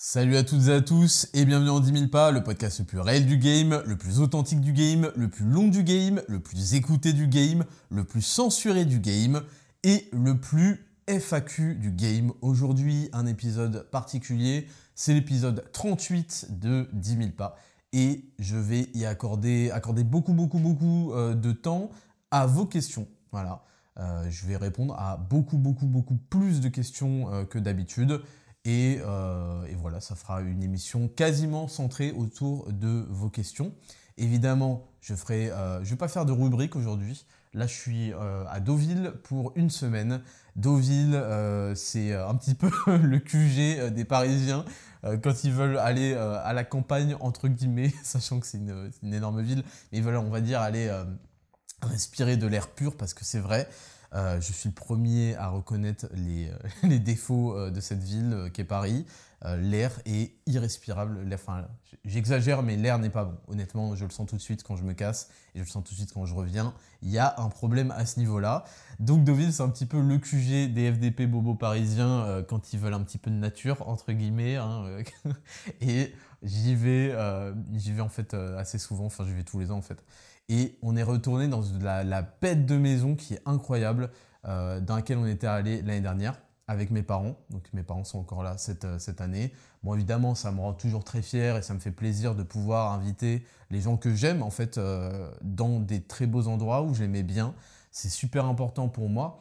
Salut à toutes et à tous et bienvenue en 10 000 pas, le podcast le plus réel du game, le plus authentique du game, le plus long du game, le plus écouté du game, le plus censuré du game et le plus FAQ du game. Aujourd'hui, un épisode particulier, c'est l'épisode 38 de 10 000 pas et je vais y accorder beaucoup de temps à vos questions. Voilà, je vais répondre à beaucoup plus de questions que d'habitude. Et voilà, ça fera une émission quasiment centrée autour de vos questions. Évidemment, je vais pas faire de rubrique aujourd'hui. Là, je suis à Deauville pour une semaine. Deauville, c'est un petit peu le QG des Parisiens quand ils veulent aller à la campagne, entre guillemets, sachant que c'est une énorme ville. Mais voilà, on va dire aller respirer de l'air pur parce que c'est vrai. Je suis le premier à reconnaître les défauts de cette ville qu'est Paris. L'air est irrespirable. Enfin, j'exagère, mais l'air n'est pas bon. Honnêtement, je le sens tout de suite quand je me casse et je le sens tout de suite quand je reviens. Il y a un problème à ce niveau-là. Donc Deauville, c'est un petit peu le QG des FDP bobos parisiens quand ils veulent un petit peu de nature, entre guillemets. Hein, et j'y vais en fait assez souvent. Enfin, j'y vais tous les ans en fait. Et on est retourné dans la bête de maison qui est incroyable, dans laquelle on était allé l'année dernière avec mes parents. Donc mes parents sont encore là cette année. Bon, évidemment, ça me rend toujours très fier et ça me fait plaisir de pouvoir inviter les gens que j'aime en fait dans des très beaux endroits où j'aimais bien. C'est super important pour moi.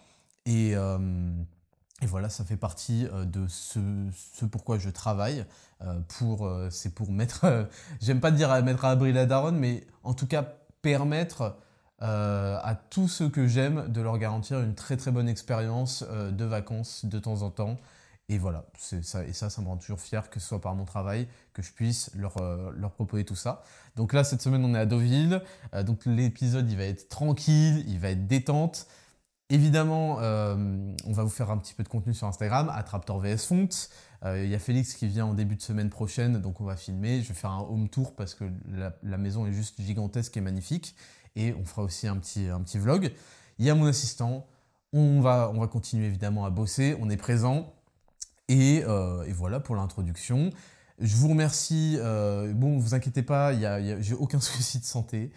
Et voilà, ça fait partie de ce pourquoi je travaille. C'est pour mettre, j'aime pas dire mettre à abri la daronne, mais en tout cas permettre à tous ceux que j'aime de leur garantir une très très bonne expérience de vacances de temps en temps. Et voilà, c'est ça, et ça me rend toujours fier, que ce soit par mon travail, que je puisse leur proposer tout ça. Donc là, cette semaine, on est à Deauville. Donc l'épisode, il va être tranquille, il va être détente. Évidemment, on va vous faire un petit peu de contenu sur Instagram, Attraptor vs Font. Il y a Félix qui vient en début de semaine prochaine, donc on va filmer. Je vais faire un home tour parce que la maison est juste gigantesque et magnifique. Et on fera aussi un petit vlog. Il y a mon assistant. On va continuer évidemment à bosser. On est présent. Et voilà pour l'introduction. Je vous remercie. Bon, vous inquiétez pas, j'ai aucun souci de santé.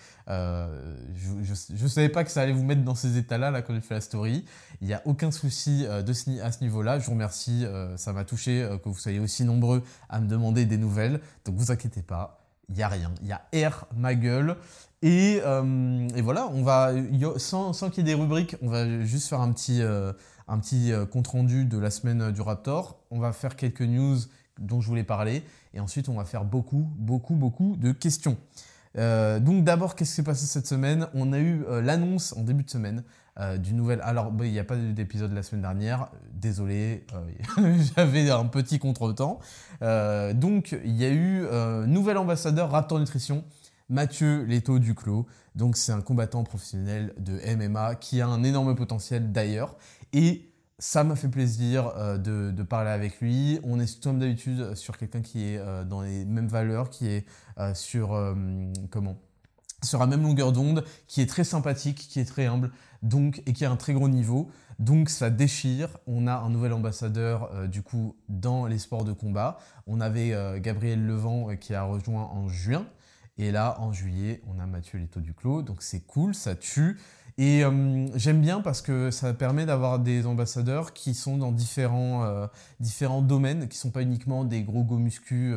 Je savais pas que ça allait vous mettre dans ces états-là là, quand j'ai fait la story. Il n'y a aucun souci à ce niveau-là. Je vous remercie. Ça m'a touché que vous soyez aussi nombreux à me demander des nouvelles. Donc vous inquiétez pas, il n'y a rien. Il y a R ma gueule. Et voilà, sans qu'il y ait des rubriques, on va juste faire un petit compte rendu de la semaine du Raptor. On va faire quelques news dont je voulais parler. Et ensuite, on va faire beaucoup de questions. Donc d'abord, qu'est-ce qui s'est passé cette semaine? On a eu l'annonce en début de semaine du nouvel... Alors, il n'y a pas d'épisode la semaine dernière. Désolé, j'avais un petit contretemps. Donc, il y a eu nouvel ambassadeur Raptor Nutrition, Mathieu Leto Duclos. Donc, c'est un combattant professionnel de MMA qui a un énorme potentiel d'ailleurs. Et ça m'a fait plaisir de parler avec lui. On est comme d'habitude sur quelqu'un qui est dans les mêmes valeurs, qui est sur la même longueur d'onde, qui est très sympathique, qui est très humble, et qui a un très gros niveau. Donc ça déchire. On a un nouvel ambassadeur du coup dans les sports de combat. On avait Gabriel Levent qui a rejoint en juin. Et là, en juillet, on a Mathieu Leto Duclos. Donc c'est cool, ça tue. Et j'aime bien parce que ça permet d'avoir des ambassadeurs qui sont dans différents domaines, qui ne sont pas uniquement des gros go muscu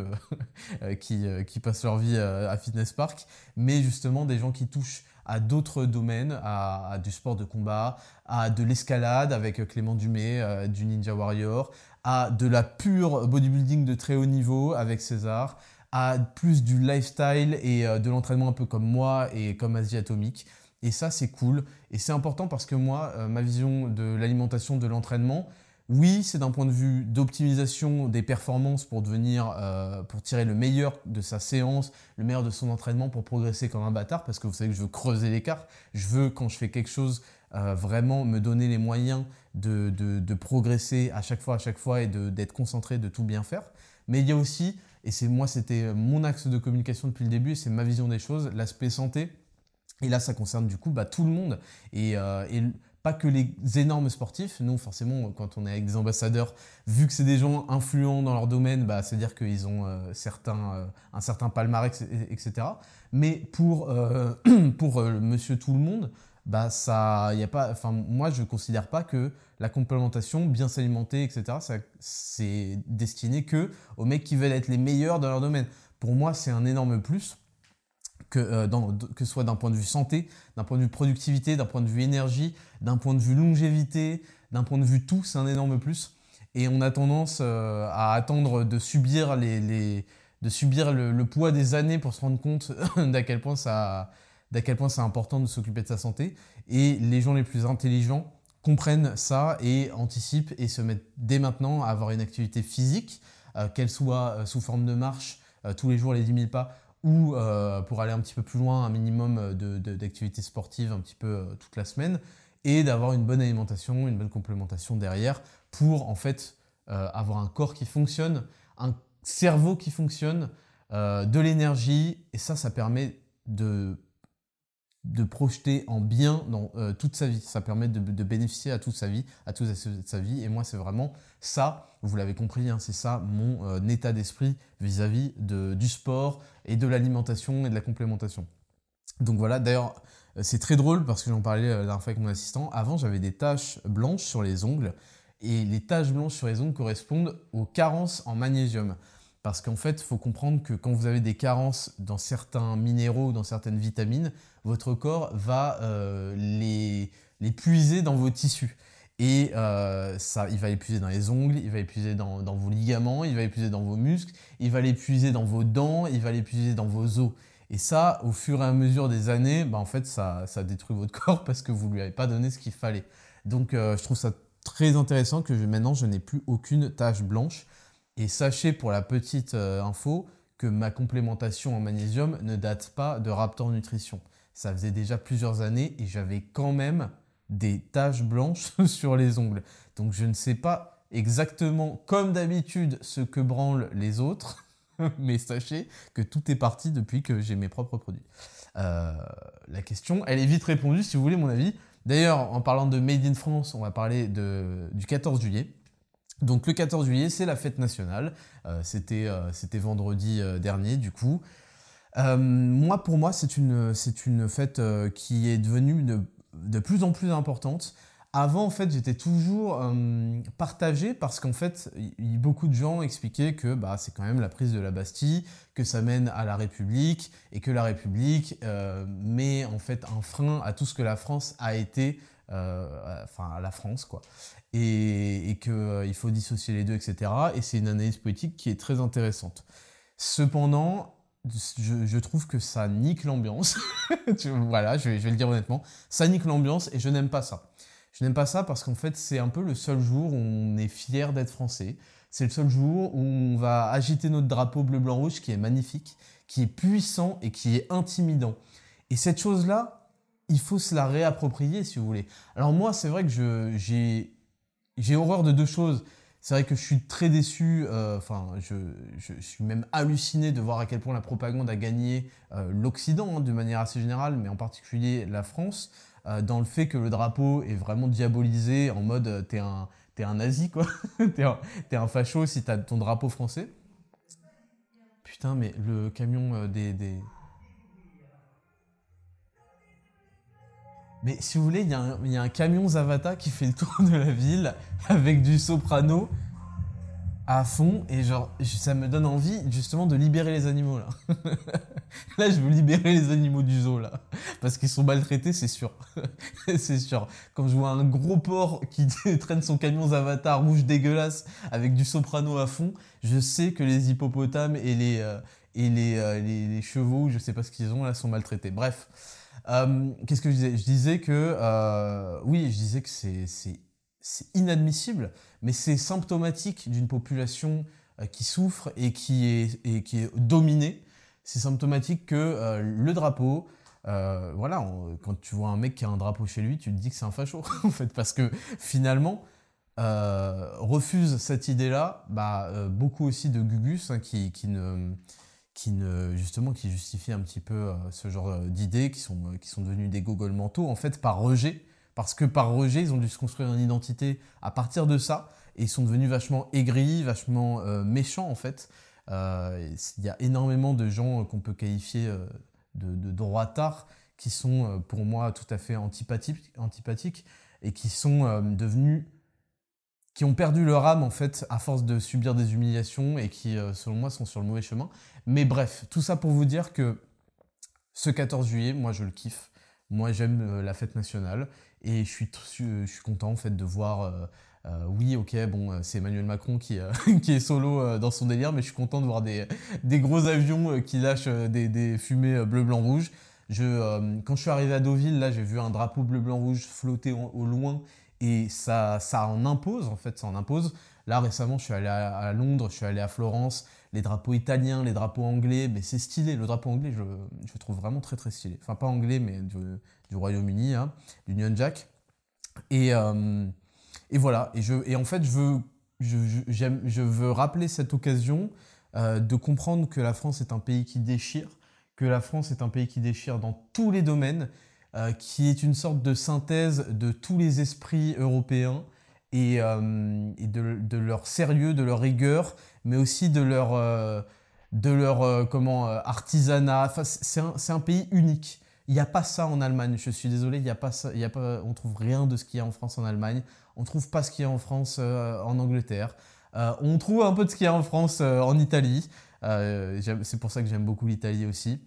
qui passent leur vie à Fitness Park, mais justement des gens qui touchent à d'autres domaines, à du sport de combat, à de l'escalade avec Clément Dumais du Ninja Warrior, à de la pure bodybuilding de très haut niveau avec César, à plus du lifestyle et de l'entraînement un peu comme moi et comme Asie Atomique. Et ça, c'est cool. Et c'est important parce que moi, ma vision de l'alimentation, de l'entraînement, oui, c'est d'un point de vue d'optimisation des performances pour pour tirer le meilleur de sa séance, le meilleur de son entraînement pour progresser comme un bâtard, parce que vous savez que je veux creuser l'écart. Je veux, quand je fais quelque chose, vraiment me donner les moyens de progresser à chaque fois et d'être concentré, de tout bien faire. Mais il y a aussi, c'était mon axe de communication depuis le début, et c'est ma vision des choses, l'aspect santé. Et là, ça concerne du coup tout le monde. Et pas que les énormes sportifs. Nous, forcément, quand on est avec des ambassadeurs, vu que c'est des gens influents dans leur domaine, bah, c'est-à-dire qu'ils ont un certain palmarès, etc. Mais pour monsieur tout le monde, bah, ça, y a pas, enfin, moi, je ne considère pas que la complémentation, bien s'alimenter, etc., c'est destiné que aux mecs qui veulent être les meilleurs dans leur domaine. Pour moi, c'est un énorme plus que ce soit d'un point de vue santé, d'un point de vue productivité, d'un point de vue énergie, d'un point de vue longévité, d'un point de vue tout, c'est un énorme plus. Et on a tendance à attendre de subir, le poids des années pour se rendre compte d'à quel point c'est important de s'occuper de sa santé. Et les gens les plus intelligents comprennent ça et anticipent et se mettent dès maintenant à avoir une activité physique, qu'elle soit sous forme de marche tous les jours les 10 000 pas, ou pour aller un petit peu plus loin, un minimum d'activités sportives un petit peu toute la semaine, et d'avoir une bonne alimentation, une bonne complémentation derrière pour en fait avoir un corps qui fonctionne, un cerveau qui fonctionne, de l'énergie, et ça permet de projeter en bien dans toute sa vie. Ça permet de bénéficier à toute sa vie, à toute sa vie. Et moi, c'est vraiment ça, vous l'avez compris, hein, c'est ça mon état d'esprit vis-à-vis du sport et de l'alimentation et de la complémentation. Donc voilà, d'ailleurs, c'est très drôle parce que j'en parlais la dernière fois avec mon assistant. Avant, j'avais des taches blanches sur les ongles. Et les taches blanches sur les ongles correspondent aux carences en magnésium. Parce qu'en fait, il faut comprendre que quand vous avez des carences dans certains minéraux ou dans certaines vitamines, votre corps va les puiser dans vos tissus. Et ça, il va les puiser dans les ongles, il va les puiser dans vos ligaments, il va les puiser dans vos muscles, il va les puiser dans vos dents, il va les puiser dans vos os. Et ça, au fur et à mesure des années, bah, en fait, ça détruit votre corps parce que vous ne lui avez pas donné ce qu'il fallait. Donc, je trouve ça très intéressant que maintenant, je n'ai plus aucune tache blanche. Et sachez pour la petite info que ma complémentation en magnésium ne date pas de Raptor Nutrition. Ça faisait déjà plusieurs années et j'avais quand même des taches blanches sur les ongles. Donc je ne sais pas exactement, comme d'habitude, ce que branlent les autres, mais sachez que tout est parti depuis que j'ai mes propres produits. La question, elle est vite répondue si vous voulez mon avis. D'ailleurs, en parlant de Made in France, on va parler du 14 juillet. Donc le 14 juillet, c'est la fête nationale. C'était vendredi dernier, du coup. Pour moi, c'est une fête qui est devenue de plus en plus importante. Avant, en fait, j'étais toujours partagé parce qu'en fait, beaucoup de gens expliquaient que bah, c'est quand même la prise de la Bastille, que ça mène à la République et que la République met en fait un frein à tout ce que la France a été, à la France, quoi. Et qu'il faut dissocier les deux, etc. Et c'est une analyse politique qui est très intéressante. Cependant, je trouve que ça nique l'ambiance. Voilà, je vais le dire honnêtement. Ça nique l'ambiance et je n'aime pas ça. Je n'aime pas ça parce qu'en fait, c'est un peu le seul jour où on est fier d'être français. C'est le seul jour où on va agiter notre drapeau bleu, blanc, rouge qui est magnifique, qui est puissant et qui est intimidant. Et cette chose-là, il faut se la réapproprier si vous voulez. Alors moi, c'est vrai que j'ai horreur de deux choses. C'est vrai que je suis très déçu, je suis même halluciné de voir à quel point la propagande a gagné l'Occident, hein, de manière assez générale, mais en particulier la France, dans le fait que le drapeau est vraiment diabolisé en mode t'es un nazi, quoi. T'es un facho si t'as ton drapeau français. Putain, mais le camion Mais si vous voulez, il y a un camion Zavata qui fait le tour de la ville avec du soprano à fond et genre ça me donne envie justement de libérer les animaux là. Là je veux libérer les animaux du zoo là parce qu'ils sont maltraités c'est sûr. C'est sûr. Quand je vois un gros porc qui traîne son camion Zavata rouge dégueulasse avec du soprano à fond, je sais que les hippopotames et les chevaux, je sais pas ce qu'ils ont là, sont maltraités. Bref. Qu'est-ce que je disais? Je disais que oui, je disais que c'est inadmissible, mais c'est symptomatique d'une population qui souffre et qui est dominée. C'est symptomatique que le drapeau, voilà, quand tu vois un mec qui a un drapeau chez lui, tu te dis que c'est un facho, en fait, parce que finalement, refuse cette idée-là, beaucoup aussi de Gugus hein, justement, qui justifient un petit peu ce genre d'idées qui sont devenues des gogoles mentaux, en fait, par rejet, Parce que par rejet, ils ont dû se construire une identité à partir de ça, et ils sont devenus vachement aigris, vachement méchants en fait. Il y a énormément de gens qu'on peut qualifier de droitards qui sont pour moi tout à fait antipathiques et qui sont devenus qui ont perdu leur âme en fait à force de subir des humiliations et qui selon moi sont sur le mauvais chemin. Mais bref, tout ça pour vous dire que ce 14 juillet, moi je le kiffe. Moi j'aime la fête nationale et je suis content en fait de voir oui, ok, bon, c'est Emmanuel Macron qui est solo dans son délire, mais je suis content de voir des gros avions qui lâchent des fumées bleu, blanc, rouge. Quand je suis arrivé à Deauville, là, j'ai vu un drapeau bleu, blanc, rouge flotter au loin et ça en impose, en fait, ça en impose. Là, récemment, je suis allé à Londres, je suis allé à Florence, les drapeaux italiens, les drapeaux anglais, mais c'est stylé. Le drapeau anglais, je le trouve vraiment très, très stylé. Enfin, pas anglais, mais du Royaume-Uni, hein, l'Union Jack. Et, euh, et voilà, et en fait, je veux rappeler cette occasion de comprendre que la France est un pays qui déchire, que la France est un pays qui déchire dans tous les domaines, qui est une sorte de synthèse de tous les esprits européens et de leur sérieux, de leur rigueur, mais aussi de leur artisanat. Enfin, c'est un pays unique. Il n'y a pas ça en Allemagne, je suis désolé, il y a pas ça, il y a pas, on trouve rien de ce qu'il y a en France en Allemagne, on trouve pas ce qu'il y a en France en Angleterre, on trouve un peu de ce qu'il y a en France en Italie, c'est pour ça que j'aime beaucoup l'Italie aussi.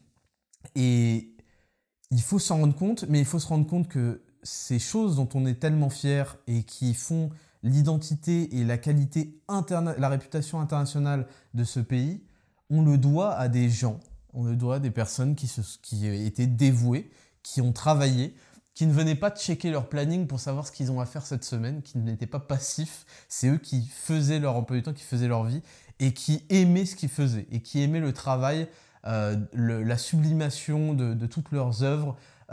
Et il faut s'en rendre compte, mais il faut se rendre compte que ces choses dont on est tellement fier et qui font l'identité et la qualité, la réputation internationale de ce pays, on le doit à des gens, on le doit à des personnes qui étaient dévouées, qui ont travaillé, qui ne venaient pas checker leur planning pour savoir ce qu'ils ont à faire cette semaine, qui n'étaient pas passifs, c'est eux qui faisaient leur emploi du temps, qui faisaient leur vie et qui aimaient ce qu'ils faisaient et qui aimaient le travail, la sublimation de toutes leurs œuvres,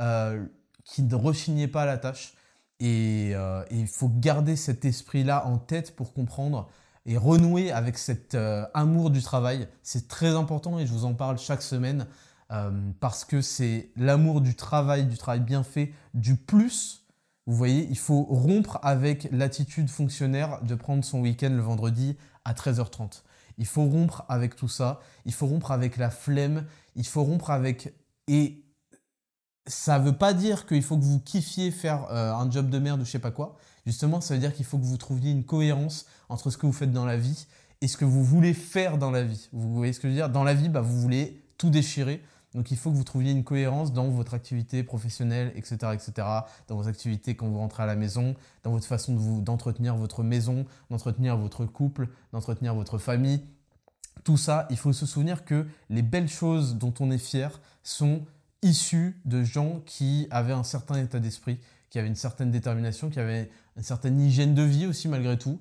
qui ne rechignaient pas à la tâche. Et il faut garder cet esprit-là en tête pour comprendre et renouer avec cet amour du travail. C'est très important et je vous en parle chaque semaine parce que c'est l'amour du travail bien fait, du plus. Vous voyez, il faut rompre avec l'attitude fonctionnaire de prendre son week-end le vendredi à 13h30. Il faut rompre avec tout ça, il faut rompre avec la flemme, il faut rompre avec... Et ça ne veut pas dire qu'il faut que vous kiffiez faire un job de merde ou je sais pas quoi. Justement, ça veut dire qu'il faut que vous trouviez une cohérence entre ce que vous faites dans la vie et ce que vous voulez faire dans la vie. Vous voyez ce que je veux dire? Dans la vie, bah, vous voulez tout déchirer. Donc il faut que vous trouviez une cohérence dans votre activité professionnelle, etc., etc., dans vos activités quand vous rentrez à la maison, dans votre façon d'entretenir votre maison, d'entretenir votre couple, d'entretenir votre famille. Tout ça, il faut se souvenir que les belles choses dont on est fier sont issues de gens qui avaient un certain état d'esprit, qui avaient une certaine détermination, qui avaient une certaine hygiène de vie aussi malgré tout,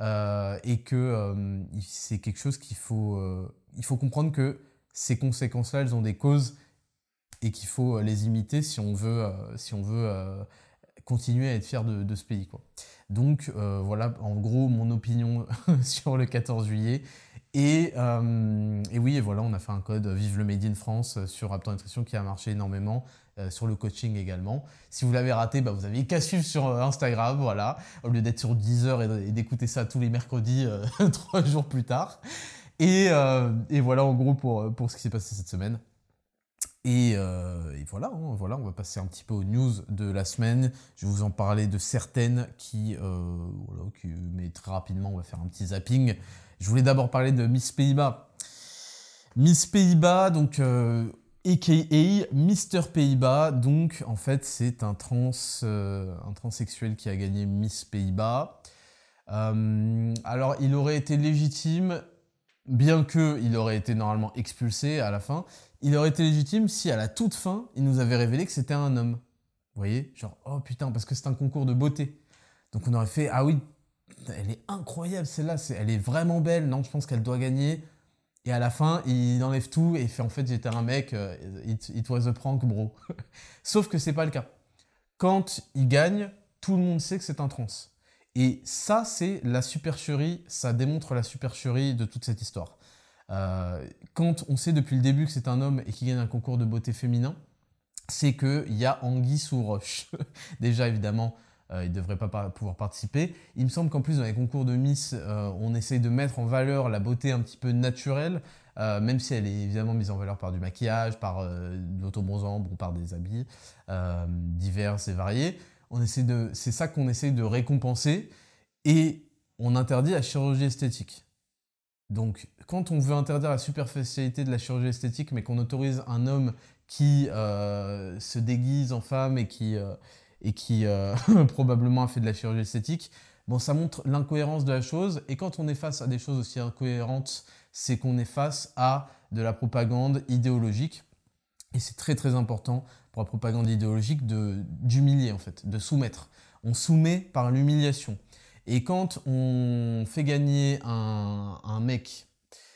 et que c'est quelque chose il faut comprendre que ces conséquences-là, elles ont des causes et qu'il faut les imiter si on veut continuer à être fier de ce pays, quoi. Donc voilà en gros mon opinion sur le 14 juillet. Et oui, et voilà, on a fait un code Vive le Made in France sur Raptor Nutrition qui a marché énormément, sur le coaching également. Si vous l'avez raté, bah, vous avez qu'à suivre sur Instagram, voilà, au lieu d'être sur Deezer et d'écouter ça tous les mercredis 3 jours plus tard. Et voilà en gros pour ce qui s'est passé cette semaine. Et voilà, hein, voilà, on va passer un petit peu aux news de la semaine. Je vais vous en parler de certaines mais très rapidement, on va faire un petit zapping. Je voulais d'abord parler de Miss Pays-Bas. Miss Pays-Bas, donc a.k.a. Mister Pays-Bas. Donc en fait, c'est un transsexuel qui a gagné Miss Pays-Bas. Alors, il aurait été légitime, bien qu'il aurait été normalement expulsé à la fin. Il aurait été légitime si à la toute fin, il nous avait révélé que c'était un homme. Vous voyez? Genre, oh putain, parce que c'est un concours de beauté. Donc on aurait fait, ah oui, elle est incroyable celle-là, elle est vraiment belle, non, je pense qu'elle doit gagner. Et à la fin, il enlève tout et il fait, en fait, j'étais un mec, it was a prank, bro. Sauf que c'est pas le cas. Quand il gagne, tout le monde sait que c'est un trans. Et ça, c'est la supercherie, ça démontre la supercherie de toute cette histoire. Quand on sait depuis le début que c'est un homme et qu'il gagne un concours de beauté féminin, c'est qu'il y a anguille sous roche. Déjà, évidemment, ils ne devraient pas pouvoir participer. Il me semble qu'en plus, dans les concours de Miss, on essaye de mettre en valeur la beauté un petit peu naturelle, même si elle est évidemment mise en valeur par du maquillage, par de l'autobronzant, bon, par des habits divers et variés. C'est ça qu'on essaye de récompenser et on interdit la chirurgie esthétique. Donc, quand on veut interdire la superficialité de la chirurgie esthétique, mais qu'on autorise un homme qui se déguise en femme et qui probablement a fait de la chirurgie esthétique, bon, ça montre l'incohérence de la chose. Et quand on est face à des choses aussi incohérentes, c'est qu'on est face à de la propagande idéologique. Et c'est très très important pour la propagande idéologique d'humilier en fait, de soumettre. On soumet par l'humiliation. Et quand on fait gagner un mec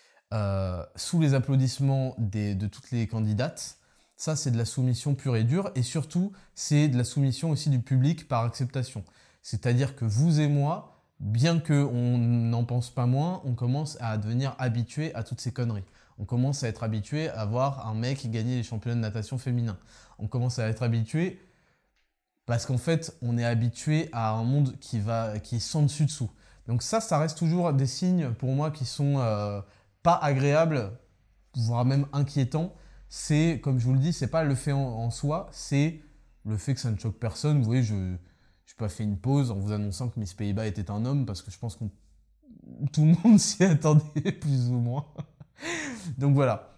sous les applaudissements de toutes les candidates, ça c'est de la soumission pure et dure. Et surtout, c'est de la soumission aussi du public par acceptation. C'est-à-dire que vous et moi, bien qu'on n'en pense pas moins, on commence à devenir habitué à toutes ces conneries. On commence à être habitué à voir un mec gagner les championnats de natation féminin. On commence à être habitué parce qu'en fait, on est habitué à un monde qui est sans dessus dessous. Donc ça reste toujours des signes pour moi qui sont pas agréables, voire même inquiétants. C'est, comme je vous le dis, c'est pas le fait en soi, c'est le fait que ça ne choque personne. Vous voyez, je n'ai pas fait une pause en vous annonçant que Miss Pays-Bas était un homme parce que je pense que tout le monde s'y attendait plus ou moins. Donc voilà,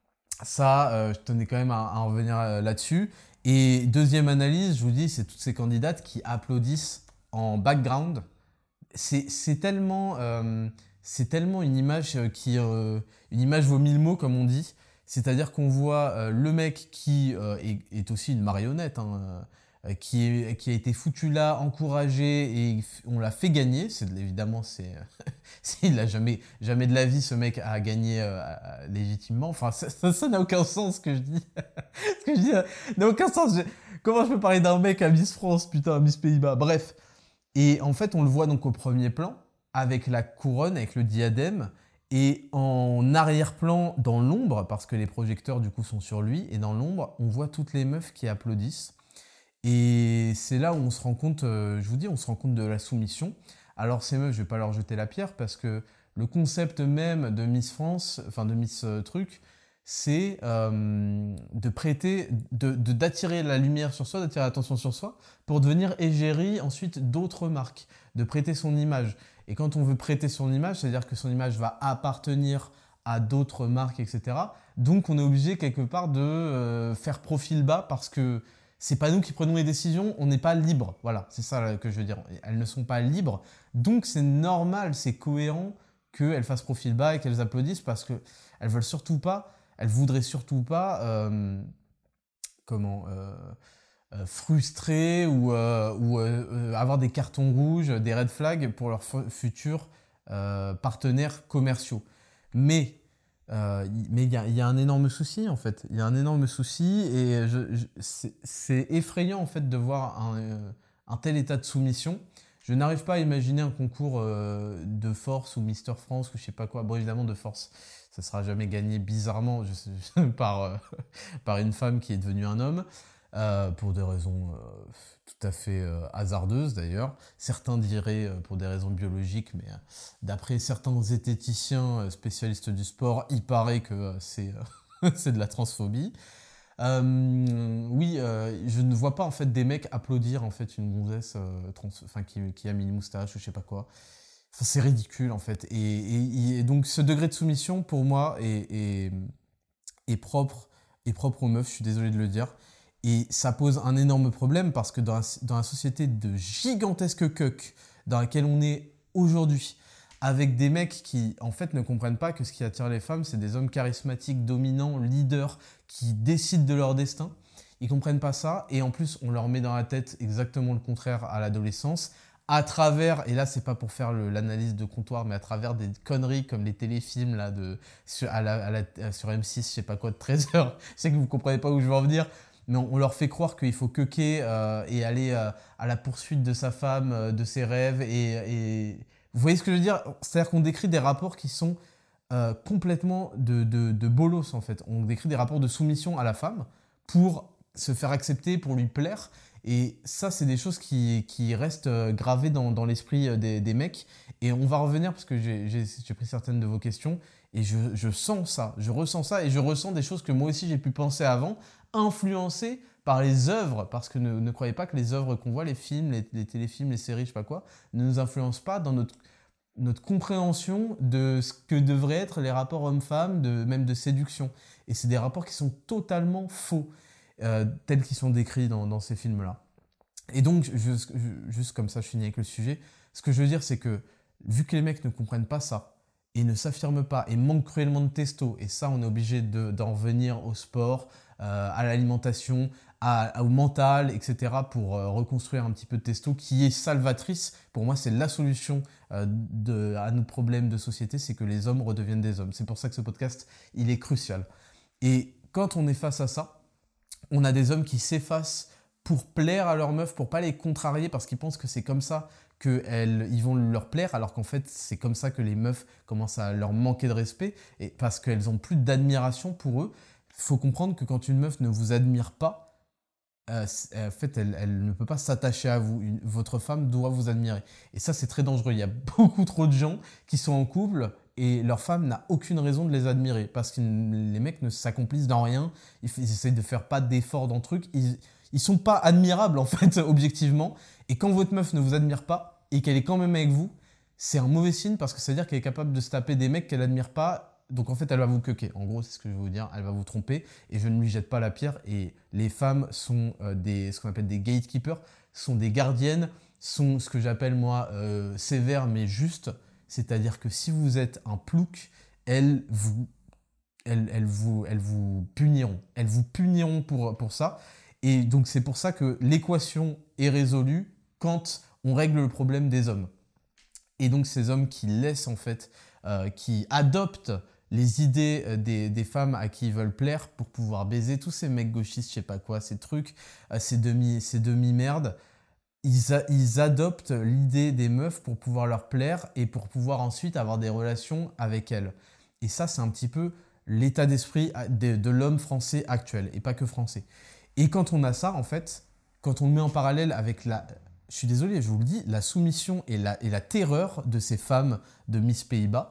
ça, je tenais quand même à revenir là-dessus. Et deuxième analyse, je vous dis, c'est toutes ces candidates qui applaudissent en background. C'est tellement, c'est tellement une image une image vaut mille mots, comme on dit. C'est-à-dire qu'on voit le mec qui est aussi une marionnette, hein, qui a été foutu là, encouragé, et on l'a fait gagner. Évidemment, il a jamais de la vie, ce mec a gagné légitimement. Enfin, ça n'a aucun sens ce que je dis. Ce que je dis n'a aucun sens. Comment je peux parler d'un mec à Miss France, putain, à Miss Pays-Bas? Bref. Et en fait, on le voit donc au premier plan, avec la couronne, avec le diadème, et en arrière-plan, dans l'ombre, parce que les projecteurs du coup sont sur lui, et dans l'ombre, on voit toutes les meufs qui applaudissent. Et c'est là où on se rend compte, je vous dis, on se rend compte de la soumission. Alors ces meufs, je vais pas leur jeter la pierre, parce que le concept même de Miss France, enfin de Miss Truc, c'est de prêter, d'attirer la lumière sur soi, d'attirer l'attention sur soi, pour devenir égérie ensuite d'autres marques, de prêter son image. Et quand on veut prêter son image, c'est-à-dire que son image va appartenir à d'autres marques, etc. Donc on est obligé quelque part de faire profil bas parce que c'est pas nous qui prenons les décisions, on n'est pas libre. Voilà, c'est ça que je veux dire. Elles ne sont pas libres, donc c'est normal, c'est cohérent qu'elles fassent profil bas et qu'elles applaudissent parce qu'elles veulent surtout pas, elles voudraient surtout pas, frustrer ou avoir des cartons rouges, des red flags pour leurs futurs partenaires commerciaux. Mais il y a un énorme souci en fait. Il y a un énorme souci et c'est effrayant en fait de voir un tel état de soumission. Je n'arrive pas à imaginer un concours de force ou Mister France ou je sais pas quoi. Bon, évidemment de force, ça sera jamais gagné bizarrement par une femme qui est devenue un homme. Pour des raisons tout à fait hasardeuses d'ailleurs. Certains diraient pour des raisons biologiques, mais d'après certains zététiciens spécialistes du sport, il paraît que c'est de la transphobie. Oui, je ne vois pas en fait des mecs applaudir en fait une gonzesse qui a mis une moustache ou je sais pas quoi. Enfin, c'est ridicule en fait. Et donc ce degré de soumission pour moi est propre aux meufs, je suis désolé de le dire. Et ça pose un énorme problème parce que dans la société de gigantesques cucks dans laquelle on est aujourd'hui, avec des mecs qui en fait ne comprennent pas que ce qui attire les femmes, c'est des hommes charismatiques, dominants, leaders, qui décident de leur destin. Ils comprennent pas ça et en plus on leur met dans la tête exactement le contraire à l'adolescence à travers, et là c'est pas pour faire l'analyse de comptoir, mais à travers des conneries comme les téléfilms là, sur M6, je sais pas quoi, de 13h, je sais que vous comprenez pas où je veux en venir, mais on leur fait croire qu'il faut queuquer et aller à la poursuite de sa femme, de ses rêves, et vous voyez ce que je veux dire? C'est-à-dire qu'on décrit des rapports qui sont complètement de bolos en fait. On décrit des rapports de soumission à la femme pour se faire accepter, pour lui plaire. Et ça, c'est des choses qui restent gravées dans l'esprit des mecs. Et on va revenir, parce que j'ai pris certaines de vos questions, et je sens ça, je ressens ça, et je ressens des choses que moi aussi j'ai pu penser avant, influencées par les œuvres, parce que ne croyez pas que les œuvres qu'on voit, les films, les téléfilms, les séries, je sais pas quoi, ne nous influencent pas dans notre compréhension de ce que devraient être les rapports hommes-femmes, même de séduction. Et c'est des rapports qui sont totalement faux, tels qu'ils sont décrits dans ces films-là. Et donc, juste comme ça, je finis avec le sujet. Ce que je veux dire, c'est que vu que les mecs ne comprennent pas ça, et ne s'affirment pas, et manquent cruellement de testo, et ça, on est obligé d'en revenir au sport, à l'alimentation, au mental, etc., pour reconstruire un petit peu de testo, qui est salvatrice. Pour moi, c'est la solution à nos problèmes de société, c'est que les hommes redeviennent des hommes. C'est pour ça que ce podcast, il est crucial. Et quand on est face à ça, on a des hommes qui s'effacent pour plaire à leurs meufs, pour pas les contrarier, parce qu'ils pensent que c'est comme ça qu'ils vont leur plaire, alors qu'en fait, c'est comme ça que les meufs commencent à leur manquer de respect, et parce qu'elles ont plus d'admiration pour eux. Il faut comprendre que quand une meuf ne vous admire pas, en fait, elle ne peut pas s'attacher à vous. Votre femme doit vous admirer. Et ça, c'est très dangereux. Il y a beaucoup trop de gens qui sont en couple et leur femme n'a aucune raison de les admirer parce que les mecs ne s'accomplissent dans rien. Ils essayent de faire pas d'efforts dans le truc. Ils sont pas admirables, en fait, objectivement. Et quand votre meuf ne vous admire pas et qu'elle est quand même avec vous, c'est un mauvais signe parce que ça veut dire qu'elle est capable de se taper des mecs qu'elle admire pas. Donc en fait, elle va vous queuquer. En gros, c'est ce que je vais vous dire. Elle va vous tromper et je ne lui jette pas la pierre. Et les femmes sont ce qu'on appelle des gatekeepers, sont des gardiennes, sont ce que j'appelle moi sévères mais justes. C'est-à-dire que si vous êtes un plouc, elles vous puniront. Elles vous puniront pour ça. Et donc c'est pour ça que l'équation est résolue quand on règle le problème des hommes. Et donc ces hommes qui laissent en fait, qui adoptent les idées des femmes à qui ils veulent plaire pour pouvoir baiser, tous ces mecs gauchistes, je sais pas quoi, ces trucs, ces demi-merdes, ils adoptent l'idée des meufs pour pouvoir leur plaire et pour pouvoir ensuite avoir des relations avec elles. Et ça, c'est un petit peu l'état d'esprit de l'homme français actuel, et pas que français. Et quand on a ça, en fait, quand on le met en parallèle avec je suis désolé, je vous le dis, la soumission et la terreur de ces femmes de Miss Pays-Bas,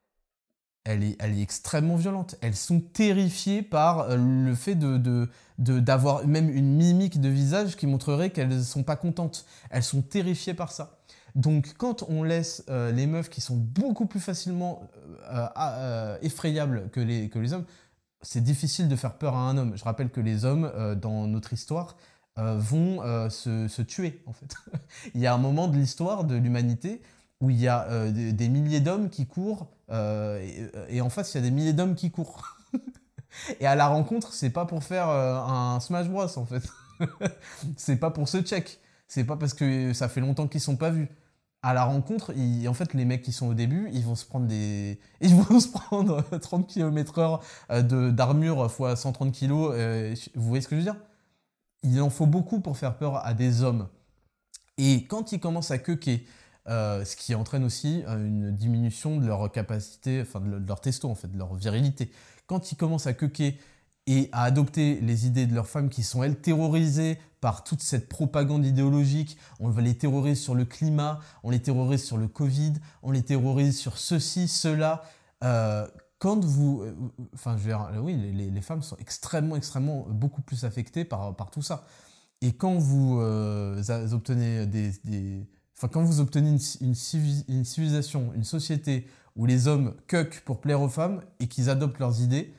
elle est extrêmement violente. Elles sont terrifiées par le fait d'avoir même une mimique de visage qui montrerait qu'elles ne sont pas contentes. Elles sont terrifiées par ça. Donc quand on laisse les meufs qui sont beaucoup plus facilement effrayables que les hommes, c'est difficile de faire peur à un homme. Je rappelle que les hommes, dans notre histoire, vont se tuer, en fait. Il y a un moment de l'histoire de l'humanité où il y a des milliers d'hommes qui courent, et en face, il y a des milliers d'hommes qui courent. Et à la rencontre, c'est pas pour faire un Smash Bros, en fait. C'est pas pour se check. C'est pas parce que ça fait longtemps qu'ils sont pas vus. À la rencontre, en fait, les mecs qui sont au début, ils vont se prendre ils vont se prendre 30 km/h d'armure fois 130 kg. Vous voyez ce que je veux dire? Il en faut beaucoup pour faire peur à des hommes. Et quand ils commencent à queuquer, ce qui entraîne aussi une diminution de leur capacité, enfin de leur testo en fait, de leur virilité. Quand ils commencent à queuquer et à adopter les idées de leurs femmes qui sont elles terrorisées par toute cette propagande idéologique, on va les terroriser sur le climat, on les terrorise sur le Covid, on les terrorise sur ceci, cela. Quand vous... Enfin, je veux dire, oui, les femmes sont extrêmement, beaucoup plus affectées par tout ça. Et quand vous obtenez quand vous obtenez une civilisation, une société où les hommes cuequent pour plaire aux femmes et qu'ils adoptent leurs idées,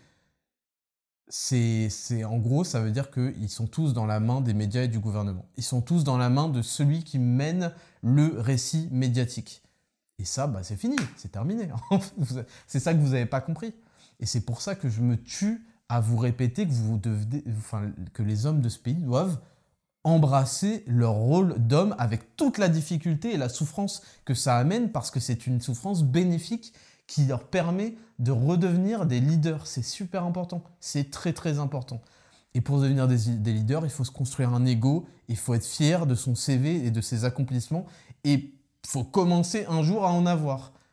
en gros, ça veut dire qu'ils sont tous dans la main des médias et du gouvernement. Ils sont tous dans la main de celui qui mène le récit médiatique. Et ça, bah, c'est fini, c'est terminé. C'est ça que vous n'avez pas compris. Et c'est pour ça que je me tue à vous répéter que les hommes de ce pays doivent embrasser leur rôle d'homme avec toute la difficulté et la souffrance que ça amène, parce que c'est une souffrance bénéfique qui leur permet de redevenir des leaders. C'est super important, c'est très très important. Et pour devenir des leaders, il faut se construire un ego, il faut être fier de son CV et de ses accomplissements, et il faut commencer un jour à en avoir.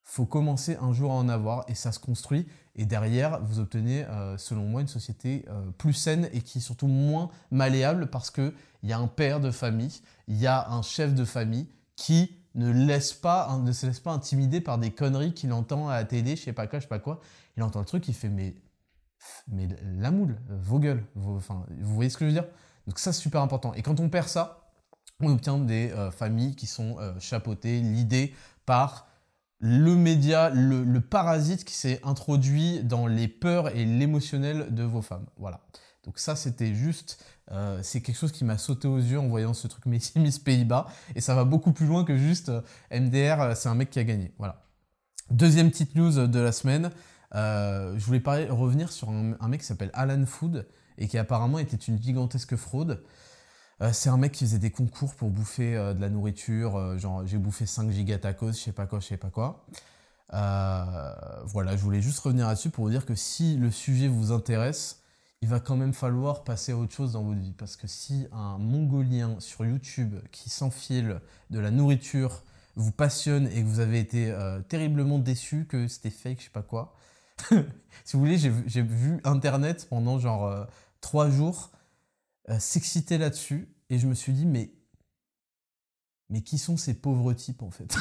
faut commencer un jour à en avoir et ça se construit. Et derrière, vous obtenez, selon moi, une société plus saine et qui est surtout moins malléable parce qu'il y a un père de famille, il y a un chef de famille qui ne se laisse pas intimider par des conneries qu'il entend à la télé, je sais pas quoi. Il entend le truc, il fait mais la moule, vos gueules, enfin, vous voyez ce que je veux dire? Donc ça, c'est super important. Et quand on perd ça, on obtient des familles qui sont chapeautées, l'idée par le média, le parasite qui s'est introduit dans les peurs et l'émotionnel de vos femmes. Voilà. Donc ça, c'était juste, c'est quelque chose qui m'a sauté aux yeux en voyant ce truc Miss Pays-Bas. Et ça va beaucoup plus loin que juste MDR, c'est un mec qui a gagné. Voilà. Deuxième petite news de la semaine. Je voulais revenir sur un mec qui s'appelle Alan Food et qui apparemment était une gigantesque fraude. C'est un mec qui faisait des concours pour bouffer de la nourriture, genre j'ai bouffé 5 gigas tacos, je sais pas quoi. Voilà, je voulais juste revenir là-dessus pour vous dire que si le sujet vous intéresse, il va quand même falloir passer à autre chose dans votre vie. Parce que si un Mongolien sur YouTube qui s'enfile de la nourriture vous passionne et que vous avez été terriblement déçu que c'était fake, je sais pas quoi, si vous voulez, j'ai vu Internet pendant genre 3 jours s'exciter là-dessus et je me suis dit mais qui sont ces pauvres types en fait?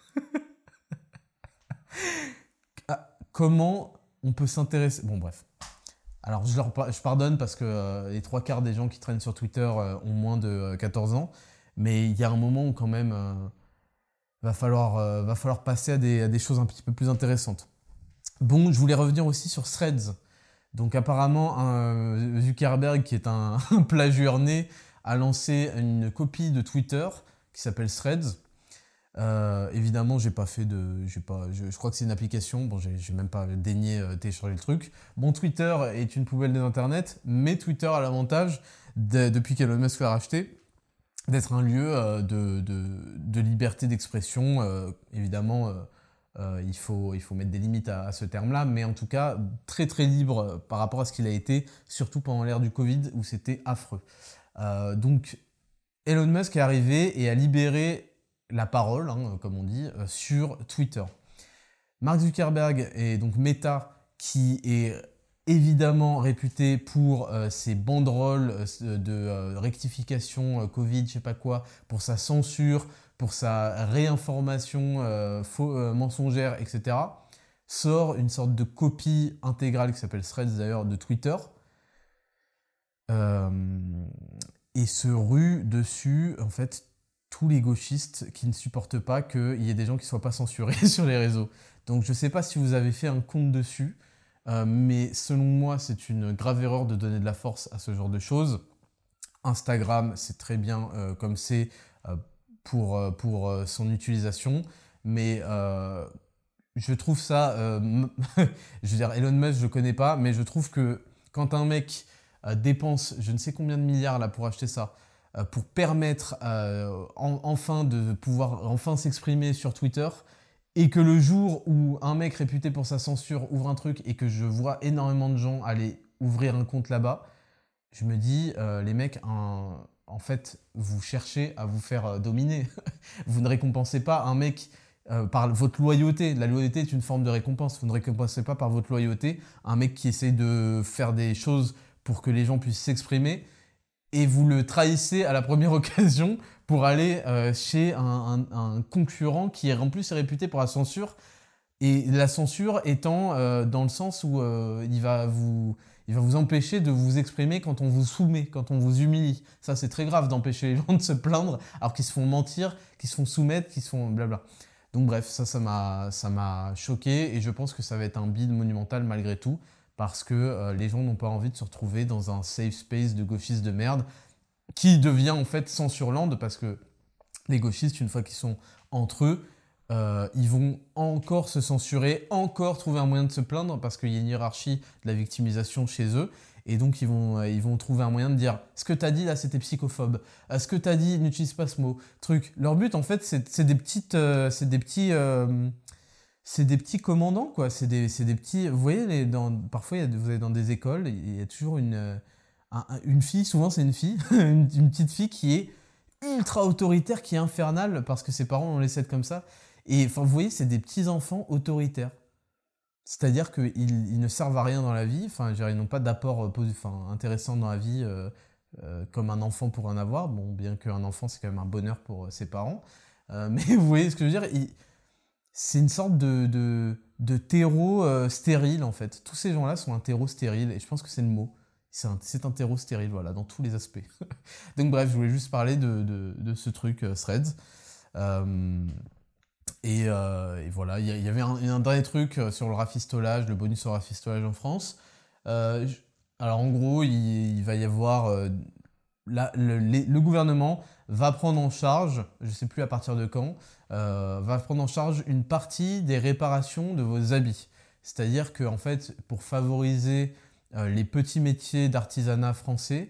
Comment on peut s'intéresser? Bon bref. Alors je pardonne parce que les 3 quarts des gens qui traînent sur Twitter ont moins de 14 ans, mais il y a un moment où quand même va falloir passer à des choses un petit peu plus intéressantes. Bon, je voulais revenir aussi sur Threads. Donc apparemment, Zuckerberg, qui est un plagieur né, a lancé une copie de Twitter qui s'appelle Threads. Évidemment, je crois que c'est une application. Bon, j'ai même pas daigné télécharger le truc. Bon, Twitter est une poubelle de l'internet, mais Twitter a l'avantage, depuis qu'Elon Musk l'a racheté, d'être un lieu de liberté d'expression. Évidemment, il faut mettre des limites à ce terme-là, mais en tout cas, très très libre par rapport à ce qu'il a été, surtout pendant l'ère du Covid où c'était affreux. Donc, Elon Musk est arrivé et a libéré la parole, hein, comme on dit, sur Twitter. Mark Zuckerberg et donc Meta, qui est évidemment réputé pour ses banderoles de rectification Covid, je sais pas quoi, pour sa censure, pour sa réinformation mensongère, etc., sort une sorte de copie intégrale qui s'appelle Threads d'ailleurs de Twitter et se rue dessus en fait tous les gauchistes qui ne supportent pas qu'il y ait des gens qui ne soient pas censurés sur les réseaux. Donc je ne sais pas si vous avez fait un compte dessus, mais selon moi, c'est une grave erreur de donner de la force à ce genre de choses. Instagram, c'est très bien comme c'est pour son utilisation, mais je trouve ça... je veux dire, Elon Musk, je ne le connais pas, mais je trouve que quand un mec dépense je ne sais combien de milliards là pour acheter ça, pour permettre enfin de pouvoir enfin s'exprimer sur Twitter, et que le jour où un mec réputé pour sa censure ouvre un truc et que je vois énormément de gens aller ouvrir un compte là-bas, je me dis, les mecs, en fait, vous cherchez à vous faire dominer. Vous ne récompensez pas un mec par votre loyauté. La loyauté est une forme de récompense. Vous ne récompensez pas par votre loyauté un mec qui essaie de faire des choses pour que les gens puissent s'exprimer et vous le trahissez à la première occasion pour aller chez un concurrent qui en plus est réputé pour la censure. Et la censure étant dans le sens où il va vous empêcher de vous exprimer quand on vous soumet, quand on vous humilie. Ça, c'est très grave d'empêcher les gens de se plaindre alors qu'ils se font mentir, qu'ils se font soumettre, qu'ils se font blabla. Donc bref, ça m'a choqué et je pense que ça va être un bide monumental malgré tout parce que les gens n'ont pas envie de se retrouver dans un safe space de gauchistes de merde qui devient en fait censurland parce que les gauchistes, une fois qu'ils sont entre eux, ils vont encore se censurer, encore trouver un moyen de se plaindre parce qu'il y a une hiérarchie de la victimisation chez eux. Et donc, ils vont trouver un moyen de dire « Ce que t'as dit, là, c'était psychophobe. Ce que t'as dit, n'utilise pas ce mot. » Truc. Leur but, en fait, c'est des petits commandants, quoi. C'est des petits... Vous voyez, parfois, vous allez dans des écoles, il y a toujours une fille, souvent c'est une fille, une petite fille qui est ultra autoritaire, qui est infernale parce que ses parents ont laissé être comme ça Et enfin, vous voyez, c'est des petits enfants autoritaires. C'est-à-dire qu'ils ne servent à rien dans la vie, enfin, je veux dire, ils n'ont pas d'apport intéressant dans la vie comme un enfant pourrait en avoir. Bon, bien qu'un enfant, c'est quand même un bonheur pour ses parents. Mais vous voyez ce que je veux dire, c'est une sorte de terreau stérile, en fait. Tous ces gens-là sont un terreau stérile, et je pense que c'est le mot. C'est un terreau stérile, voilà, dans tous les aspects. Donc bref, je voulais juste parler de ce truc Threads. Euh, et voilà, il y avait un dernier truc sur le rafistolage, le bonus au rafistolage en France. Euh, je- alors en gros, il va y avoir... le gouvernement va prendre en charge, je ne sais plus à partir de quand, va prendre en charge une partie des réparations de vos habits. C'est-à-dire que en fait, pour favoriser les petits métiers d'artisanat français,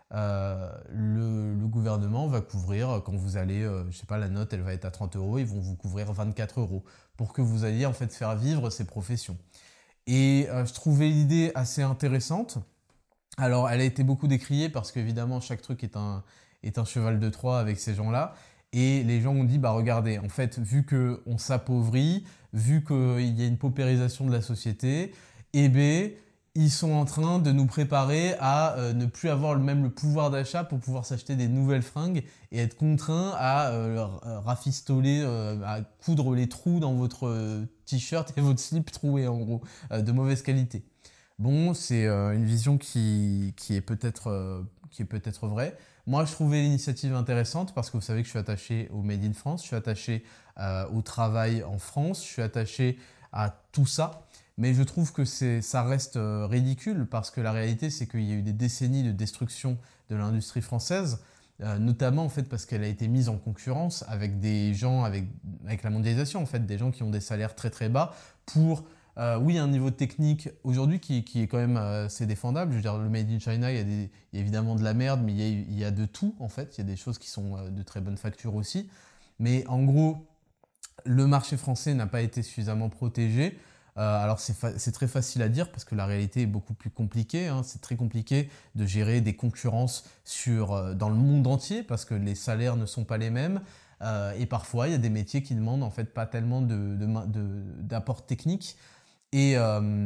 le gouvernement va couvrir, quand vous allez, je sais pas, la note elle va être à 30 euros, ils vont vous couvrir 24 euros pour que vous alliez en fait faire vivre ces professions. Et je trouvais l'idée assez intéressante. Alors, elle a été beaucoup décriée parce qu'évidemment, chaque truc est un cheval de Troie avec ces gens-là. Et les gens ont dit, bah regardez, en fait, vu qu'on s'appauvrit, vu qu'il y a une paupérisation de la société, eh bien, ils sont en train de nous préparer à ne plus avoir même le pouvoir d'achat pour pouvoir s'acheter des nouvelles fringues et être contraints à rafistoler, à coudre les trous dans votre t-shirt et votre slip troué, en gros, de mauvaise qualité. Bon, c'est une vision qui est peut-être vraie. Moi, je trouvais l'initiative intéressante parce que vous savez que je suis attaché au Made in France, je suis attaché au travail en France, je suis attaché à tout ça. Mais je trouve que ça reste ridicule parce que la réalité, c'est qu'il y a eu des décennies de destruction de l'industrie française, notamment en fait parce qu'elle a été mise en concurrence avec des gens, avec la mondialisation en fait, des gens qui ont des salaires très très bas pour oui, un niveau technique aujourd'hui qui est quand même assez défendable. Je veux dire, le Made in China, il y a évidemment de la merde, mais il y a de tout en fait. Il y a des choses qui sont de très bonne facture aussi. Mais en gros, le marché français n'a pas été suffisamment protégé. Alors c'est très facile à dire parce que la réalité est beaucoup plus compliquée, hein. C'est très compliqué de gérer des concurrences dans le monde entier parce que les salaires ne sont pas les mêmes. Et parfois, il y a des métiers qui demandent en fait pas tellement d'apport technique. Et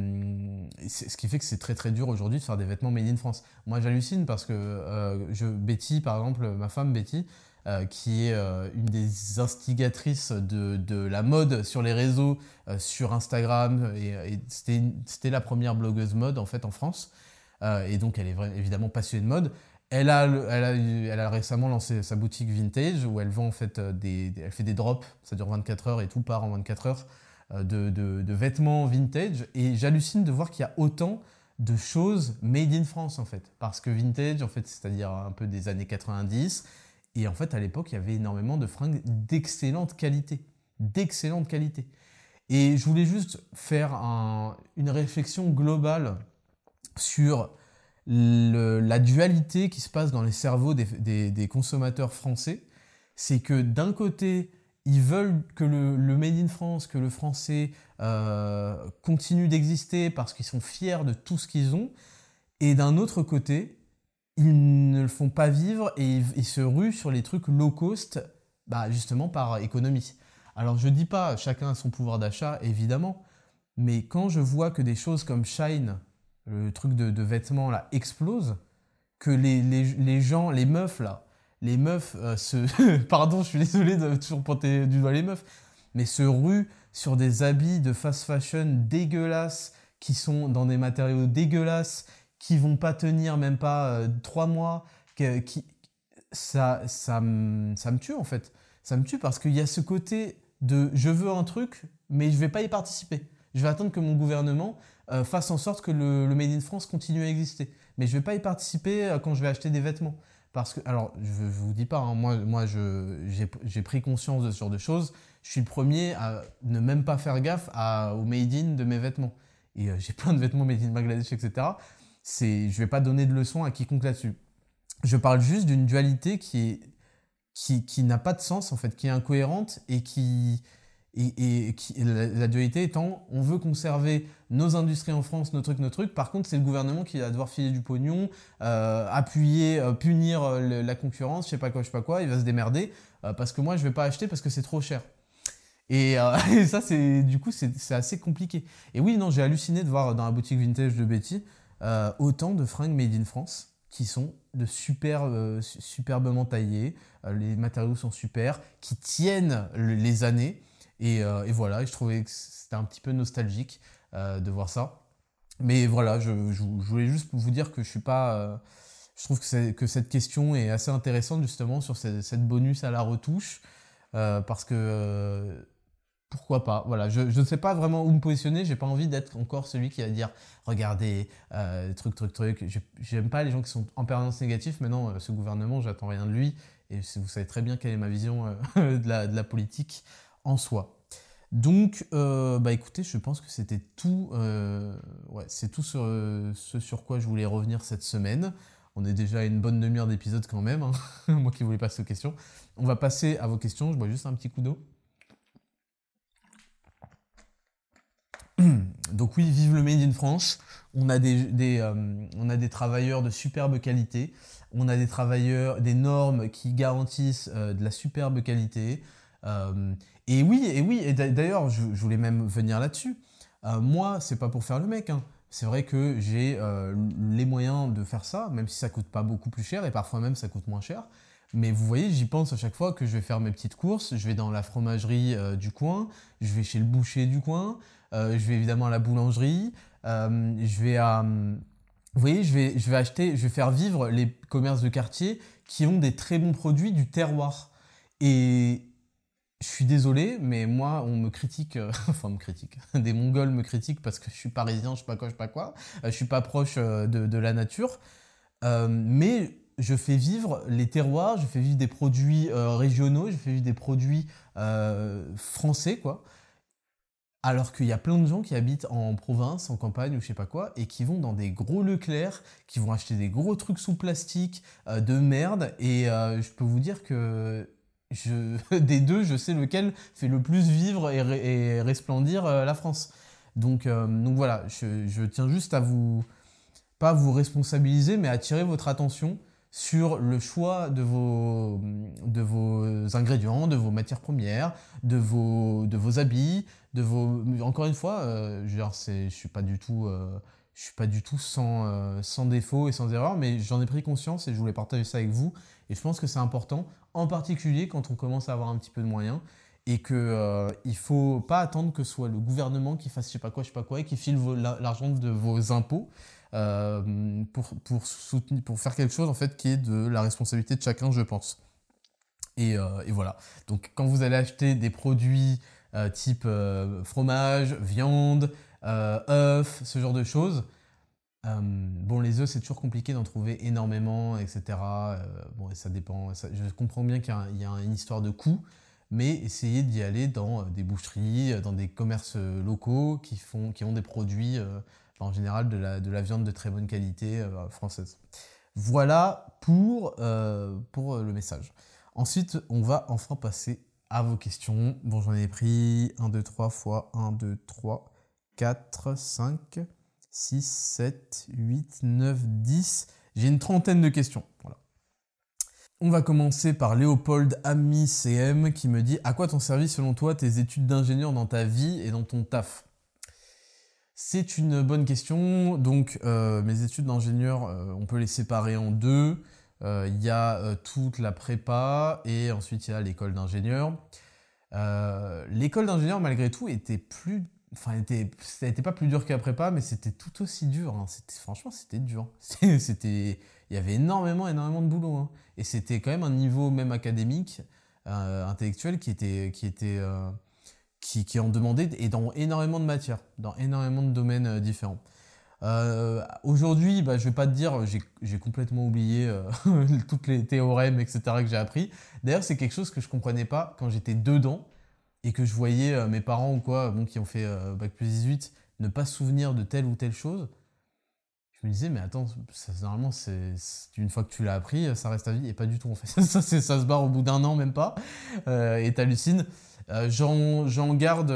ce qui fait que c'est très très dur aujourd'hui de faire des vêtements made in France. Moi j'hallucine parce que Betty, par exemple, ma femme Betty, qui est une des instigatrices de la mode sur les réseaux, sur Instagram, et c'était la première blogueuse mode en fait en France. Et donc elle est évidemment passionnée de mode. Elle a récemment lancé sa boutique vintage où elle vend en fait elle fait des drops, ça dure 24 heures et tout part en 24 heures de vêtements vintage. Et j'hallucine de voir qu'il y a autant de choses made in France en fait. Parce que vintage, en fait, c'est-à-dire un peu des années 90. Et en fait, à l'époque, il y avait énormément de fringues d'excellente qualité. D'excellente qualité. Et je voulais juste faire une réflexion globale sur la dualité qui se passe dans les cerveaux des consommateurs français. C'est que d'un côté, ils veulent que le Made in France, que le français continue d'exister parce qu'ils sont fiers de tout ce qu'ils ont. Et d'un autre côté, ils ne le font pas vivre et ils se ruent sur les trucs low cost, bah, justement par économie. Alors je dis pas chacun a son pouvoir d'achat, évidemment, mais quand je vois que des choses comme Shine, le truc de vêtements là, explosent, que les gens, les meufs là, les meufs pardon, je suis désolé de toujours pointer du doigt les meufs, mais se ruent sur des habits de fast fashion dégueulasses, qui sont dans des matériaux dégueulasses, qui vont pas tenir même pas 3 mois, ça me tue en fait. Ça me tue parce qu'il y a ce côté de je veux un truc, mais je vais pas y participer. Je vais attendre que mon gouvernement fasse en sorte que le Made in France continue à exister. Mais je vais pas y participer quand je vais acheter des vêtements. Parce que, alors, je ne vous dis pas, hein, j'ai pris conscience de ce genre de choses. Je suis le premier à ne même pas faire gaffe au made in de mes vêtements. Et j'ai plein de vêtements made in Bangladesh, etc. Je ne vais pas donner de leçons à quiconque là-dessus. Je parle juste d'une dualité qui n'a pas de sens, en fait, qui est incohérente la dualité étant, on veut conserver nos industries en France, nos trucs. Par contre, c'est le gouvernement qui va devoir filer du pognon, appuyer, punir la concurrence, je sais pas quoi, il va se démerder, parce que moi, je vais pas acheter parce que c'est trop cher. Et ça, du coup, c'est assez compliqué. Et oui, non, j'ai halluciné de voir dans la boutique vintage de Betty autant de fringues made in France qui sont de superbement taillées. Les matériaux sont super, qui tiennent les années. Et voilà, et je trouvais que c'était un petit peu nostalgique de voir ça. Mais voilà, je voulais juste vous dire que je suis pas. Je trouve que cette question est assez intéressante justement sur cette bonus à la retouche. Parce que pourquoi pas? Voilà, je ne sais pas vraiment où me positionner. J'ai pas envie d'être encore celui qui va dire regardez, truc. J'aime pas les gens qui sont en permanence négatifs. Maintenant, ce gouvernement, j'attends rien de lui. Et vous savez très bien quelle est ma vision de la politique en soi. Donc, bah écoutez, je pense que c'était tout. Ouais, c'est tout ce sur quoi je voulais revenir cette semaine. On est déjà à une bonne demi-heure d'épisode quand même, hein. Moi qui voulais passer aux questions. On va passer à vos questions. Je bois juste un petit coup d'eau. Donc oui, vive le Made in France. On a on a des travailleurs de superbe qualité. On a des travailleurs, des normes qui garantissent de la superbe qualité. Euh, et d'ailleurs, je voulais même venir là-dessus. Moi, c'est pas pour faire le mec, hein. C'est vrai que j'ai les moyens de faire ça, même si ça coûte pas beaucoup plus cher et parfois même ça coûte moins cher. Mais vous voyez, j'y pense à chaque fois que je vais faire mes petites courses. Je vais dans la fromagerie du coin, je vais chez le boucher du coin, je vais évidemment à la boulangerie, je vais à. Vous voyez, je vais acheter, je vais faire vivre les commerces de quartier qui ont des très bons produits du terroir. Et je suis désolé, mais moi, on me critique, enfin, on me critique. Des Mongols me critiquent parce que je suis parisien, je sais pas quoi. Je suis pas proche de la nature. Mais je fais vivre les terroirs, je fais vivre des produits régionaux, je fais vivre des produits français, quoi. Alors qu'il y a plein de gens qui habitent en province, en campagne ou je sais pas quoi, et qui vont dans des gros Leclerc, qui vont acheter des gros trucs sous plastique de merde. Et je peux vous dire que des deux, je sais lequel fait le plus vivre et resplendir la France. Donc voilà, je tiens juste à vous, pas vous responsabiliser, mais attirer votre attention sur le choix de vos ingrédients, de vos matières premières, de vos habits, Encore une fois, je veux dire, je suis pas du tout sans défaut et sans erreur, mais j'en ai pris conscience et je voulais partager ça avec vous. Et je pense que c'est important, en particulier quand on commence à avoir un petit peu de moyens et que il faut pas attendre que ce soit le gouvernement qui fasse je sais pas quoi, et qui file l'argent de vos impôts pour faire quelque chose en fait qui est de la responsabilité de chacun, je pense. Et voilà. Donc quand vous allez acheter des produits type fromage, viande, œufs, ce genre de choses, bon, les œufs, c'est toujours compliqué d'en trouver énormément, etc. Bon, et ça dépend. Je comprends bien qu'il y a une histoire de coût, mais essayez d'y aller dans des boucheries, dans des commerces locaux qui ont des produits, en général, de la viande de très bonne qualité française. Voilà pour le message. Ensuite, on va enfin passer à vos questions. Bon, j'en ai pris 1, 2, 3 fois 1, 2, 3, 4, 5. 6, 7, 8, 9, 10. J'ai une trentaine de questions. Voilà. On va commencer par Léopold Ami CM qui me dit: à quoi t'ont servi selon toi tes études d'ingénieur dans ta vie et dans ton taf? C'est une bonne question. Donc, mes études d'ingénieur, on peut les séparer en deux. Il y a toute la prépa et ensuite il y a l'école d'ingénieur. L'école d'ingénieur, malgré tout, était plus. Enfin, ça n'était pas plus dur que la prépa, mais c'était tout aussi dur, hein. Franchement, c'était dur. Il y avait énormément de boulot, hein. Et c'était quand même un niveau même académique, intellectuel, qui en demandait et dans énormément de matières, dans énormément de domaines différents. Aujourd'hui, bah, je vais pas te dire, j'ai complètement oublié toutes les théorèmes, etc. que j'ai appris. D'ailleurs, c'est quelque chose que je comprenais pas quand j'étais dedans et que je voyais mes parents ou quoi, bon, qui ont fait Bac plus 18, ne pas se souvenir de telle ou telle chose. Je me disais, mais attends, normalement, une fois que tu l'as appris, ça reste à vie, et pas du tout en fait. Ça se barre au bout d'un an, même pas, et t'hallucines. J'en garde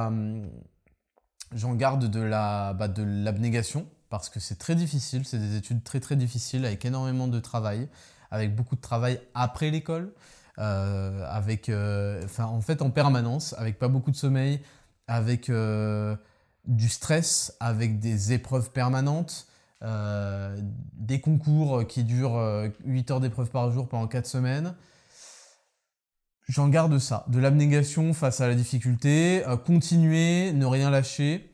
de l'abnégation, parce que c'est très difficile, c'est des études très très difficiles, avec énormément de travail, avec beaucoup de travail après l'école. en fait en permanence, avec pas beaucoup de sommeil, avec du stress, avec des épreuves permanentes, des concours qui durent 8 heures d'épreuves par jour pendant 4 semaines. J'en garde ça, de l'abnégation face à la difficulté, continuer, ne rien lâcher.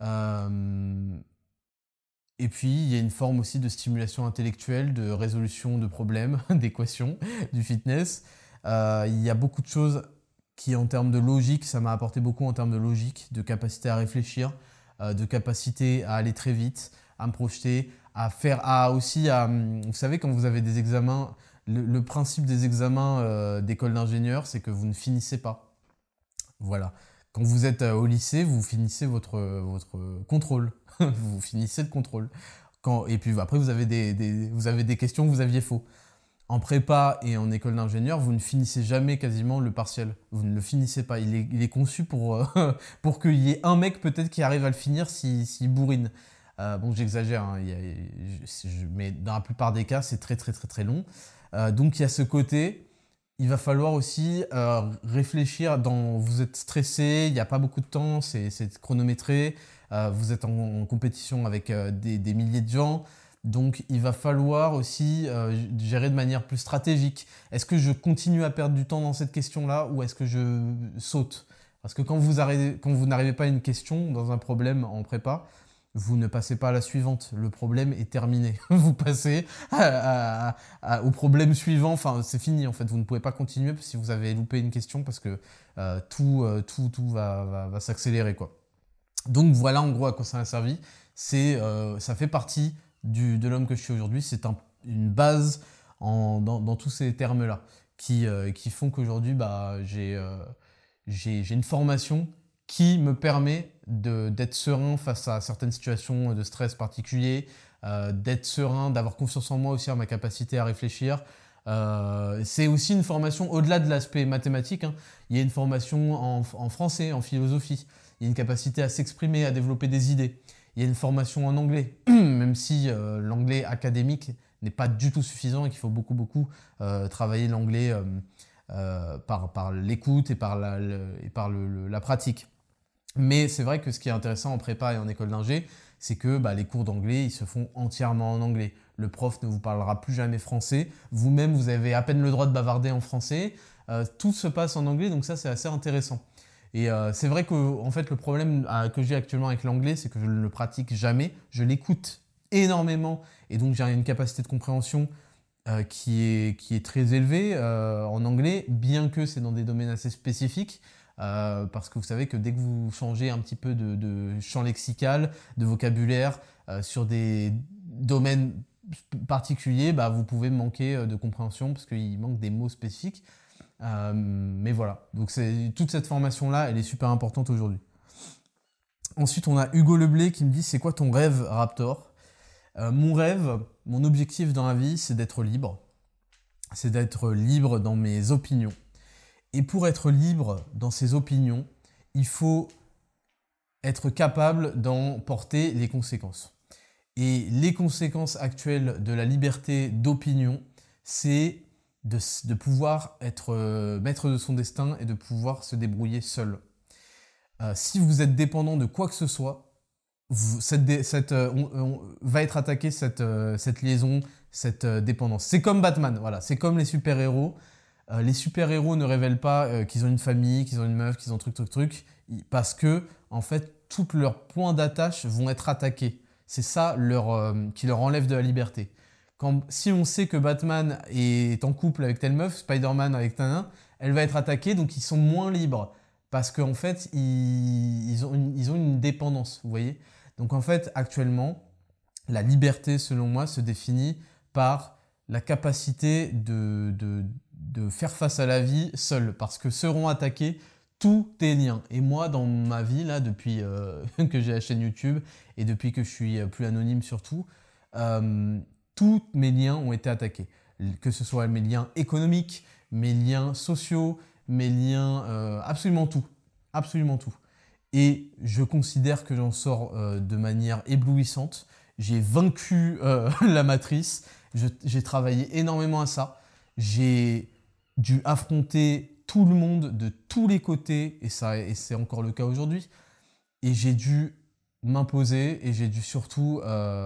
Et puis, il y a une forme aussi de stimulation intellectuelle, de résolution de problèmes, d'équations, du fitness. Il y a beaucoup de choses qui, en termes de logique, ça m'a apporté beaucoup en termes de logique, de capacité à réfléchir, de capacité à aller très vite, à me projeter, vous savez, quand vous avez des examens, le principe des examens d'école d'ingénieur, c'est que vous ne finissez pas. Voilà. Quand vous êtes au lycée, vous finissez votre contrôle. Vous finissez le contrôle. Et puis après, vous avez des questions que vous aviez faux. En prépa et en école d'ingénieur, vous ne finissez jamais quasiment le partiel. Vous ne le finissez pas. Il est conçu pour qu'il y ait un mec peut-être qui arrive à le finir s'il bourrine. Bon, j'exagère, hein, mais dans la plupart des cas, c'est très très très très long. Donc il y a ce côté. Il va falloir aussi réfléchir vous êtes stressé, il n'y a pas beaucoup de temps, c'est chronométré, vous êtes en compétition avec des milliers de gens, donc il va falloir aussi gérer de manière plus stratégique. Est-ce que je continue à perdre du temps dans cette question-là ou est-ce que je saute? Parce que quand vous n'arrivez pas à une question dans un problème en prépa, vous ne passez pas à la suivante. Le problème est terminé. Vous passez au problème suivant. Enfin, c'est fini en fait. Vous ne pouvez pas continuer si vous avez loupé une question parce que tout va s'accélérer, quoi. Donc voilà en gros à quoi ça a servi. Ça fait partie de l'homme que je suis aujourd'hui. C'est une base dans tous ces termes-là qui font qu'aujourd'hui j'ai une formation qui me permet d'être serein face à certaines situations de stress particuliers, d'être serein, d'avoir confiance en moi aussi, en ma capacité à réfléchir. C'est aussi une formation au-delà de l'aspect mathématique, hein. Il y a une formation en français, en philosophie. Il y a une capacité à s'exprimer, à développer des idées. Il y a une formation en anglais, même si l'anglais académique n'est pas du tout suffisant et qu'il faut beaucoup travailler l'anglais par l'écoute et par la pratique. Mais c'est vrai que ce qui est intéressant en prépa et en école d'ingé, c'est que les cours d'anglais, ils se font entièrement en anglais. Le prof ne vous parlera plus jamais français. Vous-même, vous avez à peine le droit de bavarder en français. Tout se passe en anglais, donc ça, c'est assez intéressant. Et c'est vrai que en fait, le problème que j'ai actuellement avec l'anglais, c'est que je ne le pratique jamais. Je l'écoute énormément et donc j'ai une capacité de compréhension qui est très élevée en anglais, bien que c'est dans des domaines assez spécifiques. Parce que vous savez que dès que vous changez un petit peu de champ lexical, de vocabulaire sur des domaines particuliers, vous pouvez manquer de compréhension parce qu'il manque des mots spécifiques. Mais voilà, donc toute cette formation-là, elle est super importante aujourd'hui. Ensuite, on a Hugo Leblé qui me dit « C'est quoi ton rêve, Raptor ?» Mon rêve, mon objectif dans la vie, c'est d'être libre. C'est d'être libre dans mes opinions. Et pour être libre dans ses opinions, il faut être capable d'en porter les conséquences. Et les conséquences actuelles de la liberté d'opinion, c'est de pouvoir être maître de son destin et de pouvoir se débrouiller seul. Si vous êtes dépendant de quoi que ce soit, va être attaquée cette liaison, cette dépendance. C'est comme Batman, voilà, c'est comme les super-héros. Les super-héros ne révèlent pas qu'ils ont une famille, qu'ils ont une meuf, qu'ils ont truc, parce que, en fait, tous leurs points d'attache vont être attaqués. C'est ça qui leur enlève de la liberté. Si on sait que Batman est en couple avec telle meuf, Spider-Man avec tel, elle va être attaquée, donc ils sont moins libres. Parce qu'en fait, ils ont une dépendance, vous voyez. Donc en fait, actuellement, la liberté, selon moi, se définit par la capacité de faire face à la vie seul, parce que seront attaqués tous tes liens. Et moi, dans ma vie, là, depuis que j'ai la chaîne YouTube, et depuis que je suis plus anonyme surtout, tous mes liens ont été attaqués. Que ce soit mes liens économiques, mes liens sociaux, mes liens, absolument tout. Absolument tout. Et je considère que j'en sors de manière éblouissante. J'ai vaincu la matrice. J'ai travaillé énormément à ça. J'ai dû affronter tout le monde de tous les côtés, et c'est encore le cas aujourd'hui. Et j'ai dû m'imposer, et j'ai dû surtout,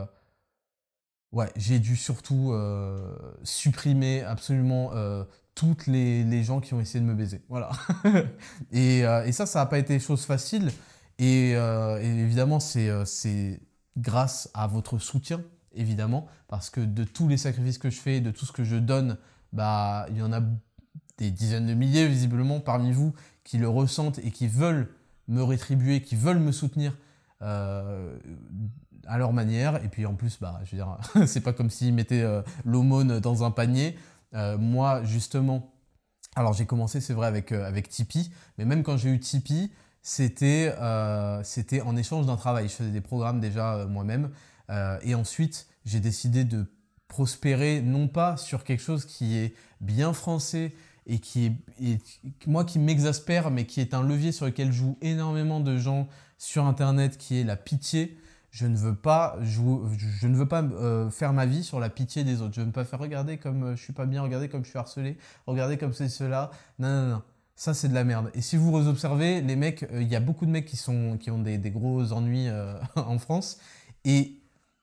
supprimer absolument toutes les gens qui ont essayé de me baiser. Voilà. Et ça n'a pas été chose facile. Et évidemment, c'est grâce à votre soutien, évidemment, parce que de tous les sacrifices que je fais, de tout ce que je donne, bah, il y en a des dizaines de milliers, visiblement, parmi vous, qui le ressentent et qui veulent me rétribuer, qui veulent me soutenir euh, à leur manière. Et puis en plus, bah, je veux dire, c'est pas comme s'ils mettaient l'aumône dans un panier. Moi, justement, alors j'ai commencé, c'est vrai, avec Tipeee, mais même quand j'ai eu Tipeee, c'était en échange d'un travail. Je faisais des programmes déjà moi-même. Et ensuite, j'ai décidé de prospérer, non pas sur quelque chose qui est bien français et moi qui m'exaspère, mais qui est un levier sur lequel jouent énormément de gens sur Internet, qui est la pitié. Je ne veux pas faire ma vie sur la pitié des autres. Je ne veux pas faire regarder comme je suis pas bien, regarder comme je suis harcelé, regarder comme c'est cela. Non, non, non. Ça, c'est de la merde. Et si vous observez, les mecs, il y a beaucoup de mecs qui ont des gros ennuis en France. Et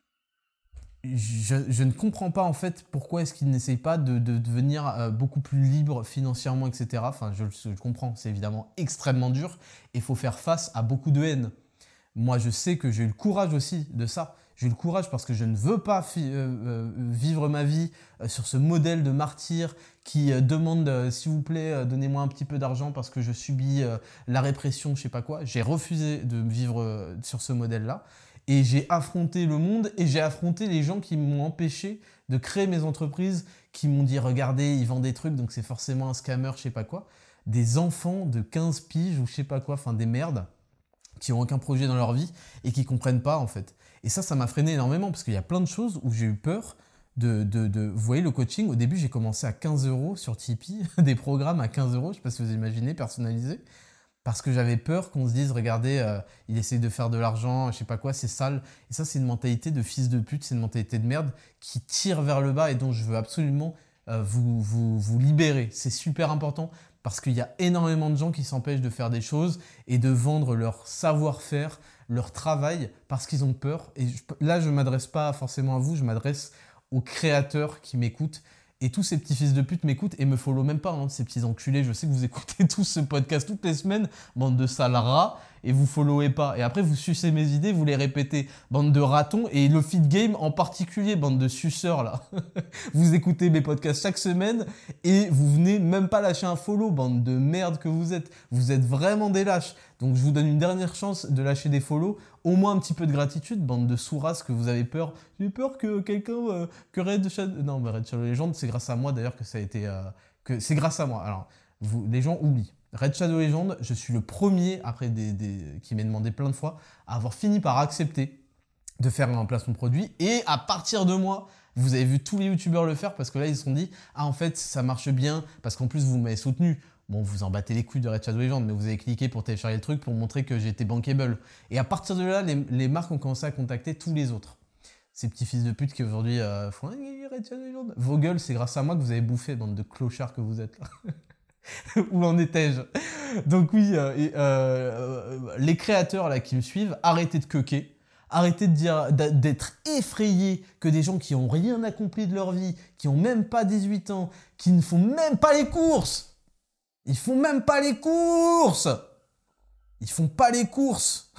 je ne comprends pas en fait pourquoi est-ce qu'ils n'essayent pas de devenir beaucoup plus libres financièrement, etc. Enfin, je comprends, c'est évidemment extrêmement dur et il faut faire face à beaucoup de haine. Moi, je sais que j'ai eu le courage aussi de ça. J'ai eu le courage parce que je ne veux pas vivre ma vie sur ce modèle de martyr qui demande, s'il vous plaît, donnez-moi un petit peu d'argent parce que je subis la répression, je sais pas quoi. J'ai refusé de vivre sur ce modèle-là. Et j'ai affronté le monde et j'ai affronté les gens qui m'ont empêché de créer mes entreprises, qui m'ont dit, regardez, ils vendent des trucs, donc c'est forcément un scammer, je sais pas quoi. Des enfants de 15 piges ou je sais pas quoi, enfin des merdes qui n'ont aucun projet dans leur vie et qui comprennent pas en fait. Et ça m'a freiné énormément parce qu'il y a plein de choses où j'ai eu peur Vous voyez, le coaching, au début, j'ai commencé à 15 euros sur Tipeee, des programmes à 15 euros, je sais pas si vous imaginez, personnalisés, parce que j'avais peur qu'on se dise, regardez, il essaye de faire de l'argent, je sais pas quoi, c'est sale. Et ça, c'est une mentalité de fils de pute, c'est une mentalité de merde qui tire vers le bas et dont je veux absolument vous libérer. C'est super important parce qu'il y a énormément de gens qui s'empêchent de faire des choses et de vendre leur savoir-faire, leur travail, parce qu'ils ont peur. Et là, je ne m'adresse pas forcément à vous, je m'adresse aux créateurs qui m'écoutent. Et tous ces petits fils de pute m'écoutent et me follow même pas, hein, ces petits enculés. Je sais que vous écoutez tous ce podcast toutes les semaines, bande de sales rats, et vous followez pas. Et après, vous sucez mes idées, vous les répétez, bande de ratons, et le feed game en particulier, bande de suceurs là. Vous écoutez mes podcasts chaque semaine et vous venez même pas lâcher un follow, bande de merde que vous êtes. Vous êtes vraiment des lâches. Donc je vous donne une dernière chance de lâcher des follow, au moins un petit peu de gratitude, bande de sourasses que vous avez peur. J'ai peur que quelqu'un, que Red Shadow... Non, mais Red Shadow Legend, c'est grâce à moi d'ailleurs que ça a été... c'est grâce à moi. Alors, les gens oublient. Red Shadow Legend, je suis le premier, après qui m'est demandé plein de fois, à avoir fini par accepter de faire un placement de produit. Et à partir de moi, vous avez vu tous les youtubeurs le faire parce que là, ils se sont dit, ah en fait, ça marche bien, parce qu'en plus, vous m'avez soutenu. Bon, vous en battez les couilles de Red Shadow Legend, mais vous avez cliqué pour télécharger le truc pour montrer que j'étais bankable. Et à partir de là, les marques ont commencé à contacter tous les autres. Ces petits fils de pute qui aujourd'hui font Red Shadow Legend. Vos gueules, c'est grâce à moi que vous avez bouffé, bande de clochards que vous êtes là. Où en étais-je? Donc oui, les créateurs là qui me suivent, arrêtez de queuquer. Arrêtez de dire, d'être effrayés que des gens qui n'ont rien accompli de leur vie, qui n'ont même pas 18 ans, qui ne font même pas les courses. Ils font même pas les courses. Ils font pas les courses.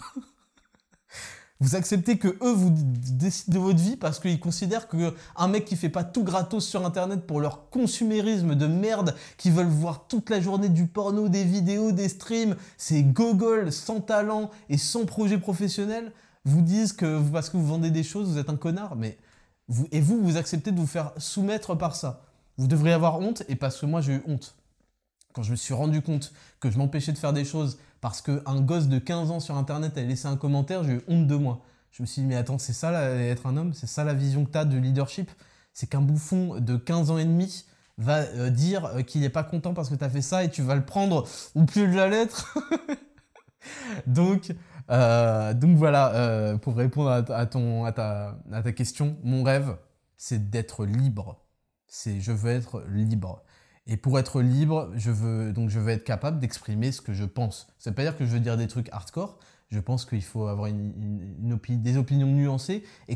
Vous acceptez que eux vous décident de votre vie parce qu'ils considèrent qu'un mec qui fait pas tout gratos sur internet pour leur consumérisme de merde, qui veulent voir toute la journée du porno, des vidéos, des streams, c'est gogol, sans talent et sans projet professionnel, vous disent que parce que vous vendez des choses, vous êtes un connard. Mais vous acceptez de vous faire soumettre par ça. Vous devriez avoir honte, et parce que moi j'ai eu honte. Quand je me suis rendu compte que je m'empêchais de faire des choses parce qu'un gosse de 15 ans sur internet a laissé un commentaire, j'ai eu honte de moi. Je me suis dit, mais attends, c'est ça là, être un homme? C'est ça la vision que tu as de leadership? C'est qu'un bouffon de 15 ans et demi va dire qu'il n'est pas content parce que tu as fait ça et tu vas le prendre au pied de la lettre. donc, donc voilà, pour répondre à ta question, mon rêve, c'est d'être libre. Je veux être libre. Et pour être libre, je veux être capable d'exprimer ce que je pense. Ça ne veut pas dire que je veux dire des trucs hardcore. Je pense qu'il faut avoir des opinions nuancées et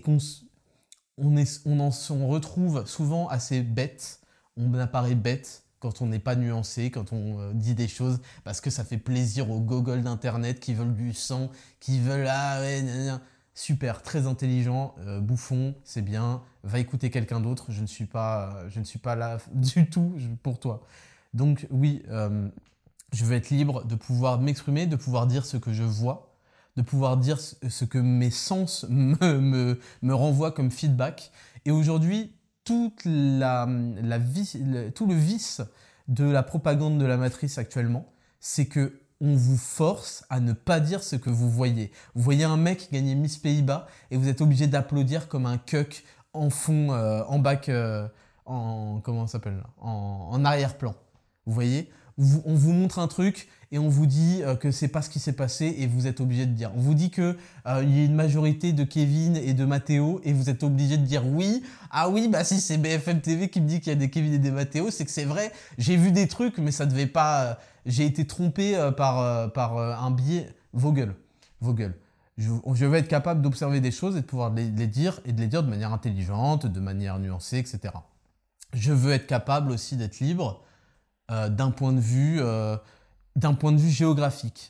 on retrouve souvent assez bête. On apparaît bête quand on n'est pas nuancé, quand on dit des choses parce que ça fait plaisir aux gogoles d'internet qui veulent du sang, qui veulent ah ouais, gna, gna. Super, très intelligent, bouffon, c'est bien. Va écouter quelqu'un d'autre. Je ne suis pas là du tout pour toi. Donc oui, je veux être libre de pouvoir m'exprimer, de pouvoir dire ce que je vois, de pouvoir dire ce que mes sens me renvoient comme feedback. Et aujourd'hui, tout le vice de la propagande de la matrice actuellement, c'est que on vous force à ne pas dire ce que vous voyez. Vous voyez un mec gagner Miss Pays-Bas et vous êtes obligé d'applaudir comme un cuck en fond, en back, comment ça s'appelle là, en arrière-plan. Vous voyez, on vous montre un truc et on vous dit que c'est pas ce qui s'est passé et vous êtes obligé de dire. On vous dit que il y a une majorité de Kevin et de Mathéo et vous êtes obligé de dire oui. Ah oui, bah si c'est BFM TV qui me dit qu'il y a des Kevin et des Mathéo, c'est que c'est vrai. J'ai vu des trucs, mais ça devait pas. J'ai été trompé par un biais. Vos gueules. Vos gueules. Je vais être capable d'observer des choses et de pouvoir les dire et de les dire de manière intelligente, de manière nuancée, etc. Je veux être capable aussi d'être libre d'un point de vue géographique.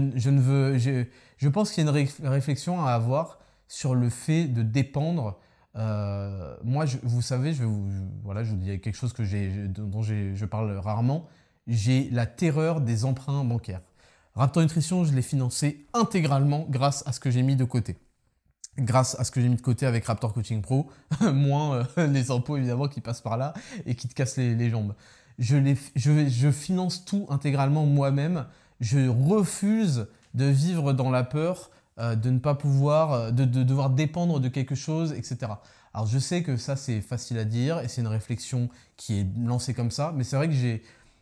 Je pense qu'il y a une réflexion à avoir sur le fait de dépendre. Moi, vous savez, voilà, je vous dis quelque chose dont je parle rarement. J'ai la terreur des emprunts bancaires. Raptor Nutrition, je l'ai financé intégralement grâce à ce que j'ai mis de côté. Grâce à ce que j'ai mis de côté avec Raptor Coaching Pro, moins les impôts évidemment qui passent par là et qui te cassent les jambes. Je finance tout intégralement moi-même. Je refuse de vivre dans la peur de ne pas pouvoir, de devoir dépendre de quelque chose, etc. Alors je sais que ça c'est facile à dire et c'est une réflexion qui est lancée comme ça, mais c'est vrai que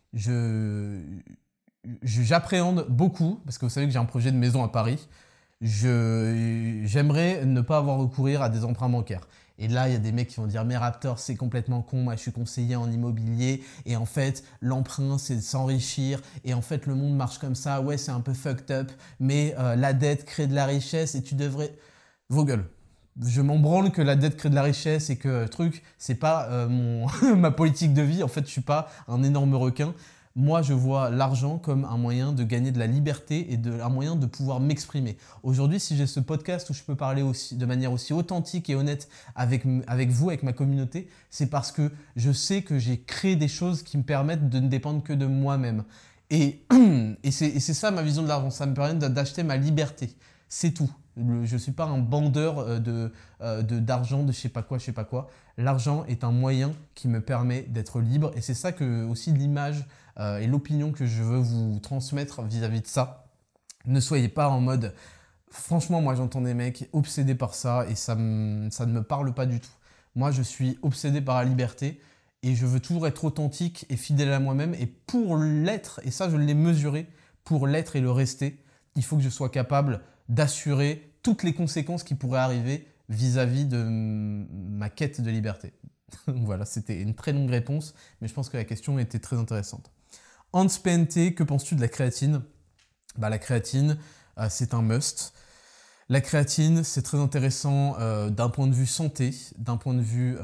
j'appréhende beaucoup, parce que vous savez que j'ai un projet de maison à Paris. J'aimerais ne pas avoir recourir à des emprunts bancaires. Et là, il y a des mecs qui vont dire mais Raptor, c'est complètement con, moi je suis conseiller en immobilier et en fait, l'emprunt c'est de s'enrichir et en fait, le monde marche comme ça, ouais, c'est un peu fucked up, mais la dette crée de la richesse et tu devrais... Vos gueules. Je m'en branle que la dette crée de la richesse et que c'est pas ma politique de vie. En fait, je suis pas un énorme requin. Moi, je vois l'argent comme un moyen de gagner de la liberté et un moyen de pouvoir m'exprimer. Aujourd'hui, si j'ai ce podcast où je peux parler aussi, de manière aussi authentique et honnête avec vous, avec ma communauté, c'est parce que je sais que j'ai créé des choses qui me permettent de ne dépendre que de moi-même. Et c'est ça ma vision de l'argent. Ça me permet d'acheter ma liberté. C'est tout. Je ne suis pas un bandeur d'argent, de je sais pas quoi. L'argent est un moyen qui me permet d'être libre. Et c'est ça que aussi l'image et l'opinion que je veux vous transmettre vis-à-vis de ça. Ne soyez pas en mode... Franchement, moi j'entends des mecs obsédés par ça et ça ne me parle pas du tout. Moi je suis obsédé par la liberté et je veux toujours être authentique et fidèle à moi-même. Et pour l'être, et ça je l'ai mesuré, pour l'être et le rester, il faut que je sois capable d'assurer toutes les conséquences qui pourraient arriver vis-à-vis de ma quête de liberté. Voilà, c'était une très longue réponse, mais je pense que la question était très intéressante. Hans PNT, que penses-tu de la créatine ? La créatine, c'est un must. La créatine, c'est très intéressant d'un point de vue santé, d'un point de vue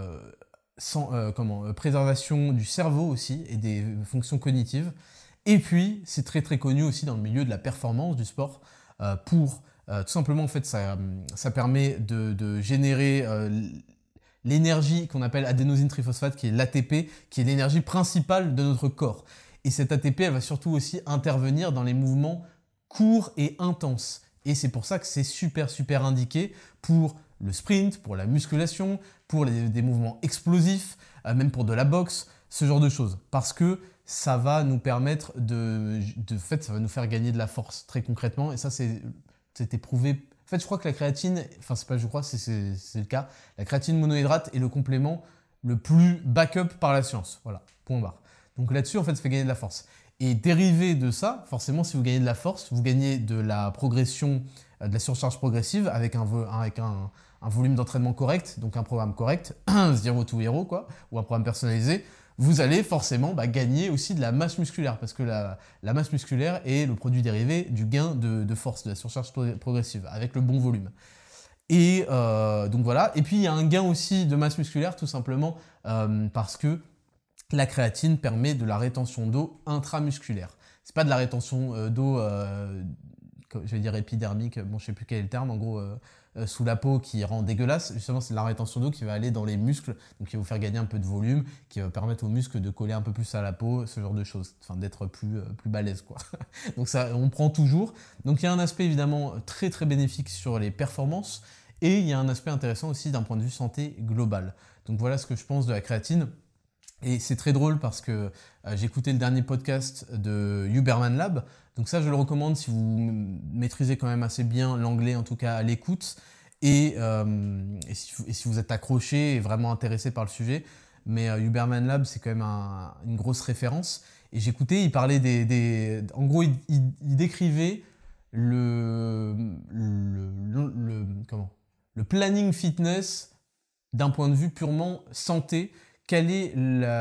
préservation du cerveau aussi et des fonctions cognitives. Et puis, c'est très très connu aussi dans le milieu de la performance du sport pour tout simplement, en fait, ça permet de générer l'énergie qu'on appelle adénosine triphosphate, qui est l'ATP, qui est l'énergie principale de notre corps. Et cette ATP, elle va surtout aussi intervenir dans les mouvements courts et intenses. Et c'est pour ça que c'est super super indiqué pour le sprint, pour la musculation, pour des mouvements explosifs, même pour de la boxe, ce genre de choses. Parce que ça va nous permettre ça va nous faire gagner de la force très concrètement. Et ça, c'est éprouvé. En fait, je crois que la créatine, enfin c'est pas je crois, c'est le cas. La créatine monohydrate est le complément le plus backup par la science. Voilà, point barre. Donc là-dessus, en fait, ça fait gagner de la force. Et dérivé de ça, forcément, si vous gagnez de la force, vous gagnez de la progression, de la surcharge progressive avec un volume d'entraînement correct, donc un programme correct, Zero to Hero, quoi, ou un programme personnalisé. vous allez forcément gagner aussi de la masse musculaire, parce que la masse musculaire est le produit dérivé du gain de force, de la surcharge progressive, avec le bon volume. Et donc voilà, et puis il y a un gain aussi de masse musculaire, tout simplement parce que la créatine permet de la rétention d'eau intramusculaire. C'est pas de la rétention d'eau, je vais dire épidermique, bon je sais plus quel est le terme, en gros sous la peau qui rend dégueulasse, justement c'est de la rétention d'eau qui va aller dans les muscles, donc qui va vous faire gagner un peu de volume, qui va permettre aux muscles de coller un peu plus à la peau, ce genre de choses, enfin d'être plus balèze quoi. Donc ça on prend toujours, donc il y a un aspect évidemment très très bénéfique sur les performances, et il y a un aspect intéressant aussi d'un point de vue santé globale. Donc voilà ce que je pense de la créatine. Et c'est très drôle parce que j'ai écouté le dernier podcast de Huberman Lab. Donc ça, je le recommande si vous maîtrisez quand même assez bien l'anglais, en tout cas à l'écoute. Et si vous êtes accroché et vraiment intéressé par le sujet. Mais Huberman Lab, c'est quand même une grosse référence. Et j'écoutais, il parlait en gros, il décrivait le planning fitness d'un point de vue purement santé. Quel est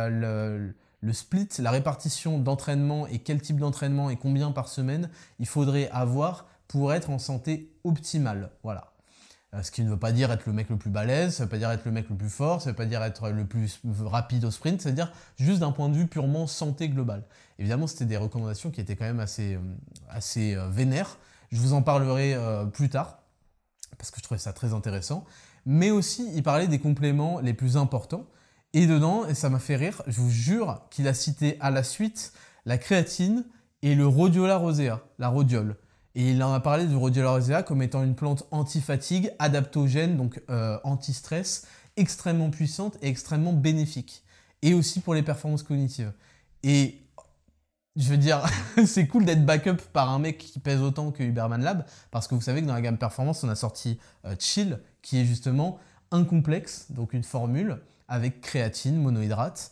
le split, la répartition d'entraînement et quel type d'entraînement et combien par semaine il faudrait avoir pour être en santé optimale. Voilà. Ce qui ne veut pas dire être le mec le plus balèze, ça ne veut pas dire être le mec le plus fort, ça ne veut pas dire être le plus rapide au sprint, c'est-à-dire juste d'un point de vue purement santé globale. Évidemment, c'était des recommandations qui étaient quand même assez vénères. Je vous en parlerai plus tard, parce que je trouvais ça très intéressant. Mais aussi, il parlait des compléments les plus importants. Et dedans, et ça m'a fait rire, je vous jure qu'il a cité à la suite la créatine et le Rhodiola rosea, la rhodiole. Et il en a parlé du Rhodiola rosea comme étant une plante anti-fatigue, adaptogène, donc anti-stress, extrêmement puissante et extrêmement bénéfique. Et aussi pour les performances cognitives. Et je veux dire, c'est cool d'être backup par un mec qui pèse autant que Huberman Lab, parce que vous savez que dans la gamme performance, on a sorti Chill, qui est justement un complexe, donc une formule, avec créatine, monohydrate,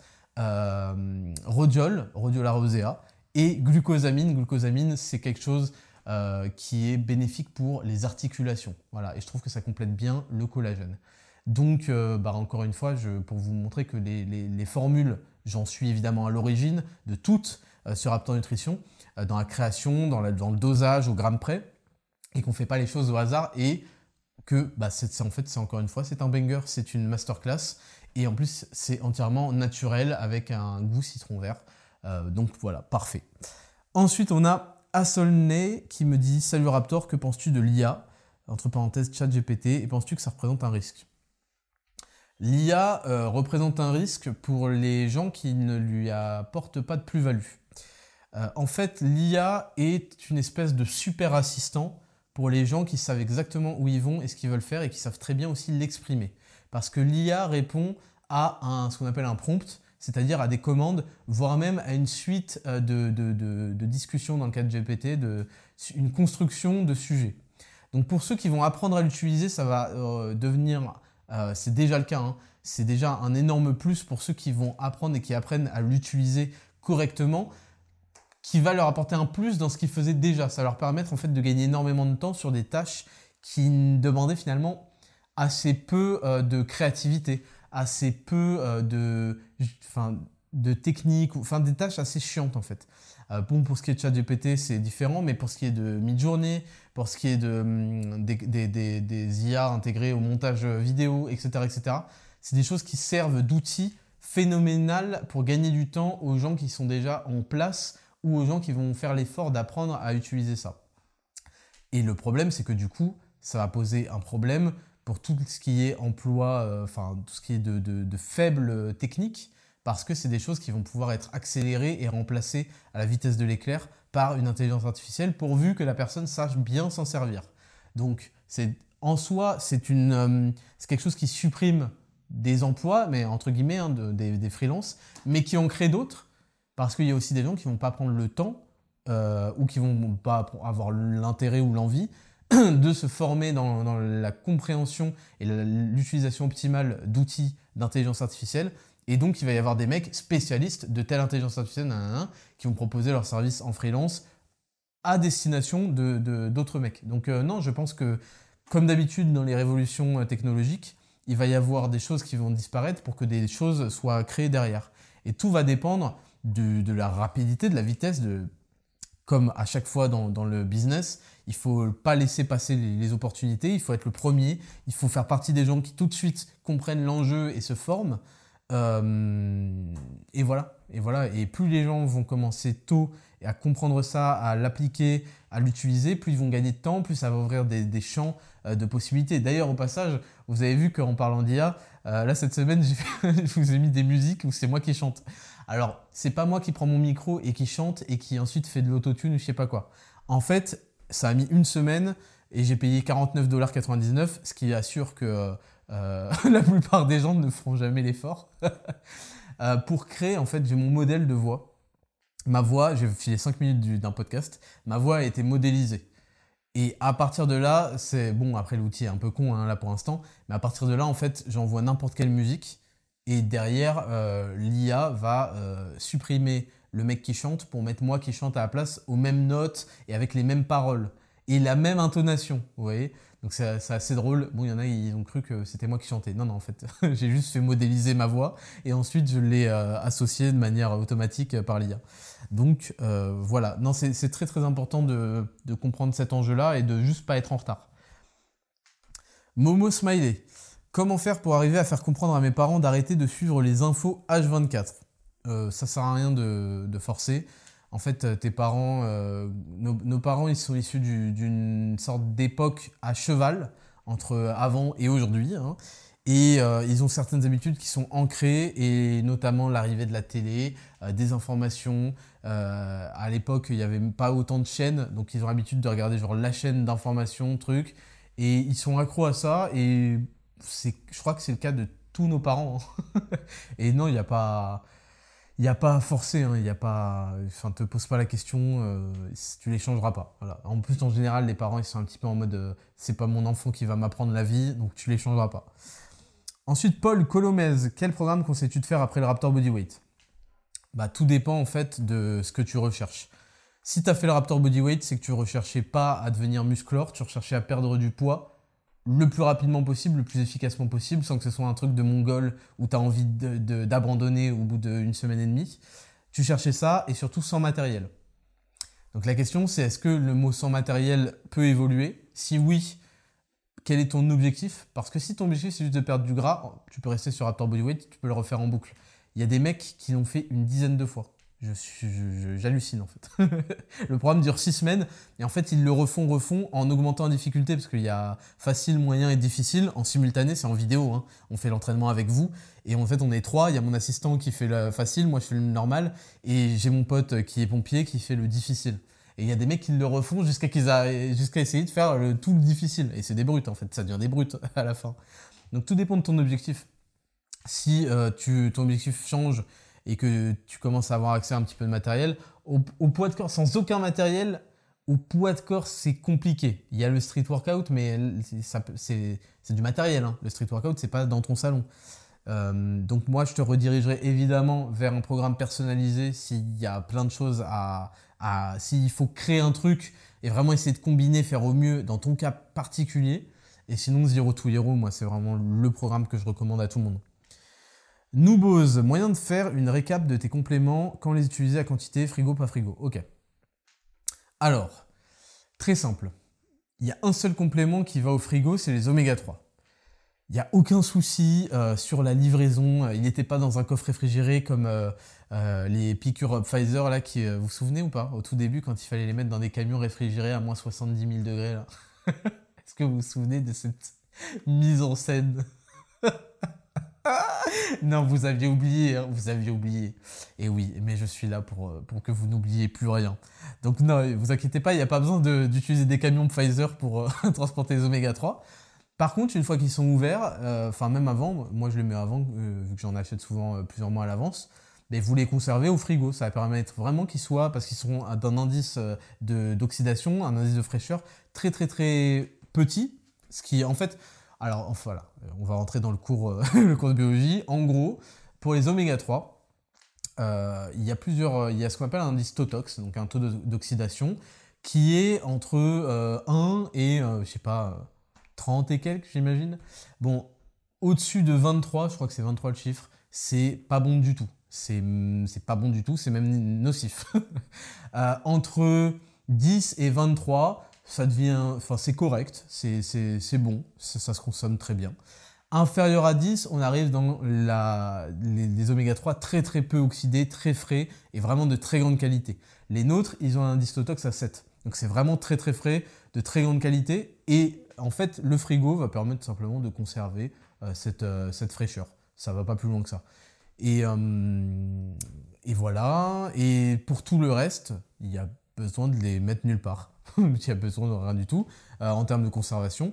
rhodiole, Rhodiola rosea, et glucosamine. Glucosamine, c'est quelque chose qui est bénéfique pour les articulations. Voilà, et je trouve que ça complète bien le collagène. Donc, encore une fois, pour vous montrer que les formules, j'en suis évidemment à l'origine de toutes sur Aptor Nutrition, dans la création, dans le dosage, au gramme près, et qu'on ne fait pas les choses au hasard, et que c'est encore une fois, c'est un banger, c'est une masterclass, et en plus c'est entièrement naturel avec un goût citron vert. Donc voilà, parfait. Ensuite on a Asolney qui me dit « Salut Raptor, que penses-tu de l'IA ?» Entre parenthèses ChatGPT, et penses-tu que ça représente un risque ? L'IA représente un risque pour les gens qui ne lui apportent pas de plus-value. En fait, l'IA est une espèce de super assistant pour les gens qui savent exactement où ils vont et ce qu'ils veulent faire et qui savent très bien aussi l'exprimer. Parce que l'IA répond à ce qu'on appelle un prompt, c'est-à-dire à des commandes, voire même à une suite de discussions dans le cas de GPT, une construction de sujets. Donc pour ceux qui vont apprendre à l'utiliser, ça va devenir, c'est déjà le cas, hein, c'est déjà un énorme plus pour ceux qui vont apprendre et qui apprennent à l'utiliser correctement, qui va leur apporter un plus dans ce qu'ils faisaient déjà. Ça va leur permettre en fait de gagner énormément de temps sur des tâches qui demandaient finalement assez peu de créativité, assez peu de technique, des tâches assez chiantes en fait. Pour ce qui est de ChatGPT, c'est différent, mais pour ce qui est de Midjourney, pour ce qui est des IA intégrés au montage vidéo, etc., c'est des choses qui servent d'outils phénoménal pour gagner du temps aux gens qui sont déjà en place ou aux gens qui vont faire l'effort d'apprendre à utiliser ça. Et le problème, c'est que du coup, ça va poser un problème pour tout ce qui est emploi, tout ce qui est de faibles techniques, parce que c'est des choses qui vont pouvoir être accélérées et remplacées à la vitesse de l'éclair par une intelligence artificielle, pourvu que la personne sache bien s'en servir. Donc, en soi, c'est quelque chose qui supprime des emplois, mais entre guillemets, des freelances, mais qui en crée d'autres, parce qu'il y a aussi des gens qui ne vont pas prendre le temps ou qui ne vont pas avoir l'intérêt ou l'envie de se former dans la compréhension et l'utilisation optimale d'outils d'intelligence artificielle. Et donc, il va y avoir des mecs spécialistes de telle intelligence artificielle qui vont proposer leurs services en freelance à destination d'autres mecs. Donc non, je pense que, comme d'habitude dans les révolutions technologiques, il va y avoir des choses qui vont disparaître pour que des choses soient créées derrière. Et tout va dépendre de la rapidité, de la vitesse, comme à chaque fois dans le business, il ne faut pas laisser passer les opportunités, il faut être le premier, il faut faire partie des gens qui tout de suite comprennent l'enjeu et se forment. Et voilà, et voilà. Et plus les gens vont commencer tôt à comprendre ça, à l'appliquer, à l'utiliser, plus ils vont gagner de temps, plus ça va ouvrir des champs de possibilités. D'ailleurs, au passage, vous avez vu qu'en parlant d'IA, là cette semaine, je vous ai mis des musiques où c'est moi qui chante. Alors, c'est pas moi qui prends mon micro et qui chante et qui ensuite fait de l'autotune ou je sais pas quoi. En fait, ça a mis une semaine et j'ai payé 49,99 $, ce qui assure que la plupart des gens ne feront jamais l'effort. Pour créer, en fait, j'ai mon modèle de voix. Ma voix, j'ai filé 5 minutes d'un podcast, ma voix a été modélisée. Et à partir de là, c'est bon, après l'outil est un peu con là pour l'instant, mais à partir de là, en fait, j'envoie n'importe quelle musique et derrière, l'IA va supprimer le mec qui chante pour mettre moi qui chante à la place aux mêmes notes et avec les mêmes paroles et la même intonation, vous voyez. Donc c'est assez drôle. Bon, il y en a, ils ont cru que c'était moi qui chantais. Non, non, en fait, j'ai juste fait modéliser ma voix et ensuite je l'ai associée de manière automatique par l'IA. Donc voilà, non, c'est très très important de comprendre cet enjeu-là et de juste pas être en retard. Momo Smiley. Comment faire pour arriver à faire comprendre à mes parents d'arrêter de suivre les infos H24 ? Ça sert à rien de forcer. En fait, tes parents, nos parents, ils sont issus d'une sorte d'époque à cheval entre avant et aujourd'hui, hein. Et ils ont certaines habitudes qui sont ancrées, et notamment l'arrivée de la télé, des informations. À l'époque, il n'y avait pas autant de chaînes, donc ils ont l'habitude de regarder genre la chaîne d'informations, trucs, et ils sont accros à ça, et je crois que c'est le cas de tous nos parents, hein. Et non, il n'y a pas à forcer, hein, il y a pas, enfin, te pose pas la question, tu les changeras pas. Voilà. En plus, en général, les parents, ils sont un petit peu en mode, c'est pas mon enfant qui va m'apprendre la vie, donc tu les changeras pas. Ensuite, Paul Colomez, quel programme conseilles-tu de faire après le Raptor Bodyweight ? Bah, tout dépend en fait de ce que tu recherches. Si tu as fait le Raptor Bodyweight, c'est que tu ne recherchais pas à devenir musclore, tu recherchais à perdre du poids le plus rapidement possible, le plus efficacement possible, sans que ce soit un truc de mongol où tu as envie d'abandonner au bout d'une semaine et demie. Tu cherchais ça et surtout sans matériel. Donc la question c'est, est-ce que le mot sans matériel peut évoluer ? Si oui, quel est ton objectif ? Parce que si ton objectif c'est juste de perdre du gras, tu peux rester sur Raptor Bodyweight, tu peux le refaire en boucle. Il y a des mecs qui l'ont fait une dizaine de fois. J'hallucine en fait. Le programme dure 6 semaines et en fait ils le refont en augmentant la difficulté, parce qu'il y a facile, moyen et difficile en simultané, c'est en vidéo, hein. On fait l'entraînement avec vous et en fait on est 3, il y a mon assistant qui fait le facile, moi je fais le normal et j'ai mon pote qui est pompier qui fait le difficile. Et il y a des mecs qui le refont jusqu'à essayer de faire tout le difficile. Et c'est des brutes en fait, ça devient des brutes à la fin. Donc tout dépend de ton objectif. Si ton objectif change et que tu commences à avoir accès à un petit peu de matériel, au poids de corps, sans aucun matériel, au poids de corps, c'est compliqué. Il y a le street workout, mais c'est du matériel, hein. Le street workout, c'est pas dans ton salon. Donc moi, je te redirigerai évidemment vers un programme personnalisé s'il y a plein de choses s'il faut créer un truc et vraiment essayer de combiner, faire au mieux dans ton cas particulier. Et sinon, Zero to Hero, moi, c'est vraiment le programme que je recommande à tout le monde. Noobose, moyen de faire une récap de tes compléments, quand les utiliser, à quantité, frigo, pas frigo. Ok. Alors, très simple. Il y a un seul complément qui va au frigo, c'est les oméga 3. Il n'y a aucun souci sur la livraison. Il n'était pas dans un coffre réfrigéré comme les piqûres Pfizer, là, vous vous souvenez ou pas ? Au tout début, quand il fallait les mettre dans des camions réfrigérés à moins 70 000 degrés, là. Est-ce que vous vous souvenez de cette mise en scène ? Non, vous aviez oublié, hein, vous aviez oublié. Et oui, mais je suis là pour que vous n'oubliez plus rien. Donc non, vous inquiétez pas, il n'y a pas besoin d'utiliser des camions Pfizer pour transporter les oméga 3. Par contre, une fois qu'ils sont ouverts, enfin même avant, moi je les mets avant, vu que j'en achète souvent plusieurs mois à l'avance, mais vous les conservez au frigo. Ça va permettre vraiment qu'ils soient, parce qu'ils seront d'un indice d'oxydation, un indice de fraîcheur très très très petit, ce qui en fait... Alors voilà, on va rentrer dans le cours de biologie. En gros, pour les oméga 3, il y a ce qu'on appelle un indice Tautox, donc un taux d'oxydation, qui est entre 1 et, je sais pas, 30 et quelques, j'imagine. Bon, au-dessus de 23, je crois que c'est 23 le chiffre, c'est pas bon du tout. c'est pas bon du tout, c'est même nocif. Entre 10 et 23, ça devient, enfin c'est correct, c'est bon, ça se consomme très bien. Inférieur à 10, on arrive dans les oméga 3 très très peu oxydés, très frais et vraiment de très grande qualité. Les nôtres, ils ont un indice Stotox à 7. Donc c'est vraiment très très frais, de très grande qualité. Et en fait, le frigo va permettre simplement de conserver cette fraîcheur. Ça va pas plus loin que ça. Et voilà. Et pour tout le reste, il y a besoin de les mettre nulle part. Il y a besoin de rien du tout en termes de conservation.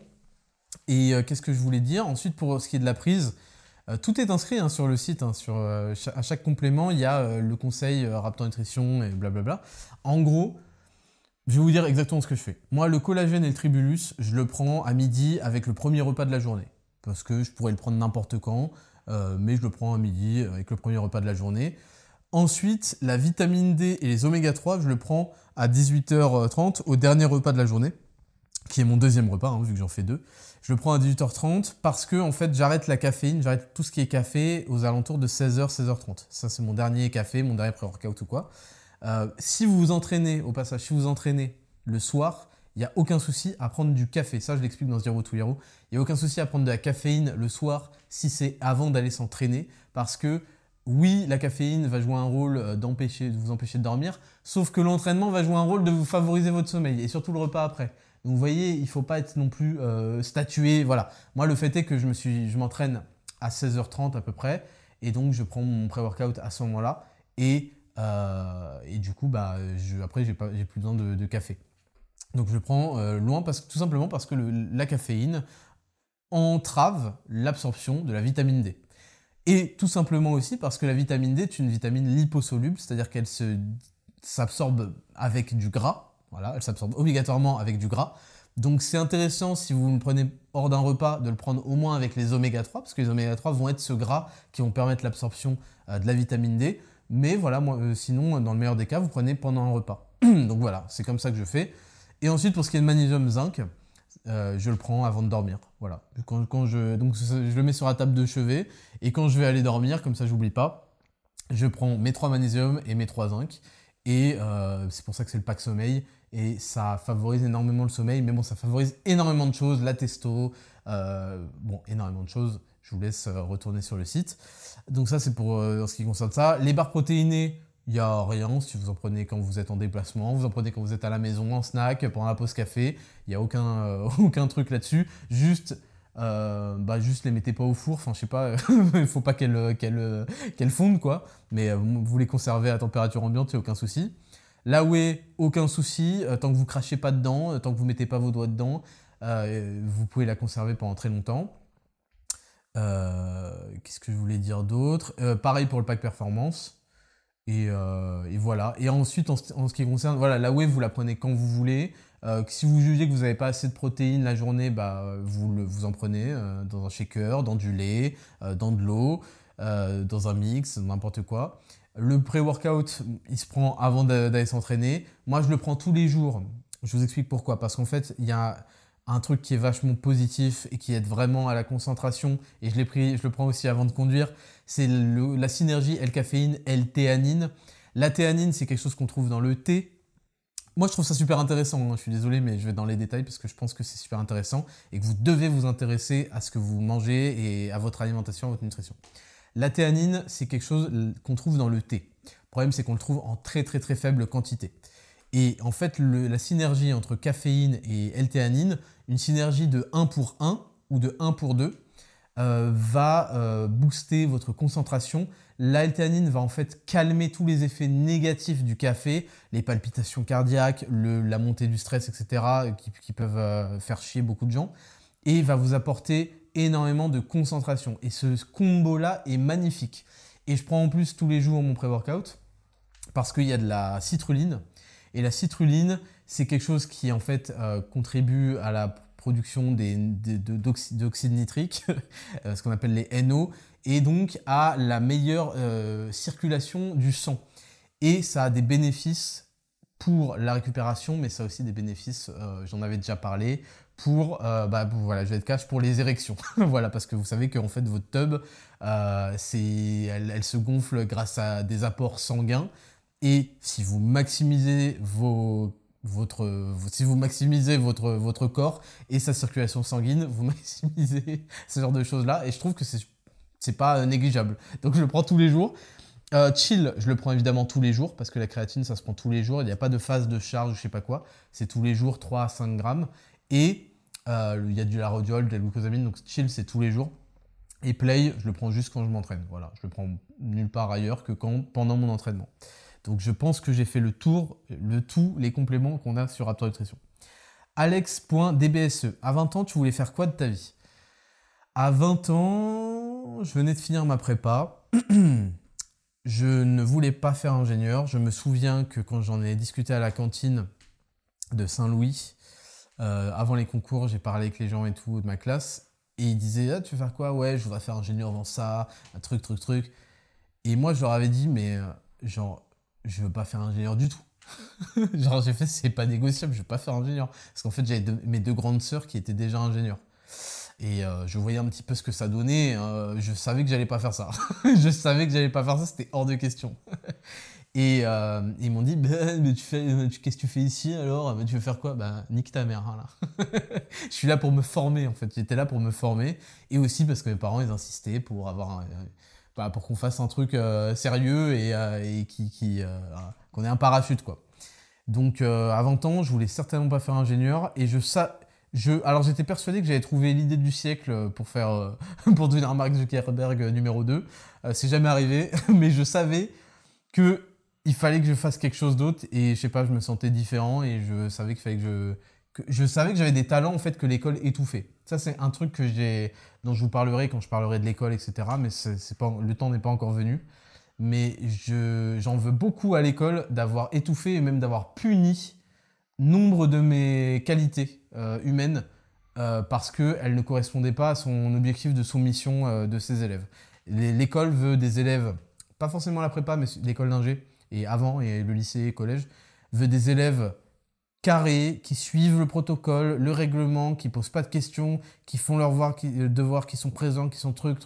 Et qu'est-ce que je voulais dire? Ensuite, pour ce qui est de la prise, tout est inscrit sur le site. À chaque complément, il y a le conseil Raptor Nutrition et blablabla. En gros, je vais vous dire exactement ce que je fais. Moi, le collagène et le tribulus, je le prends à midi avec le premier repas de la journée. Parce que je pourrais le prendre n'importe quand, mais je le prends à midi avec le premier repas de la journée. Ensuite, la vitamine D et les oméga 3, je le prends à 18h30 au dernier repas de la journée, qui est mon deuxième repas, vu que j'en fais 2. Je le prends à 18h30 parce que en fait, j'arrête la caféine, j'arrête tout ce qui est café aux alentours de 16h, 16h30. Ça, c'est mon dernier café, mon dernier pré-workout ou quoi. Si vous vous entraînez, au passage, si vous entraînez le soir, il n'y a aucun souci à prendre du café. Ça, je l'explique dans Zero to Hero. Il n'y a aucun souci à prendre de la caféine le soir si c'est avant d'aller s'entraîner. Parce que oui, la caféine va jouer un rôle de vous empêcher de dormir, sauf que l'entraînement va jouer un rôle de vous favoriser votre sommeil et surtout le repas après. Donc vous voyez, il ne faut pas être non plus statué. Voilà. Moi, le fait est que je m'entraîne à 16h30 à peu près et donc je prends mon pré-workout à ce moment-là et du coup, après, j'ai plus besoin de café. Donc je le prends loin tout simplement parce que la caféine entrave l'absorption de la vitamine D. Et tout simplement aussi parce que la vitamine D est une vitamine liposoluble, c'est-à-dire qu'elle s'absorbe avec du gras. Voilà, elle s'absorbe obligatoirement avec du gras. Donc c'est intéressant si vous le prenez hors d'un repas de le prendre au moins avec les oméga 3 parce que les oméga 3 vont être ce gras qui vont permettre l'absorption de la vitamine D. Mais voilà, sinon, dans le meilleur des cas, vous prenez pendant un repas. Donc voilà, c'est comme ça que je fais. Et ensuite, pour ce qui est de magnésium zinc, je le prends avant de dormir. Voilà. Donc je le mets sur la table de chevet et quand je vais aller dormir, comme ça j'oublie pas, je prends mes 3 magnésium et mes 3 zinc. Et c'est pour ça que c'est le pack sommeil. Et ça favorise énormément le sommeil. Mais bon, ça favorise énormément de choses. La testo, énormément de choses. Je vous laisse retourner sur le site. Donc ça, c'est pour en ce qui concerne ça. Les barres protéinées, il n'y a rien. Si vous en prenez quand vous êtes en déplacement, vous en prenez quand vous êtes à la maison, en snack, pendant la pause café. Il n'y a aucun truc là-dessus. Juste les mettez pas au four. Enfin, je sais pas, il faut pas qu'elles fondent, quoi. Mais vous les conservez à température ambiante, il n'y a aucun souci. La whey, aucun souci. Tant que vous crachez pas dedans, tant que vous mettez pas vos doigts dedans, vous pouvez la conserver pendant très longtemps. Qu'est-ce que je voulais dire d'autre? Pareil pour le pack performance. Et voilà. Et ensuite, en ce qui concerne, voilà, la whey, vous la prenez quand vous voulez. Si vous jugez que vous n'avez pas assez de protéines la journée, vous en prenez dans un shaker, dans du lait, dans de l'eau, dans un mix, n'importe quoi. Le pré-workout, il se prend avant d'aller s'entraîner. Moi, je le prends tous les jours. Je vous explique pourquoi. Parce qu'en fait, il y a un truc qui est vachement positif et qui aide vraiment à la concentration, et je le prends aussi avant de conduire, c'est la synergie L-caféine, L-théanine. La théanine, c'est quelque chose qu'on trouve dans le thé. Moi, je trouve ça super intéressant. Je suis désolé, mais je vais dans les détails parce que je pense que c'est super intéressant et que vous devez vous intéresser à ce que vous mangez et à votre alimentation, à votre nutrition. La théanine, c'est quelque chose qu'on trouve dans le thé. Le problème, c'est qu'on le trouve en très très très faible quantité. Et en fait, la synergie entre caféine et L-théanine, une synergie de 1 pour 1 ou de 1 pour 2, va booster votre concentration. La L-théanine va en fait calmer tous les effets négatifs du café, les palpitations cardiaques, la montée du stress, etc., qui peuvent faire chier beaucoup de gens, et va vous apporter énormément de concentration. Et ce combo-là est magnifique. Et je prends en plus tous les jours mon pré-workout parce qu'il y a de la citrulline. Et la citrulline, c'est quelque chose qui en fait contribue à la production d'oxyde nitrique, ce qu'on appelle les NO, et donc à la meilleure circulation du sang. Et ça a des bénéfices pour la récupération, mais ça a aussi des bénéfices, j'en avais déjà parlé, voilà, je vais être cash pour les érections. Voilà, parce que vous savez qu'en fait, votre tub, elle se gonfle grâce à des apports sanguins. Et si vous maximisez votre corps et sa circulation sanguine, vous maximisez ce genre de choses-là. Et je trouve que c'est pas négligeable. Donc je le prends tous les jours. Chill, je le prends évidemment tous les jours parce que la créatine, ça se prend tous les jours. Il n'y a pas de phase de charge, je sais pas quoi. C'est tous les jours, 3 à 5 grammes. Et il y a du larodiol, de la glucosamine, donc chill, c'est tous les jours. Et play, je le prends juste quand je m'entraîne. Voilà, je le prends nulle part ailleurs que pendant mon entraînement. Donc je pense que j'ai fait tous les compléments qu'on a sur Raptor Nutrition. Alex.dbse, à 20 ans, tu voulais faire quoi de ta vie? À 20 ans, je venais de finir ma prépa. Je ne voulais pas faire ingénieur. Je me souviens que quand j'en ai discuté à la cantine de Saint-Louis, avant les concours, j'ai parlé avec les gens et tout de ma classe. Et ils disaient, ah, tu veux faire quoi? Ouais, je voudrais faire ingénieur dans ça, un truc. Et moi, je leur avais dit, mais genre, je veux pas faire ingénieur du tout. Genre, j'ai fait, c'est pas négociable, je veux pas faire ingénieur. Parce qu'en fait, j'avais mes 2 grandes sœurs qui étaient déjà ingénieurs. Et je voyais un petit peu ce que ça donnait. Je savais que j'allais pas faire ça. Je savais que j'allais pas faire ça, c'était hors de question. Et ils m'ont dit, mais qu'est-ce que tu fais ici alors? Tu veux faire quoi? Bah, nique ta mère. Hein, là. Je suis là pour me former en fait. J'étais là pour me former. Et aussi parce que mes parents, ils insistaient pour pour qu'on fasse un truc sérieux et qu'on ait un parachute quoi. Donc à 20 ans, je voulais certainement pas faire ingénieur. Et alors j'étais persuadé que j'avais trouvé l'idée du siècle pour devenir Mark Zuckerberg numéro 2. C'est jamais arrivé, mais je savais que il fallait que je fasse quelque chose d'autre et je sais pas, je me sentais différent et je savais qu'il fallait je savais que j'avais des talents en fait que l'école étouffait. Ça c'est un truc dont je vous parlerai quand je parlerai de l'école, etc. Mais le temps n'est pas encore venu. Mais j'en veux beaucoup à l'école d'avoir étouffé et même d'avoir puni nombre de mes qualités humaines parce qu'elles ne correspondaient pas à son objectif de soumission de ses élèves. L'école veut des élèves, pas forcément la prépa, mais l'école d'ingé, et avant, et le lycée et collège, veut des élèves carrés, qui suivent le protocole, le règlement, qui posent pas de questions, qui font leurs devoirs, qui sont présents, qui sont trucs,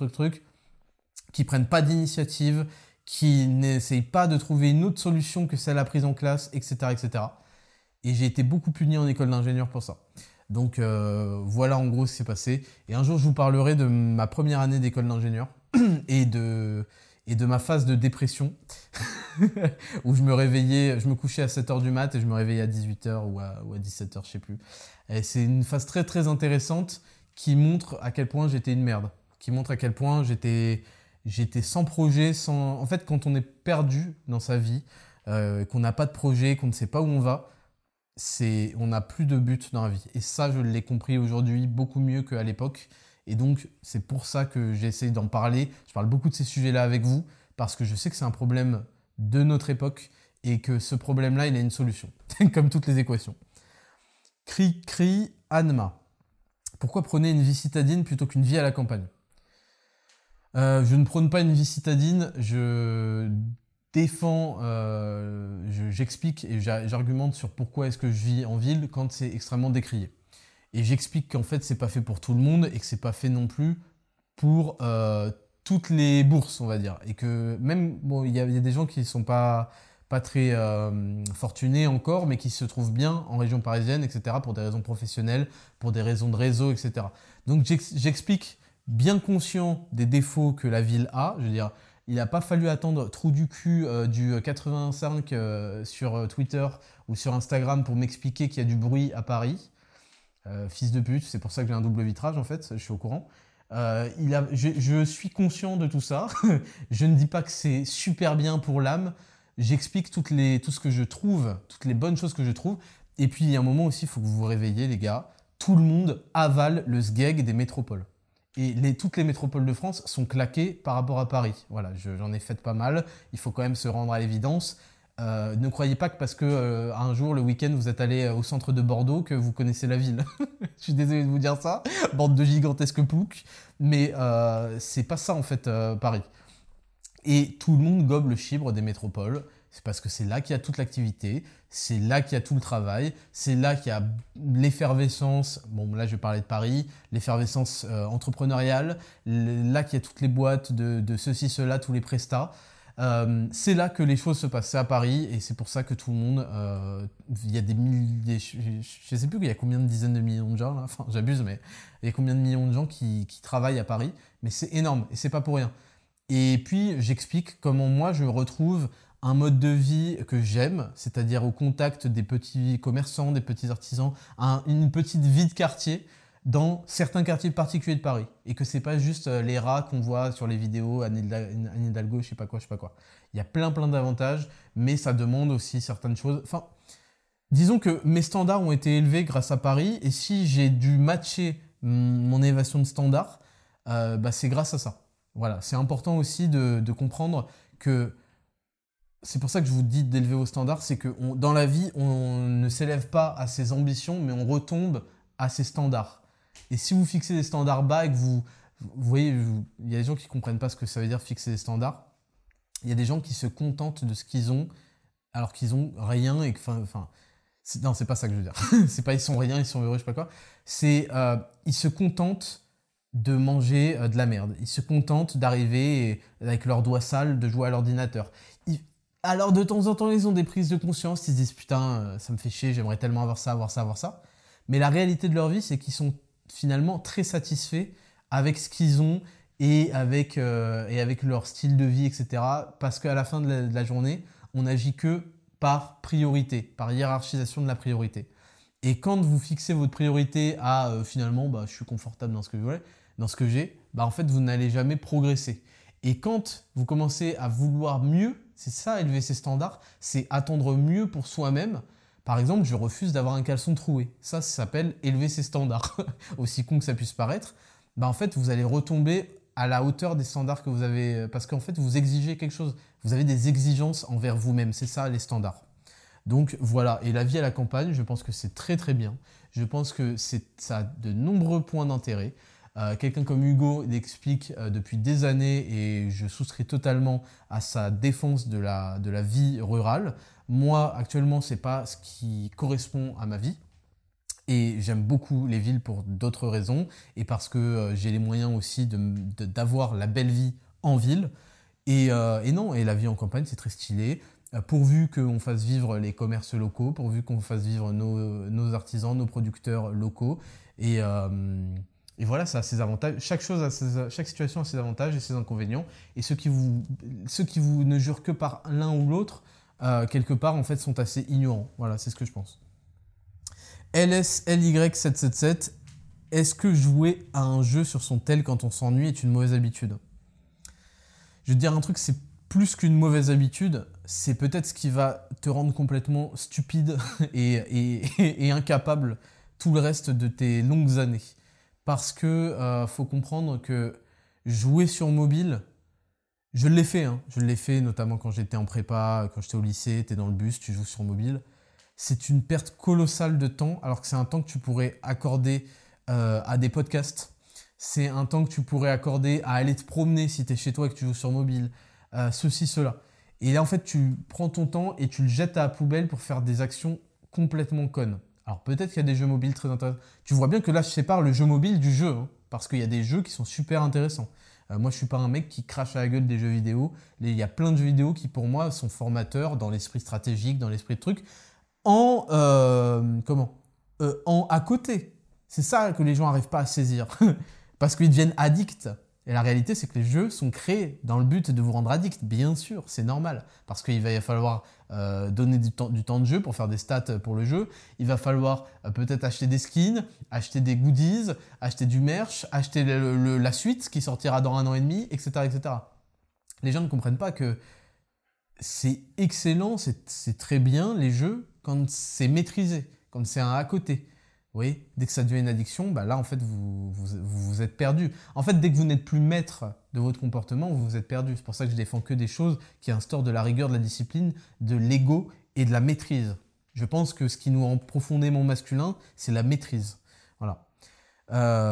qui prennent pas d'initiative, qui n'essayent pas de trouver une autre solution que celle apprise en classe, etc., etc. Et j'ai été beaucoup puni en école d'ingénieur pour ça. Donc voilà en gros ce qui s'est passé. Et un jour je vous parlerai de ma première année d'école d'ingénieur et de ma phase de dépression où je me couchais à 7h du mat et je me réveillais à 18h ou à 17h, je sais plus. Et c'est une phase très très intéressante qui montre à quel point j'étais une merde. Qui montre à quel point j'étais sans projet, En fait, quand on est perdu dans sa vie, qu'on n'a pas de projet, qu'on ne sait pas où on va, on n'a plus de but dans la vie. Et ça, je l'ai compris aujourd'hui beaucoup mieux qu'à l'époque. Et donc, c'est pour ça que j'essaie d'en parler. Je parle beaucoup de ces sujets-là avec vous, parce que je sais que c'est un problème de notre époque et que ce problème-là, il a une solution, comme toutes les équations. Cri, Anma. Pourquoi prôner une vie citadine plutôt qu'une vie à la campagne? Je ne prône pas une vie citadine, je défends, j'explique et j'argumente sur pourquoi est-ce que je vis en ville quand c'est extrêmement décrié. Et j'explique qu'en fait, c'est pas fait pour tout le monde et que c'est pas fait non plus pour toutes les bourses, on va dire. Et que même, bon, il y a des gens qui sont pas très fortunés encore, mais qui se trouvent bien en région parisienne, etc., pour des raisons professionnelles, pour des raisons de réseau, etc. Donc j'explique, bien conscient des défauts que la ville a. Je veux dire, il n'a pas fallu attendre trou du cul du 85 sur Twitter ou sur Instagram pour m'expliquer qu'il y a du bruit à Paris. Fils de pute, c'est pour ça que j'ai un double vitrage en fait, je suis au courant. Je suis conscient de tout ça. Je ne dis pas que c'est super bien pour l'âme. J'explique tout ce que je trouve, toutes les bonnes choses que je trouve. Et puis il y a un moment aussi, il faut que vous vous réveillez les gars. Tout le monde avale le sgeg des métropoles. Et toutes les métropoles de France sont claquées par rapport à Paris. Voilà, j'en ai fait pas mal. Il faut quand même se rendre à l'évidence. Ne croyez pas que parce que un jour, le week-end, vous êtes allé au centre de Bordeaux que vous connaissez la ville. Je suis désolé de vous dire ça, bande de gigantesques ploucs. Mais c'est pas ça en fait, Paris. Et tout le monde gobe le chibre des métropoles. C'est parce que c'est là qu'il y a toute l'activité, c'est là qu'il y a tout le travail, c'est là qu'il y a l'effervescence, bon là je vais parler de Paris, l'effervescence entrepreneuriale, là qu'il y a toutes les boîtes de ceci, cela, tous les prestats. C'est là que les choses se passent, c'est à Paris, et c'est pour ça que tout le monde, il y a des milliers, je sais plus il y a combien de dizaines de millions de gens là, enfin j'abuse, mais il y a combien de millions de gens qui travaillent à Paris, mais c'est énorme, et c'est pas pour rien. Et puis j'explique comment moi je retrouve un mode de vie que j'aime, c'est-à-dire au contact des petits commerçants, des petits artisans, une petite vie de quartier dans certains quartiers particuliers de Paris. Et que c'est pas juste les rats qu'on voit sur les vidéos, Anne Hidalgo, je sais pas quoi, je sais pas quoi. Il y a plein d'avantages, mais ça demande aussi certaines choses. Enfin, disons que mes standards ont été élevés grâce à Paris, et si j'ai dû matcher mon élévation de standards, c'est grâce à ça. Voilà, c'est important aussi de comprendre que c'est pour ça que je vous dis d'élever vos standards, c'est que dans la vie, on ne s'élève pas à ses ambitions, mais on retombe à ses standards. Et si vous fixez des standards bas et que vous voyez, il y a des gens qui ne comprennent pas ce que ça veut dire fixer des standards. Il y a des gens qui se contentent de ce qu'ils ont, alors qu'ils ont rien et que, non, c'est pas ça que je veux dire. C'est pas ils sont rien, ils sont heureux, je sais pas quoi. C'est ils se contentent de manger de la merde. Ils se contentent d'arriver et, avec leurs doigts sales, de jouer à l'ordinateur. Alors de temps en temps, ils ont des prises de conscience, ils se disent putain, ça me fait chier, j'aimerais tellement avoir ça, avoir ça, avoir ça. Mais la réalité de leur vie, c'est qu'ils sont finalement très satisfaits avec ce qu'ils ont et avec leur style de vie, etc. Parce qu'à la fin de la journée, on n'agit que par priorité, par hiérarchisation de la priorité. Et quand vous fixez votre priorité à finalement, je suis confortable dans ce que je voulais, dans ce que j'ai, en fait, vous n'allez jamais progresser. Et quand vous commencez à vouloir mieux, c'est ça, élever ses standards, c'est attendre mieux pour soi-même. Par exemple, je refuse d'avoir un caleçon troué. Ça s'appelle élever ses standards. Aussi con que ça puisse paraître, en fait, vous allez retomber à la hauteur des standards que vous avez, parce qu'en fait, vous exigez quelque chose. Vous avez des exigences envers vous-même. C'est ça, les standards. Donc voilà, et la vie à la campagne, je pense que c'est très très bien. Je pense que ça a de nombreux points d'intérêt. Quelqu'un comme Hugo l'explique depuis des années et je souscris totalement à sa défense de la vie rurale. Moi, actuellement, ce n'est pas ce qui correspond à ma vie. Et j'aime beaucoup les villes pour d'autres raisons et parce que j'ai les moyens aussi d'avoir la belle vie en ville. Et non, et la vie en campagne, c'est très stylé. Pourvu qu'on fasse vivre les commerces locaux, pourvu qu'on fasse vivre nos artisans, nos producteurs locaux. Et voilà, ça a ses avantages. Chaque situation a ses avantages et ses inconvénients. Et ceux qui vous ne jurent que par l'un ou l'autre, quelque part, en fait, sont assez ignorants. Voilà, c'est ce que je pense. LSLY777, est-ce que jouer à un jeu sur son tel quand on s'ennuie est une mauvaise habitude? Je vais te dire un truc, c'est plus qu'une mauvaise habitude, c'est peut-être ce qui va te rendre complètement stupide et incapable tout le reste de tes longues années. Parce que faut comprendre que jouer sur mobile, je l'ai fait, hein. Je l'ai fait notamment quand j'étais en prépa, quand j'étais au lycée, tu es dans le bus, tu joues sur mobile. C'est une perte colossale de temps, alors que c'est un temps que tu pourrais accorder à des podcasts. C'est un temps que tu pourrais accorder à aller te promener si tu es chez toi et que tu joues sur mobile. Ceci, cela. Et là, en fait, tu prends ton temps et tu le jettes à la poubelle pour faire des actions complètement connes. Alors peut-être qu'il y a des jeux mobiles très intéressants. Tu vois bien que là, je sépare le jeu mobile du jeu, hein, parce qu'il y a des jeux qui sont super intéressants. Moi, je ne suis pas un mec qui crache à la gueule des jeux vidéo. Il y a plein de jeux vidéo qui, pour moi, sont formateurs dans l'esprit stratégique, dans l'esprit de truc, à côté. C'est ça que les gens n'arrivent pas à saisir. Parce qu'ils deviennent addicts. Et la réalité, c'est que les jeux sont créés dans le but de vous rendre addict. Bien sûr, c'est normal. Parce qu'il va falloir donner du temps de jeu pour faire des stats pour le jeu. Il va falloir peut-être acheter des skins, acheter des goodies, acheter du merch, acheter la suite qui sortira dans 1 an et demi, etc., etc. Les gens ne comprennent pas que c'est excellent, c'est très bien les jeux quand c'est maîtrisé, quand c'est un à côté. Oui, dès que ça devient une addiction, là en fait vous êtes perdu. En fait, dès que vous n'êtes plus maître de votre comportement, vous êtes perdu. C'est pour ça que je défends que des choses qui instaurent de la rigueur, de la discipline, de l'ego et de la maîtrise. Je pense que ce qui nous rend profondément masculin, c'est la maîtrise. Voilà.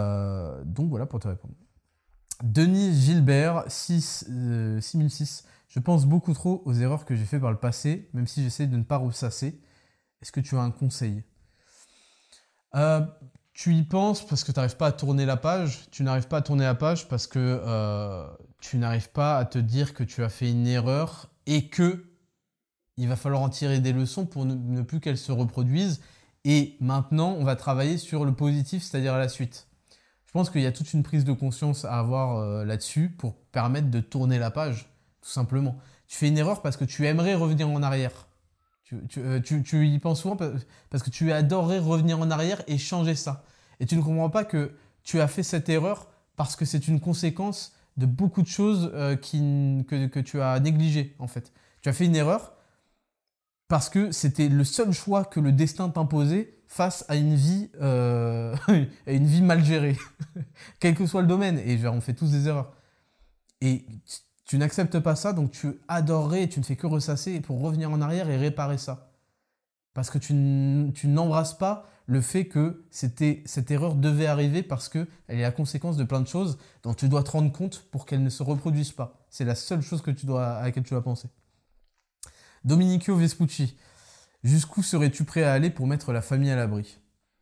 Donc voilà pour te répondre. Denis Gilbert, 6006. Je pense beaucoup trop aux erreurs que j'ai fait par le passé, même si j'essaie de ne pas ressasser. Est-ce que tu as un conseil? Euh, Tu y penses parce que tu n'arrives pas à tourner la page. Tu n'arrives pas à tourner la page parce que tu n'arrives pas à te dire que tu as fait une erreur et que il va falloir en tirer des leçons pour ne plus qu'elles se reproduisent. Et maintenant, on va travailler sur le positif, c'est-à-dire la suite. Je pense qu'il y a toute une prise de conscience à avoir là-dessus pour permettre de tourner la page, tout simplement. Tu fais une erreur parce que tu aimerais revenir en arrière. Tu y penses souvent parce que tu adorerais revenir en arrière et changer ça. Et tu ne comprends pas que tu as fait cette erreur parce que c'est une conséquence de beaucoup de choses que tu as négligées, en fait. Tu as fait une erreur parce que c'était le seul choix que le destin t'imposait face à une vie, à une vie mal gérée, quel que soit le domaine. Et genre, on fait tous des erreurs. Et tu n'acceptes pas ça, donc tu adorerais et tu ne fais que ressasser pour revenir en arrière et réparer ça. Parce que tu n'embrasses pas le fait que cette erreur devait arriver parce qu'elle est la conséquence de plein de choses dont tu dois te rendre compte pour qu'elles ne se reproduisent pas. C'est la seule chose à laquelle tu dois penser. Domenico Vespucci, jusqu'où serais-tu prêt à aller pour mettre la famille à l'abri?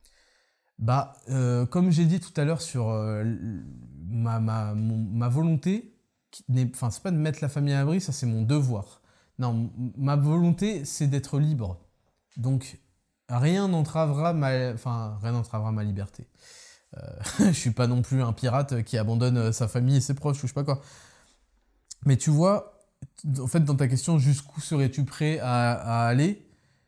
Comme j'ai dit tout à l'heure sur ma volonté, enfin, c'est pas de mettre la famille à l'abri, ça c'est mon devoir. Non, ma volonté, c'est d'être libre. Donc, rien n'entravera ma liberté. Je suis pas non plus un pirate qui abandonne sa famille et ses proches, ou je sais pas quoi. Mais tu vois, en fait, dans ta question, jusqu'où serais-tu prêt à aller?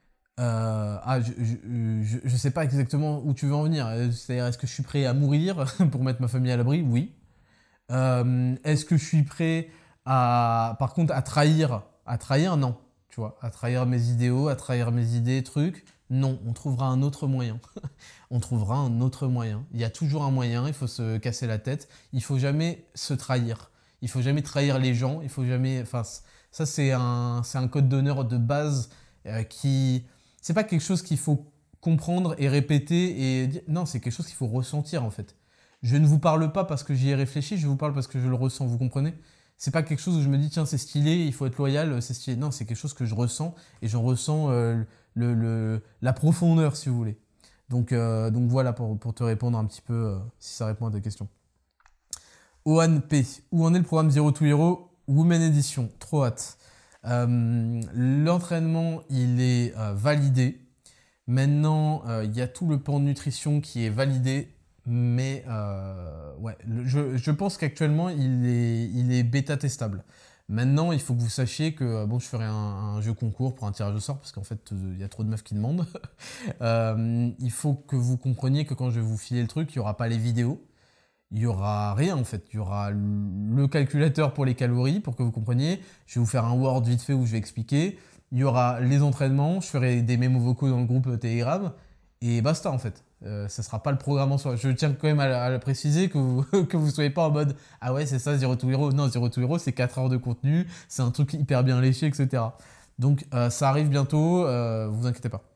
Je sais pas exactement où tu veux en venir. C'est-à-dire, est-ce que je suis prêt à mourir pour mettre ma famille à l'abri? Oui. Est-ce que je suis prêt par contre, à trahir? À trahir, non. Tu vois, à trahir mes idéaux, à trahir mes idées, trucs. Non, on trouvera un autre moyen. On trouvera un autre moyen. Il y a toujours un moyen, il faut se casser la tête. Il faut jamais se trahir. Il faut jamais trahir les gens. Il faut jamais. Enfin, ça, c'est un code d'honneur de base qui. C'est pas quelque chose qu'il faut comprendre et répéter et dire. Non, c'est quelque chose qu'il faut ressentir en fait. Je ne vous parle pas parce que j'y ai réfléchi, je vous parle parce que je le ressens, vous comprenez? C'est pas quelque chose où je me dis tiens c'est stylé, il faut être loyal, c'est stylé. Non, c'est quelque chose que je ressens et j'en ressens la profondeur si vous voulez. Donc voilà pour te répondre un petit peu si ça répond à ta question. Ohan P. Où en est le programme Zero to Hero Women Edition? Trop hâte. L'entraînement il est validé. Maintenant il y a tout le pan de nutrition qui est validé. Mais ouais, je pense qu'actuellement il est bêta testable. Maintenant, il faut que vous sachiez que bon, je ferai un jeu concours pour un tirage au sort parce qu'en fait, il y a trop de meufs qui demandent. Il faut que vous compreniez que quand je vais vous filer le truc, il n'y aura pas les vidéos. Il n'y aura rien en fait. Il y aura le calculateur pour les calories pour que vous compreniez. Je vais vous faire un Word vite fait où je vais expliquer. Il y aura les entraînements. Je ferai des mémos vocaux dans le groupe Telegram. Et basta en fait. Ça sera pas le programme en soi. Je tiens quand même à le préciser que vous que soyez pas en mode ah ouais c'est ça Zero to Hero. Non, Zero to Hero c'est 4 heures de contenu, c'est un truc hyper bien léché, etc. Donc ça arrive bientôt, vous inquiétez pas.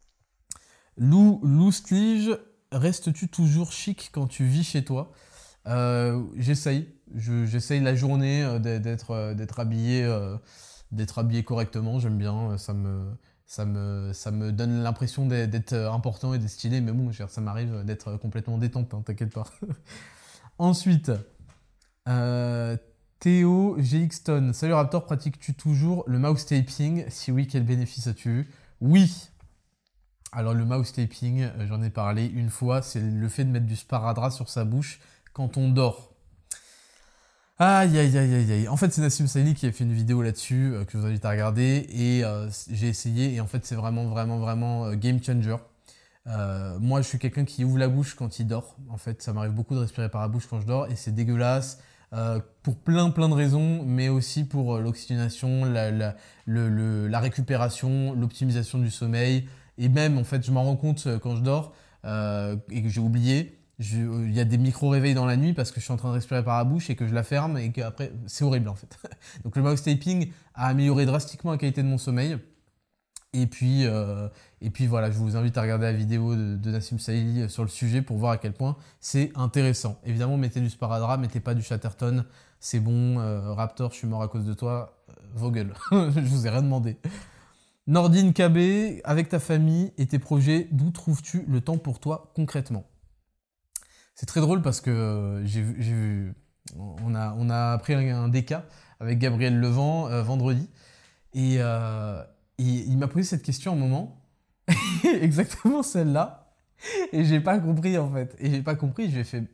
Lou Stige, restes-tu toujours chic quand tu vis chez toi? J'essaye. J'essaye la journée d'être habillé correctement. J'aime bien. Ça me donne l'impression d'être important et d'être stylé. Mais bon, ça m'arrive d'être complètement détente, hein, t'inquiète pas. Ensuite, Théo GXton. Salut Raptor, pratiques-tu toujours le mouse taping? Si oui, quel bénéfice as-tu eu? Oui. Alors le mouse taping, j'en ai parlé une fois, c'est le fait de mettre du sparadrap sur sa bouche quand on dort. Aïe aïe aïe aïe aïe. En fait, c'est Nassim Saïli qui a fait une vidéo là-dessus que je vous invite à regarder et j'ai essayé et en fait, c'est vraiment game changer. Moi, je suis quelqu'un qui ouvre la bouche quand il dort. En fait, ça m'arrive beaucoup de respirer par la bouche quand je dors et c'est dégueulasse pour plein de raisons, mais aussi pour l'oxygénation, la récupération, l'optimisation du sommeil et même en fait, je m'en rends compte quand je dors et que j'ai oublié. Il y a des micro-réveils dans la nuit parce que je suis en train de respirer par la bouche et que je la ferme et qu'après, c'est horrible en fait. Donc le mouse taping a amélioré drastiquement la qualité de mon sommeil. Et puis voilà, je vous invite à regarder la vidéo de Nassim Saïli sur le sujet pour voir à quel point c'est intéressant. Évidemment, mettez du sparadrap, mettez pas du Chatterton, c'est bon. Raptor, je suis mort à cause de toi. vos gueules. Je vous ai rien demandé. Nordine KB, avec ta famille et tes projets, d'où trouves-tu le temps pour toi concrètement? C'est très drôle parce que on a pris un DK avec Gabriel Levent vendredi et, il m'a posé cette question un moment, exactement celle-là, et j'ai pas compris en fait. Et j'ai pas compris, je lui ai fait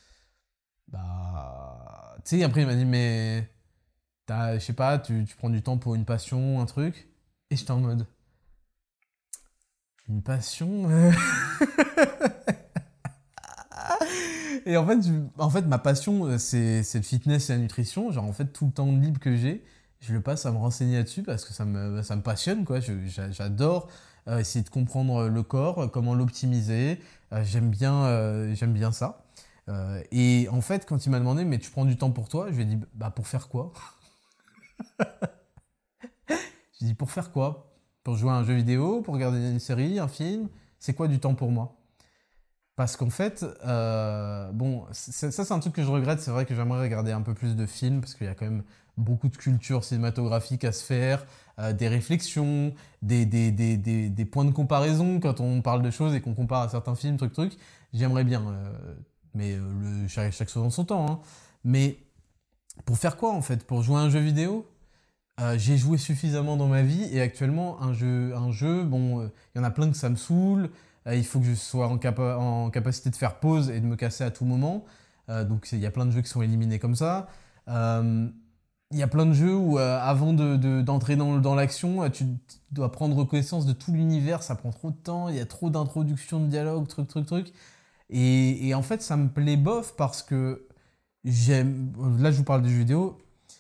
bah. Tu sais, après il m'a dit mais je sais pas, tu prends du temps pour une passion, un truc, et j'étais en mode une passion Et en fait, ma passion, c'est le fitness et la nutrition. Genre, en fait, tout le temps libre que j'ai, je le passe à me renseigner là-dessus parce que ça me passionne, quoi. J'adore essayer de comprendre le corps, comment l'optimiser. J'aime bien ça. Et en fait, quand il m'a demandé, mais tu prends du temps pour toi, je lui ai dit, bah, pour faire quoi? J'ai dit, pour faire quoi? Pour jouer à un jeu vidéo, pour regarder une série, un film? C'est quoi du temps pour moi? Parce qu'en fait, bon, ça c'est un truc que je regrette, c'est vrai que j'aimerais regarder un peu plus de films, parce qu'il y a quand même beaucoup de culture cinématographique à se faire, des réflexions, des points de comparaison quand on parle de choses et qu'on compare à certains films, truc, j'aimerais bien, mais chaque chose en son temps, hein. Mais pour faire quoi en fait? Pour jouer à un jeu vidéo? J'ai joué suffisamment dans ma vie et actuellement bon, il y en a plein que ça me saoule. Il faut que je sois en capacité de faire pause et de me casser à tout moment. Donc il y a plein de jeux qui sont éliminés comme ça. Euh, il y a plein de jeux où avant d'entrer dans l'action, tu dois prendre connaissance de tout l'univers, ça prend trop de temps, il y a trop d'introduction de dialogue, truc. Et en fait, ça me plaît bof parce que j'aime. Là, je vous parle des jeux vidéo.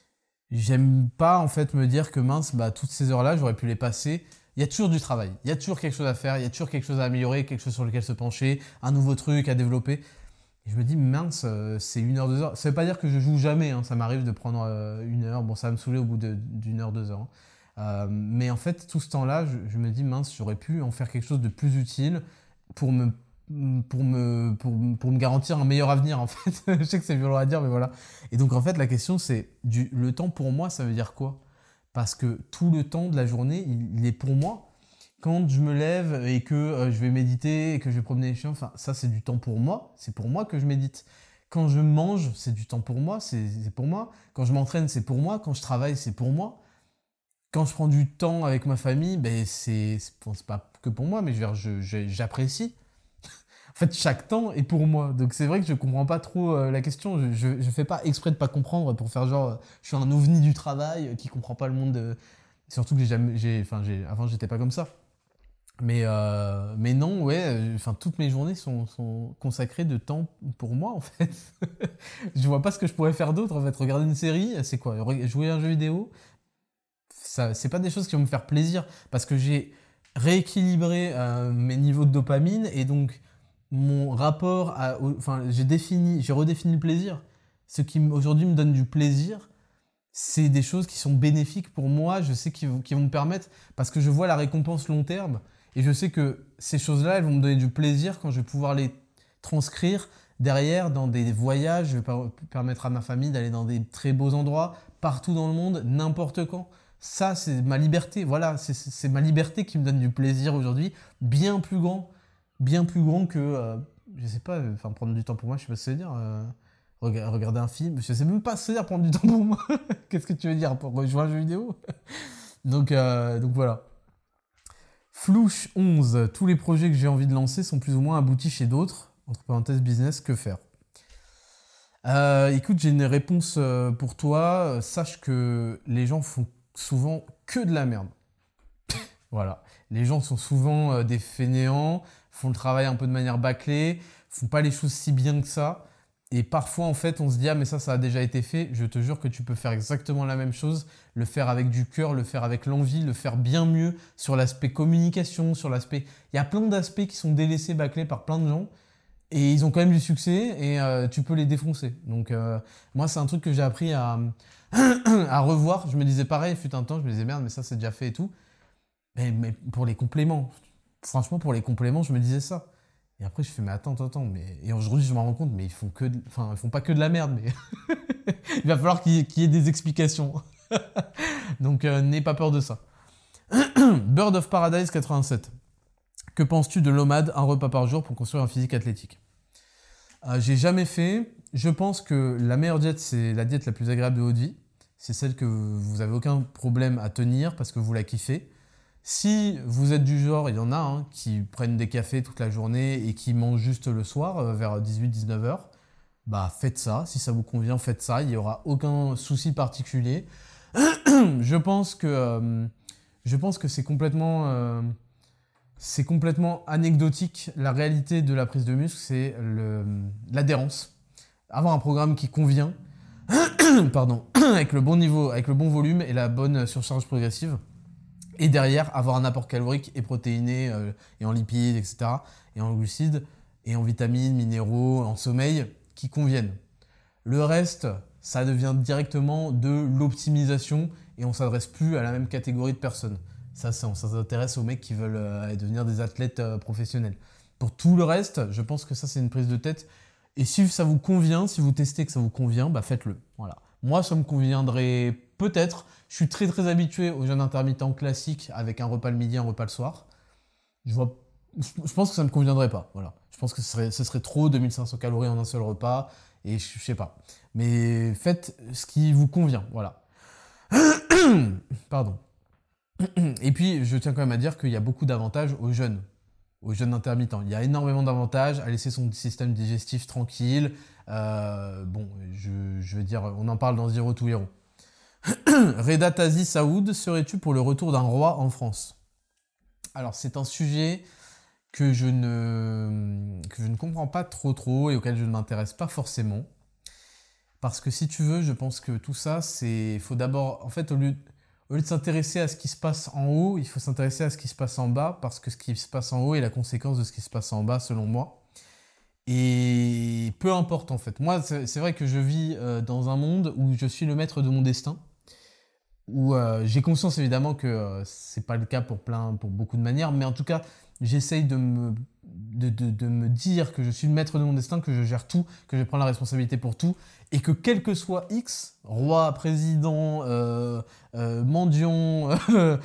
J'aime pas en fait me dire que mince, bah, toutes ces heures-là, j'aurais pu les passer. Il y a toujours du travail, il y a toujours quelque chose à faire, il y a toujours quelque chose à améliorer, quelque chose sur lequel se pencher, un nouveau truc à développer. Et je me dis, mince, c'est 1 heure, 2 heures. Ça veut pas dire que je joue jamais, hein. Ça m'arrive de prendre 1 heure. Bon, ça va me saouler au bout d'1 heure, 2 heures, hein. Mais en fait, tout ce temps-là, je me dis, mince, j'aurais pu en faire quelque chose de plus utile pour me, pour me garantir un meilleur avenir, en fait. Je sais que c'est violent à dire, mais voilà. Et donc, en fait, la question, c'est, le temps pour moi, ça veut dire quoi? Parce que tout le temps de la journée, il est pour moi. Quand je me lève et que je vais méditer et que je vais promener les chiens, enfin, ça, c'est du temps pour moi. C'est pour moi que je médite. Quand je mange, c'est du temps pour moi, c'est pour moi. Quand je m'entraîne, c'est pour moi. Quand je travaille, c'est pour moi. Quand je prends du temps avec ma famille, ben bon, c'est pas que pour moi, mais j'apprécie. En fait, chaque temps est pour moi. Donc c'est vrai que je comprends pas trop la question. Je fais pas exprès de pas comprendre pour faire genre, je suis un ovni du travail qui comprend pas le monde. Surtout que avant, j'étais pas comme ça. Mais non, ouais, enfin, toutes mes journées sont consacrées de temps pour moi, en fait. Je vois pas ce que je pourrais faire d'autre, en fait. Regarder une série, c'est quoi? Jouer à un jeu vidéo, ça, c'est pas des choses qui vont me faire plaisir, parce que j'ai rééquilibré mes niveaux de dopamine, et donc mon rapport enfin, j'ai redéfini le plaisir. Ce qui aujourd'hui me donne du plaisir, c'est des choses qui sont bénéfiques pour moi, je sais qu'ils vont me permettre, parce que je vois la récompense long terme, et je sais que ces choses-là, elles vont me donner du plaisir quand je vais pouvoir les transcrire derrière dans des voyages, je vais permettre à ma famille d'aller dans des très beaux endroits, partout dans le monde, n'importe quand. Ça, c'est ma liberté, voilà, c'est ma liberté qui me donne du plaisir aujourd'hui, bien plus grand que, je sais pas, enfin prendre du temps pour moi, je sais pas ce que ça veut dire. Regarder un film, je sais même pas ce que ça veut dire prendre du temps pour moi. Qu'est-ce que tu veux dire pour jouer à un jeu vidéo? Donc voilà. Flouche 11, tous les projets que j'ai envie de lancer sont plus ou moins aboutis chez d'autres. Entre parenthèses, business, que faire? Écoute, j'ai une réponse pour toi. Sache que les gens font souvent que de la merde. Voilà. Les gens sont souvent des fainéants, font le travail un peu de manière bâclée, font pas les choses si bien que ça. Et parfois, en fait, on se dit, ah, mais ça a déjà été fait. Je te jure que tu peux faire exactement la même chose, le faire avec du cœur, le faire avec l'envie, le faire bien mieux sur l'aspect communication, sur l'aspect. Il y a plein d'aspects qui sont délaissés, bâclés par plein de gens. Et ils ont quand même du succès et tu peux les défoncer. Donc, moi, c'est un truc que j'ai appris à revoir. Je me disais pareil, fut un temps, je me disais merde, mais ça, c'est déjà fait et tout. Mais pour les compléments, franchement, pour les compléments, je me disais ça. Et après, je fais, mais attends. Et aujourd'hui, je me rends compte, mais ils font pas que de la merde, mais il va falloir qu'il y ait des explications. Donc n'aie pas peur de ça. Bird of Paradise 87. Que penses-tu de l'OMAD, un repas par jour pour construire un physique athlétique? J'ai jamais fait. Je pense que la meilleure diète, c'est la diète la plus agréable de votre vie. C'est celle que vous n'avez aucun problème à tenir parce que vous la kiffez. Si vous êtes du genre, il y en a qui prennent des cafés toute la journée et qui mangent juste le soir vers 18-19 heures, bah faites ça. Si ça vous convient, faites ça. Il n'y aura aucun souci particulier. Je pense que c'est complètement anecdotique. La réalité de la prise de muscle, c'est l'adhérence. Avoir un programme qui convient, pardon, avec le bon niveau, avec le bon volume et la bonne surcharge progressive. Et derrière, avoir un apport calorique et protéiné et en lipides, etc. Et en glucides, et en vitamines, minéraux, en sommeil, qui conviennent. Le reste, ça devient directement de l'optimisation et on ne s'adresse plus à la même catégorie de personnes. Ça, on s'intéresse aux mecs qui veulent devenir des athlètes professionnels. Pour tout le reste, je pense que ça, c'est une prise de tête. Et si ça vous convient, si vous testez que ça vous convient, bah faites-le. Voilà. Moi, ça me conviendrait peut-être. Je suis très très habitué au jeûne intermittent classique avec un repas le midi, un repas le soir. Je pense que ça ne me conviendrait pas. Voilà. Je pense que ce serait trop, 2500 calories en un seul repas. Et je sais pas. Mais faites ce qui vous convient. Voilà. Pardon. Et puis, je tiens quand même à dire qu'il y a beaucoup d'avantages au jeûne intermittent. Il y a énormément d'avantages à laisser son système digestif tranquille. Je veux dire, on en parle dans Zero to Hero. Reda Tazi Saoud, serais-tu pour le retour d'un roi en France? Alors, c'est un sujet que je ne comprends pas trop et auquel je ne m'intéresse pas forcément. Parce que si tu veux, je pense que tout ça, faut d'abord, en fait, au lieu de s'intéresser à ce qui se passe en haut, il faut s'intéresser à ce qui se passe en bas, parce que ce qui se passe en haut est la conséquence de ce qui se passe en bas, selon moi. Et peu importe, en fait. Moi, c'est vrai que je vis dans un monde où je suis le maître de mon destin, où j'ai conscience, évidemment, que c'est pas le cas pour beaucoup de manières, mais en tout cas, j'essaye de me dire que je suis le maître de mon destin, que je gère tout, que je prends la responsabilité pour tout, et que quel que soit X, roi, président, mendiant,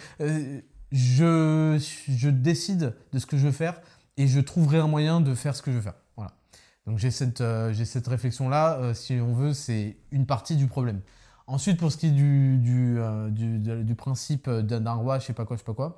je décide de ce que je veux faire et je trouverai un moyen de faire ce que je veux faire. Voilà. Donc j'ai cette réflexion-là, si on veut, c'est une partie du problème. Ensuite, pour ce qui est du principe d'un roi, je sais pas quoi,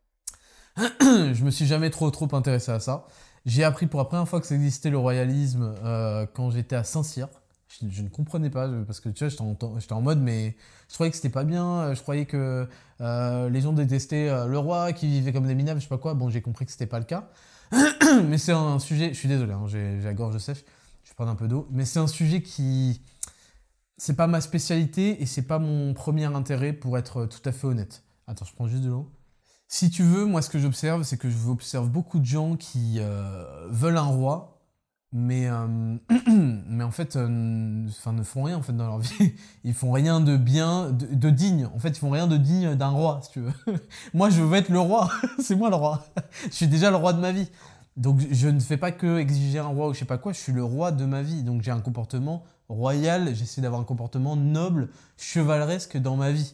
je me suis jamais trop intéressé à ça. J'ai appris pour la première fois que ça existait le royalisme quand j'étais à Saint-Cyr. Je ne comprenais pas, parce que tu vois, j'étais en mode, mais je croyais que c'était pas bien, je croyais que les gens détestaient le roi qui vivait comme des minables, je sais pas quoi. Bon, j'ai compris que c'était pas le cas. Mais c'est un sujet, je suis désolé, j'ai la gorge sèche, je vais prendre un peu d'eau, mais c'est un sujet qui... C'est pas ma spécialité et c'est pas mon premier intérêt pour être tout à fait honnête. Attends, je prends juste de l'eau. Si tu veux, moi ce que j'observe, c'est que j'observe beaucoup de gens qui veulent un roi, mais en fait, ne font rien en fait dans leur vie. Ils font rien de bien, de digne. En fait, ils font rien de digne d'un roi, si tu veux. Moi, je veux être le roi. C'est moi le roi. Je suis déjà le roi de ma vie. Donc, je ne fais pas que exiger un roi ou je sais pas quoi. Je suis le roi de ma vie. Donc, j'ai un comportement royal. J'essaie d'avoir un comportement noble, chevaleresque dans ma vie.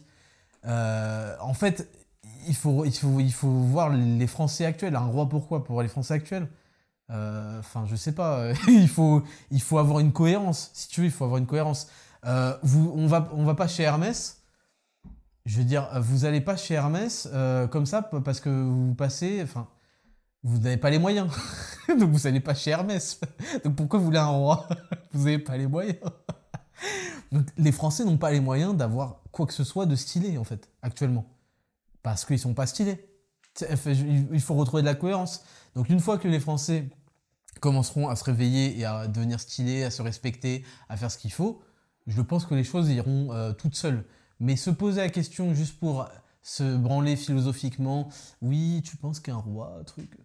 En fait, il faut voir les Français actuels. Un roi pourquoi? Pour les Français actuels. Je sais pas. il faut avoir une cohérence. Si tu veux, il faut avoir une cohérence. On va pas chez Hermès. Je veux dire, vous allez pas chez Hermès comme ça parce que vous passez. Enfin, vous n'avez pas les moyens. Donc vous n'allez pas chez Hermès. Donc pourquoi vous voulez un roi? Vous n'avez pas les moyens. Donc les Français n'ont pas les moyens d'avoir quoi que ce soit de stylé en fait actuellement. Parce qu'ils sont pas stylés. Il faut retrouver de la cohérence. Donc une fois que les Français commenceront à se réveiller et à devenir stylés, à se respecter, à faire ce qu'il faut, je pense que les choses iront toutes seules. Mais se poser la question juste pour se branler philosophiquement, oui, tu penses qu'un roi, truc...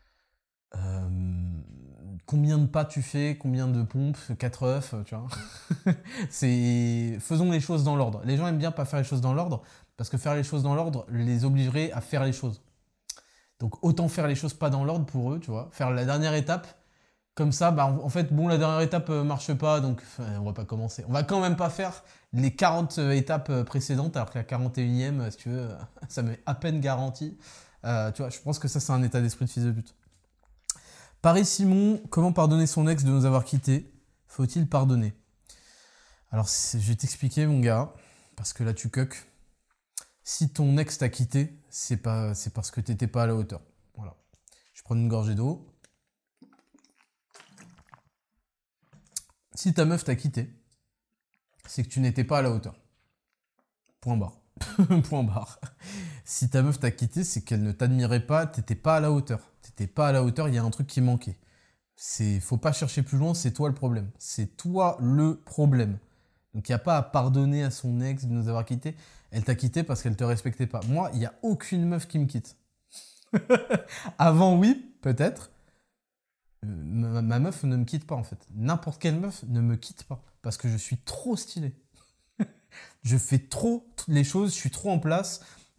combien de pas tu fais, combien de pompes, 4 œufs, tu vois. Faisons les choses dans l'ordre. Les gens aiment bien pas faire les choses dans l'ordre, parce que faire les choses dans l'ordre les obligerait à faire les choses. Donc autant faire les choses pas dans l'ordre pour eux, tu vois. Faire la dernière étape, Comme ça, bah, en fait, bon, la dernière étape marche pas, donc on va pas commencer. On va quand même pas faire les 40 étapes précédentes, alors que la 41e, si tu veux, ça m'est à peine garanti. Tu vois, je pense que ça, c'est un état d'esprit de fils de pute. Paris Simon, comment pardonner son ex de nous avoir quittés? Faut-il pardonner? Alors, je vais t'expliquer, mon gars, parce que là, tu cuck. Si ton ex t'a quitté, c'est parce que t'étais pas à la hauteur. Voilà. Je prends une gorgée d'eau. Si ta meuf t'a quitté, c'est que tu n'étais pas à la hauteur. Point barre. Point barre. Si ta meuf t'a quitté, c'est qu'elle ne t'admirait pas, t'étais pas à la hauteur. T'étais pas à la hauteur, il y a un truc qui manquait. Faut pas chercher plus loin, c'est toi le problème. C'est toi le problème. Donc il n'y a pas à pardonner à son ex de nous avoir quittés. Elle t'a quitté parce qu'elle te respectait pas. Moi, il n'y a aucune meuf qui me quitte. Avant, oui, peut-être. Ma meuf ne me quitte pas en fait. N'importe quelle meuf ne me quitte pas. Parce que je suis trop stylé. Je fais trop les choses, je suis trop en place,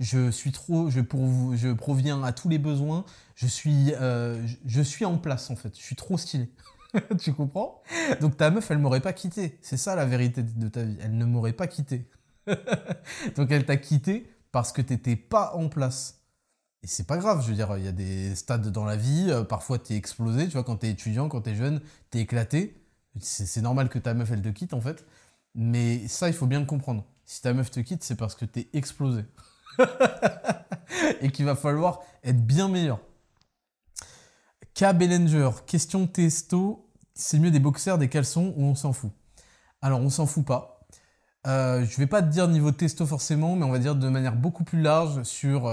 je proviens à tous les besoins, je suis en place en fait, je suis trop stylé. Tu comprends? Donc ta meuf, elle m'aurait pas quitté. C'est ça la vérité de ta vie. Elle ne m'aurait pas quitté. Donc elle t'a quitté parce que t'étais pas en place. Et c'est pas grave, je veux dire, il y a des stades dans la vie, parfois t'es explosé, tu vois, quand t'es étudiant, quand t'es jeune, t'es éclaté. C'est normal que ta meuf, elle te quitte en fait. Mais ça, il faut bien le comprendre. Si ta meuf te quitte, c'est parce que t'es explosé. Et qu'il va falloir être bien meilleur. K. Bellinger, question testo, c'est mieux des boxers, des caleçons ou on s'en fout? Alors, on s'en fout pas. Je vais pas te dire niveau testo forcément, mais on va dire de manière beaucoup plus large sur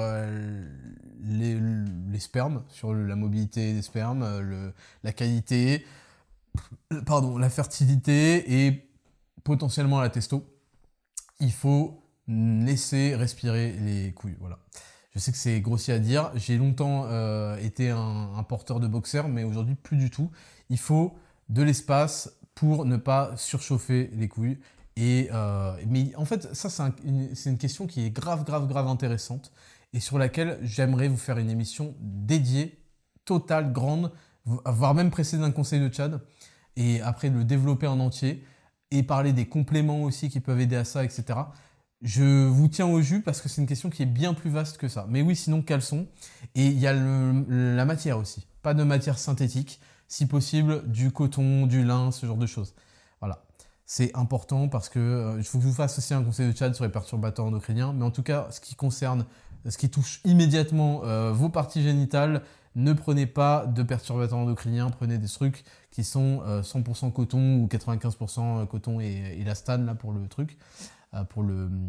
les spermes, sur la mobilité des spermes, la qualité, la fertilité et potentiellement la testo. Il faut laisser respirer les couilles, voilà. Je sais que c'est grossier à dire. J'ai longtemps été un porteur de boxer, mais aujourd'hui plus du tout. Il faut de l'espace pour ne pas surchauffer les couilles. Mais en fait, ça c'est une question qui est grave intéressante et sur laquelle j'aimerais vous faire une émission dédiée, totale, grande, voire même précéder d'un conseil de Tchad et après le développer en entier et parler des compléments aussi qui peuvent aider à ça, etc. Je vous tiens au jus parce que c'est une question qui est bien plus vaste que ça. Mais oui, sinon, caleçon. Et il y a la matière aussi. Pas de matière synthétique. Si possible, du coton, du lin, ce genre de choses. Voilà. C'est important parce que il faut que je vous fasse aussi un conseil de Tchad sur les perturbateurs endocriniens. Mais en tout cas, ce qui touche immédiatement vos parties génitales, ne prenez pas de perturbateurs endocriniens. Prenez des trucs qui sont 100% coton ou 95% coton et élastane là pour le truc. Pour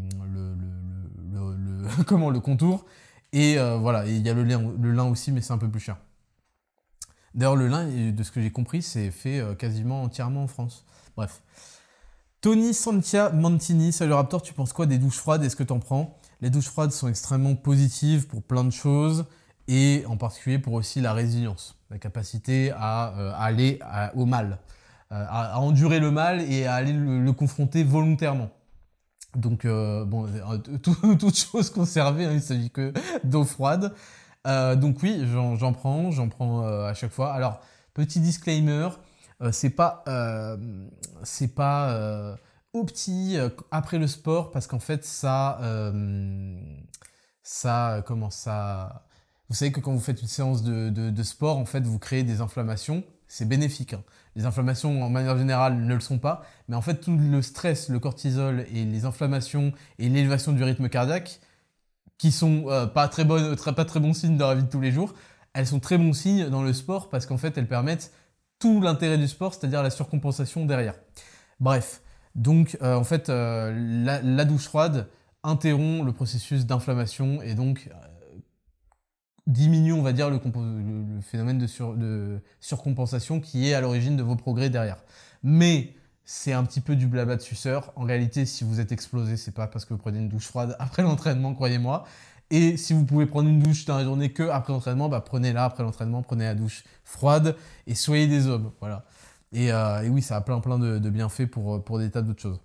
le contour. Et voilà, et il y a le lin aussi, mais c'est un peu plus cher. D'ailleurs, le lin, de ce que j'ai compris, c'est fait quasiment entièrement en France. Bref. Tony Santia Mantini, salut Raptor, tu penses quoi des douches froides? Est-ce que t'en prends? Les douches froides sont extrêmement positives pour plein de choses, et en particulier pour aussi la résilience, la capacité à aller au mal, à endurer le mal et à aller le confronter volontairement. Donc, toute chose conservée, hein, il ne s'agit que d'eau froide. Donc oui, j'en prends à chaque fois. Alors, petit disclaimer, c'est pas au petit après le sport parce qu'en fait vous savez que quand vous faites une séance de sport, en fait, vous créez des inflammations. C'est bénéfique, hein. Les inflammations, en manière générale, ne le sont pas. Mais en fait, tout le stress, le cortisol et les inflammations et l'élévation du rythme cardiaque, qui sont pas très bons signes dans la vie de tous les jours, elles sont très bons signes dans le sport parce qu'en fait, elles permettent tout l'intérêt du sport, c'est-à-dire la surcompensation derrière. Bref, donc en fait, la douche froide interrompt le processus d'inflammation et donc diminue, on va dire, le phénomène de surcompensation qui est à l'origine de vos progrès derrière. Mais c'est un petit peu du blabla de suceur. En réalité, si vous êtes explosé, c'est pas parce que vous prenez une douche froide après l'entraînement, croyez-moi. Et si vous pouvez prendre une douche dans la journée que après l'entraînement, bah prenez-la après l'entraînement, prenez la douche froide et soyez des hommes. Voilà. Et oui, ça a plein de bienfaits pour des tas d'autres choses.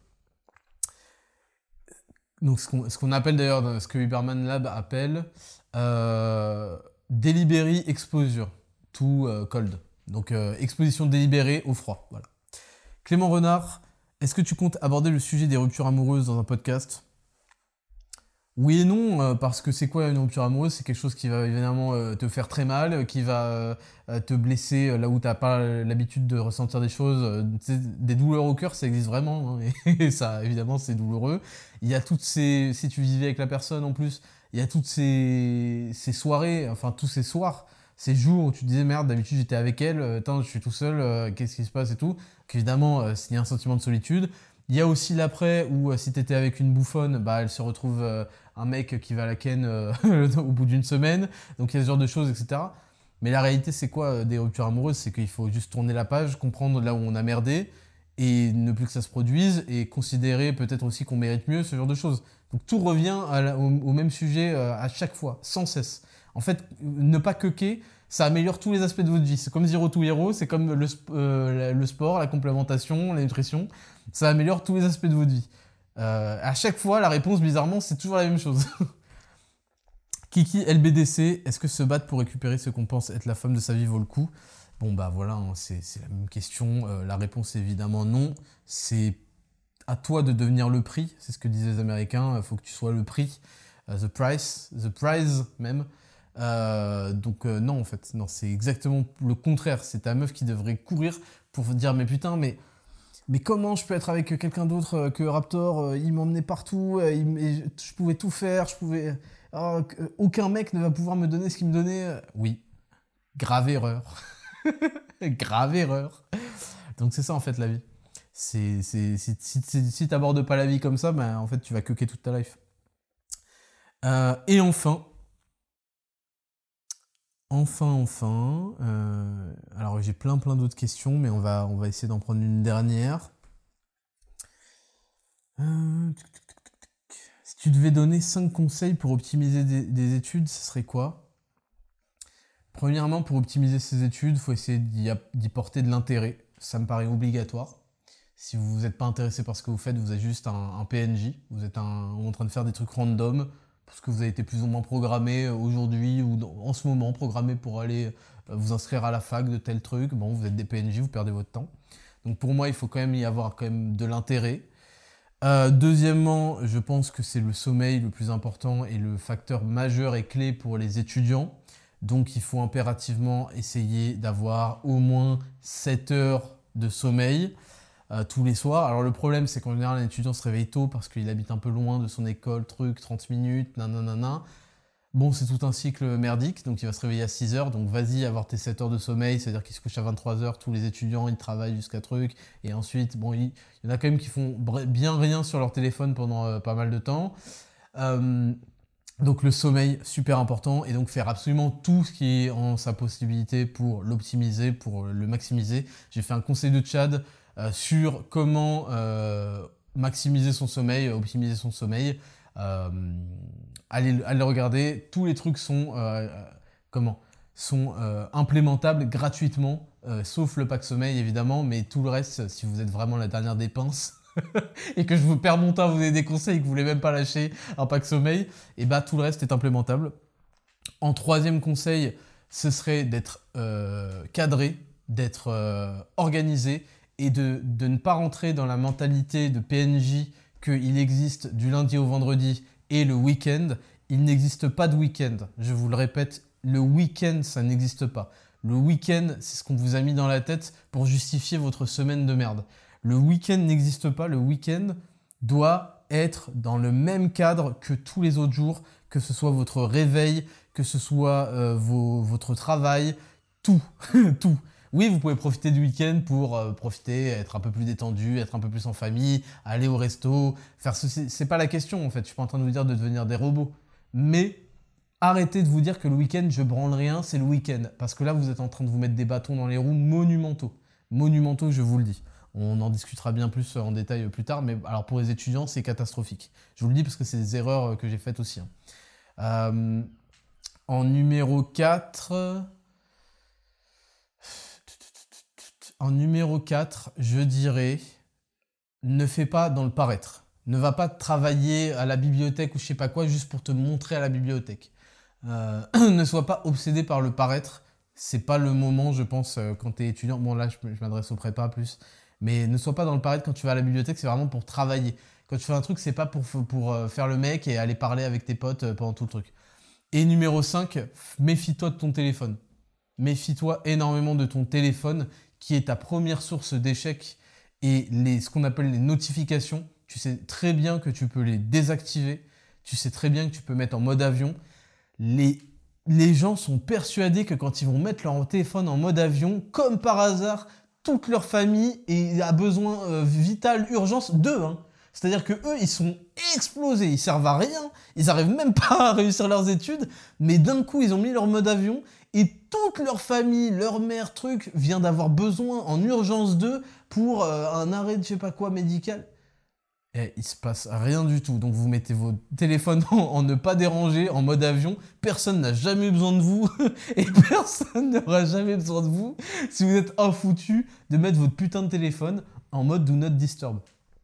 Donc ce qu'on appelle d'ailleurs, ce que Huberman Lab appelle delivery exposure to cold. Donc, exposition délibérée au froid. Voilà. Clément Renard, est-ce que tu comptes aborder le sujet des ruptures amoureuses dans un podcast ? Oui et non, parce que c'est quoi une rupture amoureuse? C'est quelque chose qui va évidemment te faire très mal, qui va te blesser là où tu n'as pas l'habitude de ressentir des choses. Des douleurs au cœur, ça existe vraiment, hein, et ça, évidemment, c'est douloureux. Il y a toutes ces... Si tu vivais avec la personne en plus, il y a toutes ces soirées, enfin tous ces soirs, ces jours où tu te disais merde, d'habitude j'étais avec elle, attends, je suis tout seul, qu'est-ce qui se passe et tout. Donc évidemment, il y a un sentiment de solitude. Il y a aussi l'après où si t'étais avec une bouffonne, bah elle se retrouve un mec qui va la ken au bout d'une semaine. Donc il y a ce genre de choses, etc. Mais la réalité, c'est quoi des ruptures amoureuses? C'est qu'il faut juste tourner la page, comprendre là où on a merdé et ne plus que ça se produise et considérer peut-être aussi qu'on mérite mieux, ce genre de choses. Donc tout revient au même sujet à chaque fois, sans cesse. En fait, ne pas quequer, ça améliore tous les aspects de votre vie. C'est comme Zero to Hero, c'est comme le sport, la complémentation, la nutrition. Ça améliore tous les aspects de votre vie. À chaque fois, la réponse, bizarrement, c'est toujours la même chose. Kiki LBDC, est-ce que se battre pour récupérer ce qu'on pense être la femme de sa vie vaut le coup? Bon, bah voilà, hein, c'est la même question. La réponse est évidemment non. C'est à toi de devenir le prix. C'est ce que disaient les Américains. Il faut que tu sois le prix. The prize même. Donc non, en fait. Non, c'est exactement le contraire. C'est ta meuf qui devrait courir pour dire mais putain, mais comment je peux être avec quelqu'un d'autre que Raptor? Il m'emmenait partout, je pouvais tout faire, aucun mec ne va pouvoir me donner ce qu'il me donnait. Oui, grave erreur. Grave erreur. Donc c'est ça en fait la vie. Si t'abordes pas la vie comme ça, ben, en fait tu vas quequer toute ta life. Et enfin, alors j'ai plein d'autres questions, mais on va essayer d'en prendre une dernière. Si tu devais donner 5 conseils pour optimiser des études, ce serait quoi? Premièrement, pour optimiser ses études, il faut essayer d'y porter de l'intérêt. Ça me paraît obligatoire. Si vous n'êtes pas intéressé par ce que vous faites, vous êtes juste un PNJ. Vous êtes en train de faire des trucs random parce que vous avez été plus ou moins programmé aujourd'hui ou en ce moment programmé pour aller vous inscrire à la fac de tel truc. Bon, vous êtes des PNJ, vous perdez votre temps. Donc pour moi, il faut quand même y avoir quand même de l'intérêt. Deuxièmement, je pense que c'est le sommeil le plus important et le facteur majeur et clé pour les étudiants. Donc il faut impérativement essayer d'avoir au moins 7 heures de sommeil tous les soirs. Alors le problème, c'est qu'en général, un étudiant se réveille tôt parce qu'il habite un peu loin de son école, 30 minutes, nanana. Bon, c'est tout un cycle merdique, donc il va se réveiller à 6 heures, donc vas-y, avoir tes 7 heures de sommeil, c'est-à-dire qu'il se couche à 23 heures, tous les étudiants, ils travaillent jusqu'à truc, et ensuite, bon, il y en a quand même qui font bien rien sur leur téléphone pendant pas mal de temps. Donc le sommeil, super important, et donc faire absolument tout ce qui est en sa possibilité pour l'optimiser, pour le maximiser. J'ai fait un conseil de Tchad sur comment maximiser son sommeil, optimiser son sommeil. Allez le regarder, tous les trucs sont implémentables gratuitement, sauf le pack sommeil évidemment, mais tout le reste, si vous êtes vraiment la dernière des pinces et que je vous perds mon temps à vous donner des conseils et que vous voulez même pas lâcher un pack sommeil, et bah tout le reste est implémentable. En troisième conseil, ce serait d'être cadré, d'être organisé et de ne pas rentrer dans la mentalité de PNJ qu'il existe du lundi au vendredi et le week-end. Il n'existe pas de week-end. Je vous le répète, le week-end, ça n'existe pas. Le week-end, c'est ce qu'on vous a mis dans la tête pour justifier votre semaine de merde. Le week-end n'existe pas. Le week-end doit être dans le même cadre que tous les autres jours, que ce soit votre réveil, que ce soit votre travail, tout, tout. Oui, vous pouvez profiter du week-end pour profiter, être un peu plus détendu, être un peu plus en famille, aller au resto, faire ceci. C'est pas la question en fait. Je suis pas en train de vous dire de devenir des robots. Mais arrêtez de vous dire que le week-end, je branle rien, c'est le week-end. Parce que là, vous êtes en train de vous mettre des bâtons dans les roues monumentaux. Monumentaux, je vous le dis. On en discutera bien plus en détail plus tard. Mais alors pour les étudiants, c'est catastrophique. Je vous le dis parce que c'est des erreurs que j'ai faites aussi. En numéro 4... En numéro 4, je dirais, ne fais pas dans le paraître. Ne va pas travailler à la bibliothèque ou je sais pas quoi juste pour te montrer à la bibliothèque. Ne sois pas obsédé par le paraître. c'est pas le moment, je pense, quand tu es étudiant. Bon, là, je m'adresse au prépa plus. Mais ne sois pas dans le paraître quand tu vas à la bibliothèque, c'est vraiment pour travailler. Quand tu fais un truc, c'est pas pour faire le mec et aller parler avec tes potes pendant tout le truc. Et numéro 5, méfie-toi de ton téléphone. Méfie-toi énormément de ton téléphone, qui est ta première source d'échec. Et ce qu'on appelle les notifications, tu sais très bien que tu peux les désactiver. Tu sais très bien que tu peux mettre en mode avion. Les, les gens sont persuadés que quand ils vont mettre leur téléphone en mode avion, comme par hasard, toute leur famille a besoin vital, urgence d'eux. Hein. C'est-à-dire que eux, ils sont explosés, ils servent à rien, ils n'arrivent même pas à réussir leurs études, mais d'un coup, ils ont mis leur mode avion et toute leur famille, leur mère, truc, vient d'avoir besoin en urgence d'eux pour un arrêt de je sais pas quoi médical. Et il se passe rien du tout. Donc vous mettez vos téléphones en ne pas déranger, en mode avion. Personne n'a jamais besoin de vous et personne n'aura jamais besoin de vous si vous êtes un foutu de mettre votre putain de téléphone en mode do not disturb.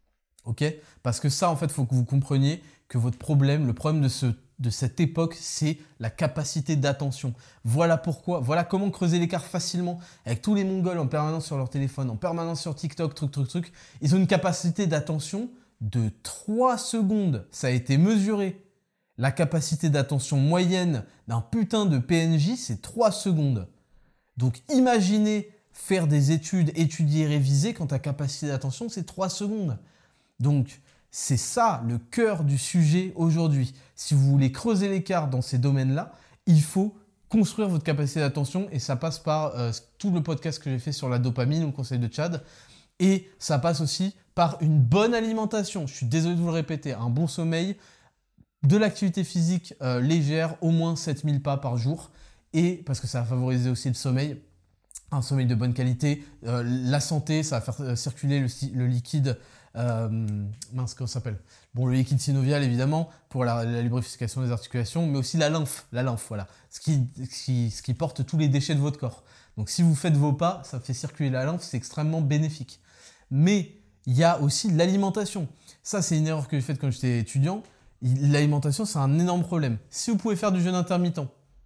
Ok? Parce que ça, en fait, il faut que vous compreniez que votre problème, le problème de cette époque, c'est la capacité d'attention. Voilà pourquoi, voilà comment creuser l'écart facilement avec tous les Mongols en permanence sur leur téléphone, en permanence sur TikTok, truc. Ils ont une capacité d'attention de 3 secondes. Ça a été mesuré. La capacité d'attention moyenne d'un putain de PNJ, c'est 3 secondes. Donc imaginez faire des études, étudier, réviser quand ta capacité d'attention, c'est 3 secondes. Donc, c'est ça le cœur du sujet aujourd'hui. Si vous voulez creuser l'écart dans ces domaines-là, il faut construire votre capacité d'attention et ça passe par tout le podcast que j'ai fait sur la dopamine au conseil de Tchad. Et ça passe aussi par une bonne alimentation. Je suis désolé de vous le répéter, un bon sommeil, de l'activité physique légère, au moins 7000 pas par jour. Et parce que ça va favoriser aussi le sommeil, un sommeil de bonne qualité, la santé, ça va faire circuler le liquide. Mince, comment ça s'appelle? Bon, le liquide synovial, évidemment, pour la lubrification des articulations, mais aussi la lymphe, voilà. Ce qui porte tous les déchets de votre corps. Donc, si vous faites vos pas, ça fait circuler la lymphe, c'est extrêmement bénéfique. Mais il y a aussi l'alimentation. Ça, c'est une erreur que j'ai faite quand j'étais étudiant. L'alimentation, c'est un énorme problème. Si vous pouvez faire du jeûne intermittent,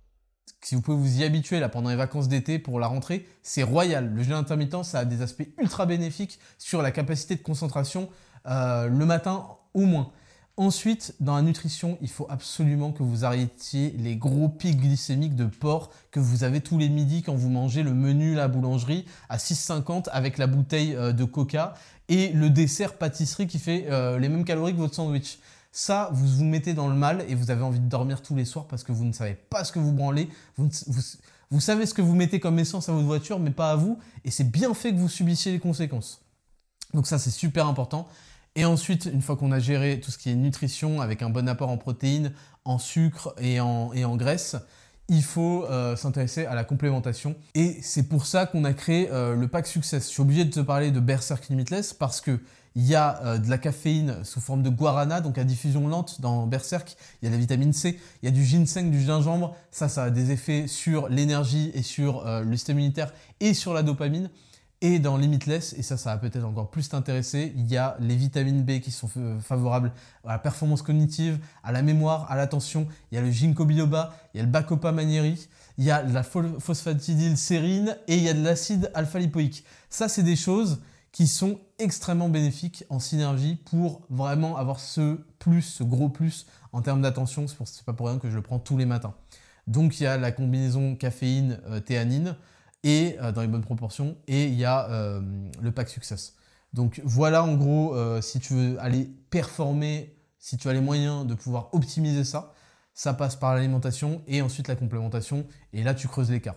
si vous pouvez vous y habituer là pendant les vacances d'été pour la rentrée, c'est royal. Le jeûne intermittent, ça a des aspects ultra bénéfiques sur la capacité de concentration le matin au moins. Ensuite, dans la nutrition, il faut absolument que vous arrêtiez les gros pics glycémiques de porc que vous avez tous les midis quand vous mangez le menu la boulangerie à 6,50 avec la bouteille de coca et le dessert pâtisserie qui fait les mêmes calories que votre sandwich. Ça, vous vous mettez dans le mal et vous avez envie de dormir tous les soirs parce que vous ne savez pas ce que vous branlez. Vous savez ce que vous mettez comme essence à votre voiture, mais pas à vous. Et c'est bien fait que vous subissiez les conséquences. Donc ça, c'est super important. Et ensuite, une fois qu'on a géré tout ce qui est nutrition avec un bon apport en protéines, en sucre et en graisse, il faut s'intéresser à la complémentation. Et c'est pour ça qu'on a créé le pack Success. Je suis obligé de te parler de Berserk Limitless parce que il y a de la caféine sous forme de guarana, donc à diffusion lente dans Berserk. Il y a de la vitamine C, il y a du ginseng, du gingembre. Ça a des effets sur l'énergie et sur le système immunitaire et sur la dopamine. Et dans Limitless, et ça va peut-être encore plus t'intéresser, il y a les vitamines B qui sont favorables à la performance cognitive, à la mémoire, à l'attention. Il y a le ginkgo biloba, il y a le bacopa manieri, il y a la phosphatidylsérine et il y a de l'acide alpha-lipoïque. Ça, c'est des choses qui sont extrêmement bénéfiques en synergie pour vraiment avoir ce gros plus en termes d'attention. C'est pas pour rien que je le prends tous les matins. Donc il y a la combinaison caféine-théanine et dans les bonnes proportions, et il y a le pack Success. Donc voilà en gros, si tu veux aller performer, si tu as les moyens de pouvoir optimiser ça, ça passe par l'alimentation et ensuite la complémentation, et là tu creuses l'écart.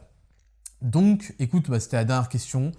Donc écoute, c'était la dernière question.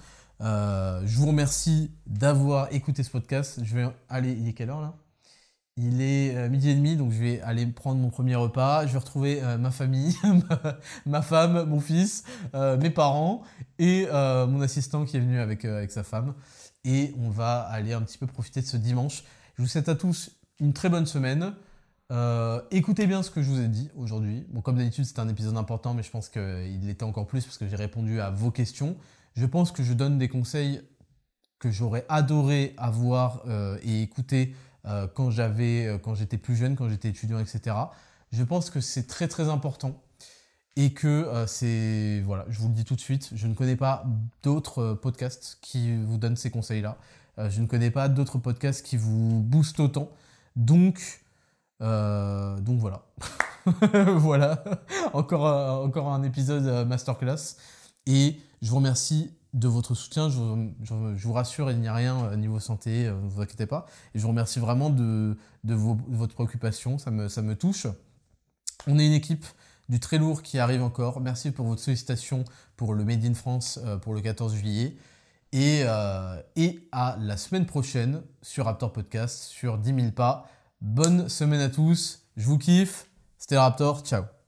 Je vous remercie d'avoir écouté ce podcast. Je vais aller, il est quelle heure là? Il est 12h30, donc je vais aller prendre mon premier repas. Je vais retrouver ma famille, ma femme, mon fils, mes parents et mon assistant qui est venu avec sa femme. Et on va aller un petit peu profiter de ce dimanche. Je vous souhaite à tous une très bonne semaine. Écoutez bien ce que je vous ai dit aujourd'hui. Bon, comme d'habitude, c'est un épisode important, mais je pense qu'il l'était encore plus parce que j'ai répondu à vos questions. Je pense que je donne des conseils que j'aurais adoré avoir et écouter quand j'étais plus jeune, quand j'étais étudiant, etc. Je pense que c'est très très important. Et que voilà, je vous le dis tout de suite, je ne connais pas d'autres podcasts qui vous donnent ces conseils-là. Je ne connais pas d'autres podcasts qui vous boostent autant. Donc voilà. Voilà, encore un épisode masterclass. Et je vous remercie de votre soutien. Je vous rassure, il n'y a rien niveau santé, ne vous inquiétez pas. Et je vous remercie vraiment de votre préoccupation, ça me touche. On est une équipe du très lourd qui arrive encore. Merci pour votre sollicitation pour le Made in France pour le 14 juillet. Et à la semaine prochaine sur Raptor Podcast, sur 10 000 pas. Bonne semaine à tous. Je vous kiffe. C'était Raptor. Ciao.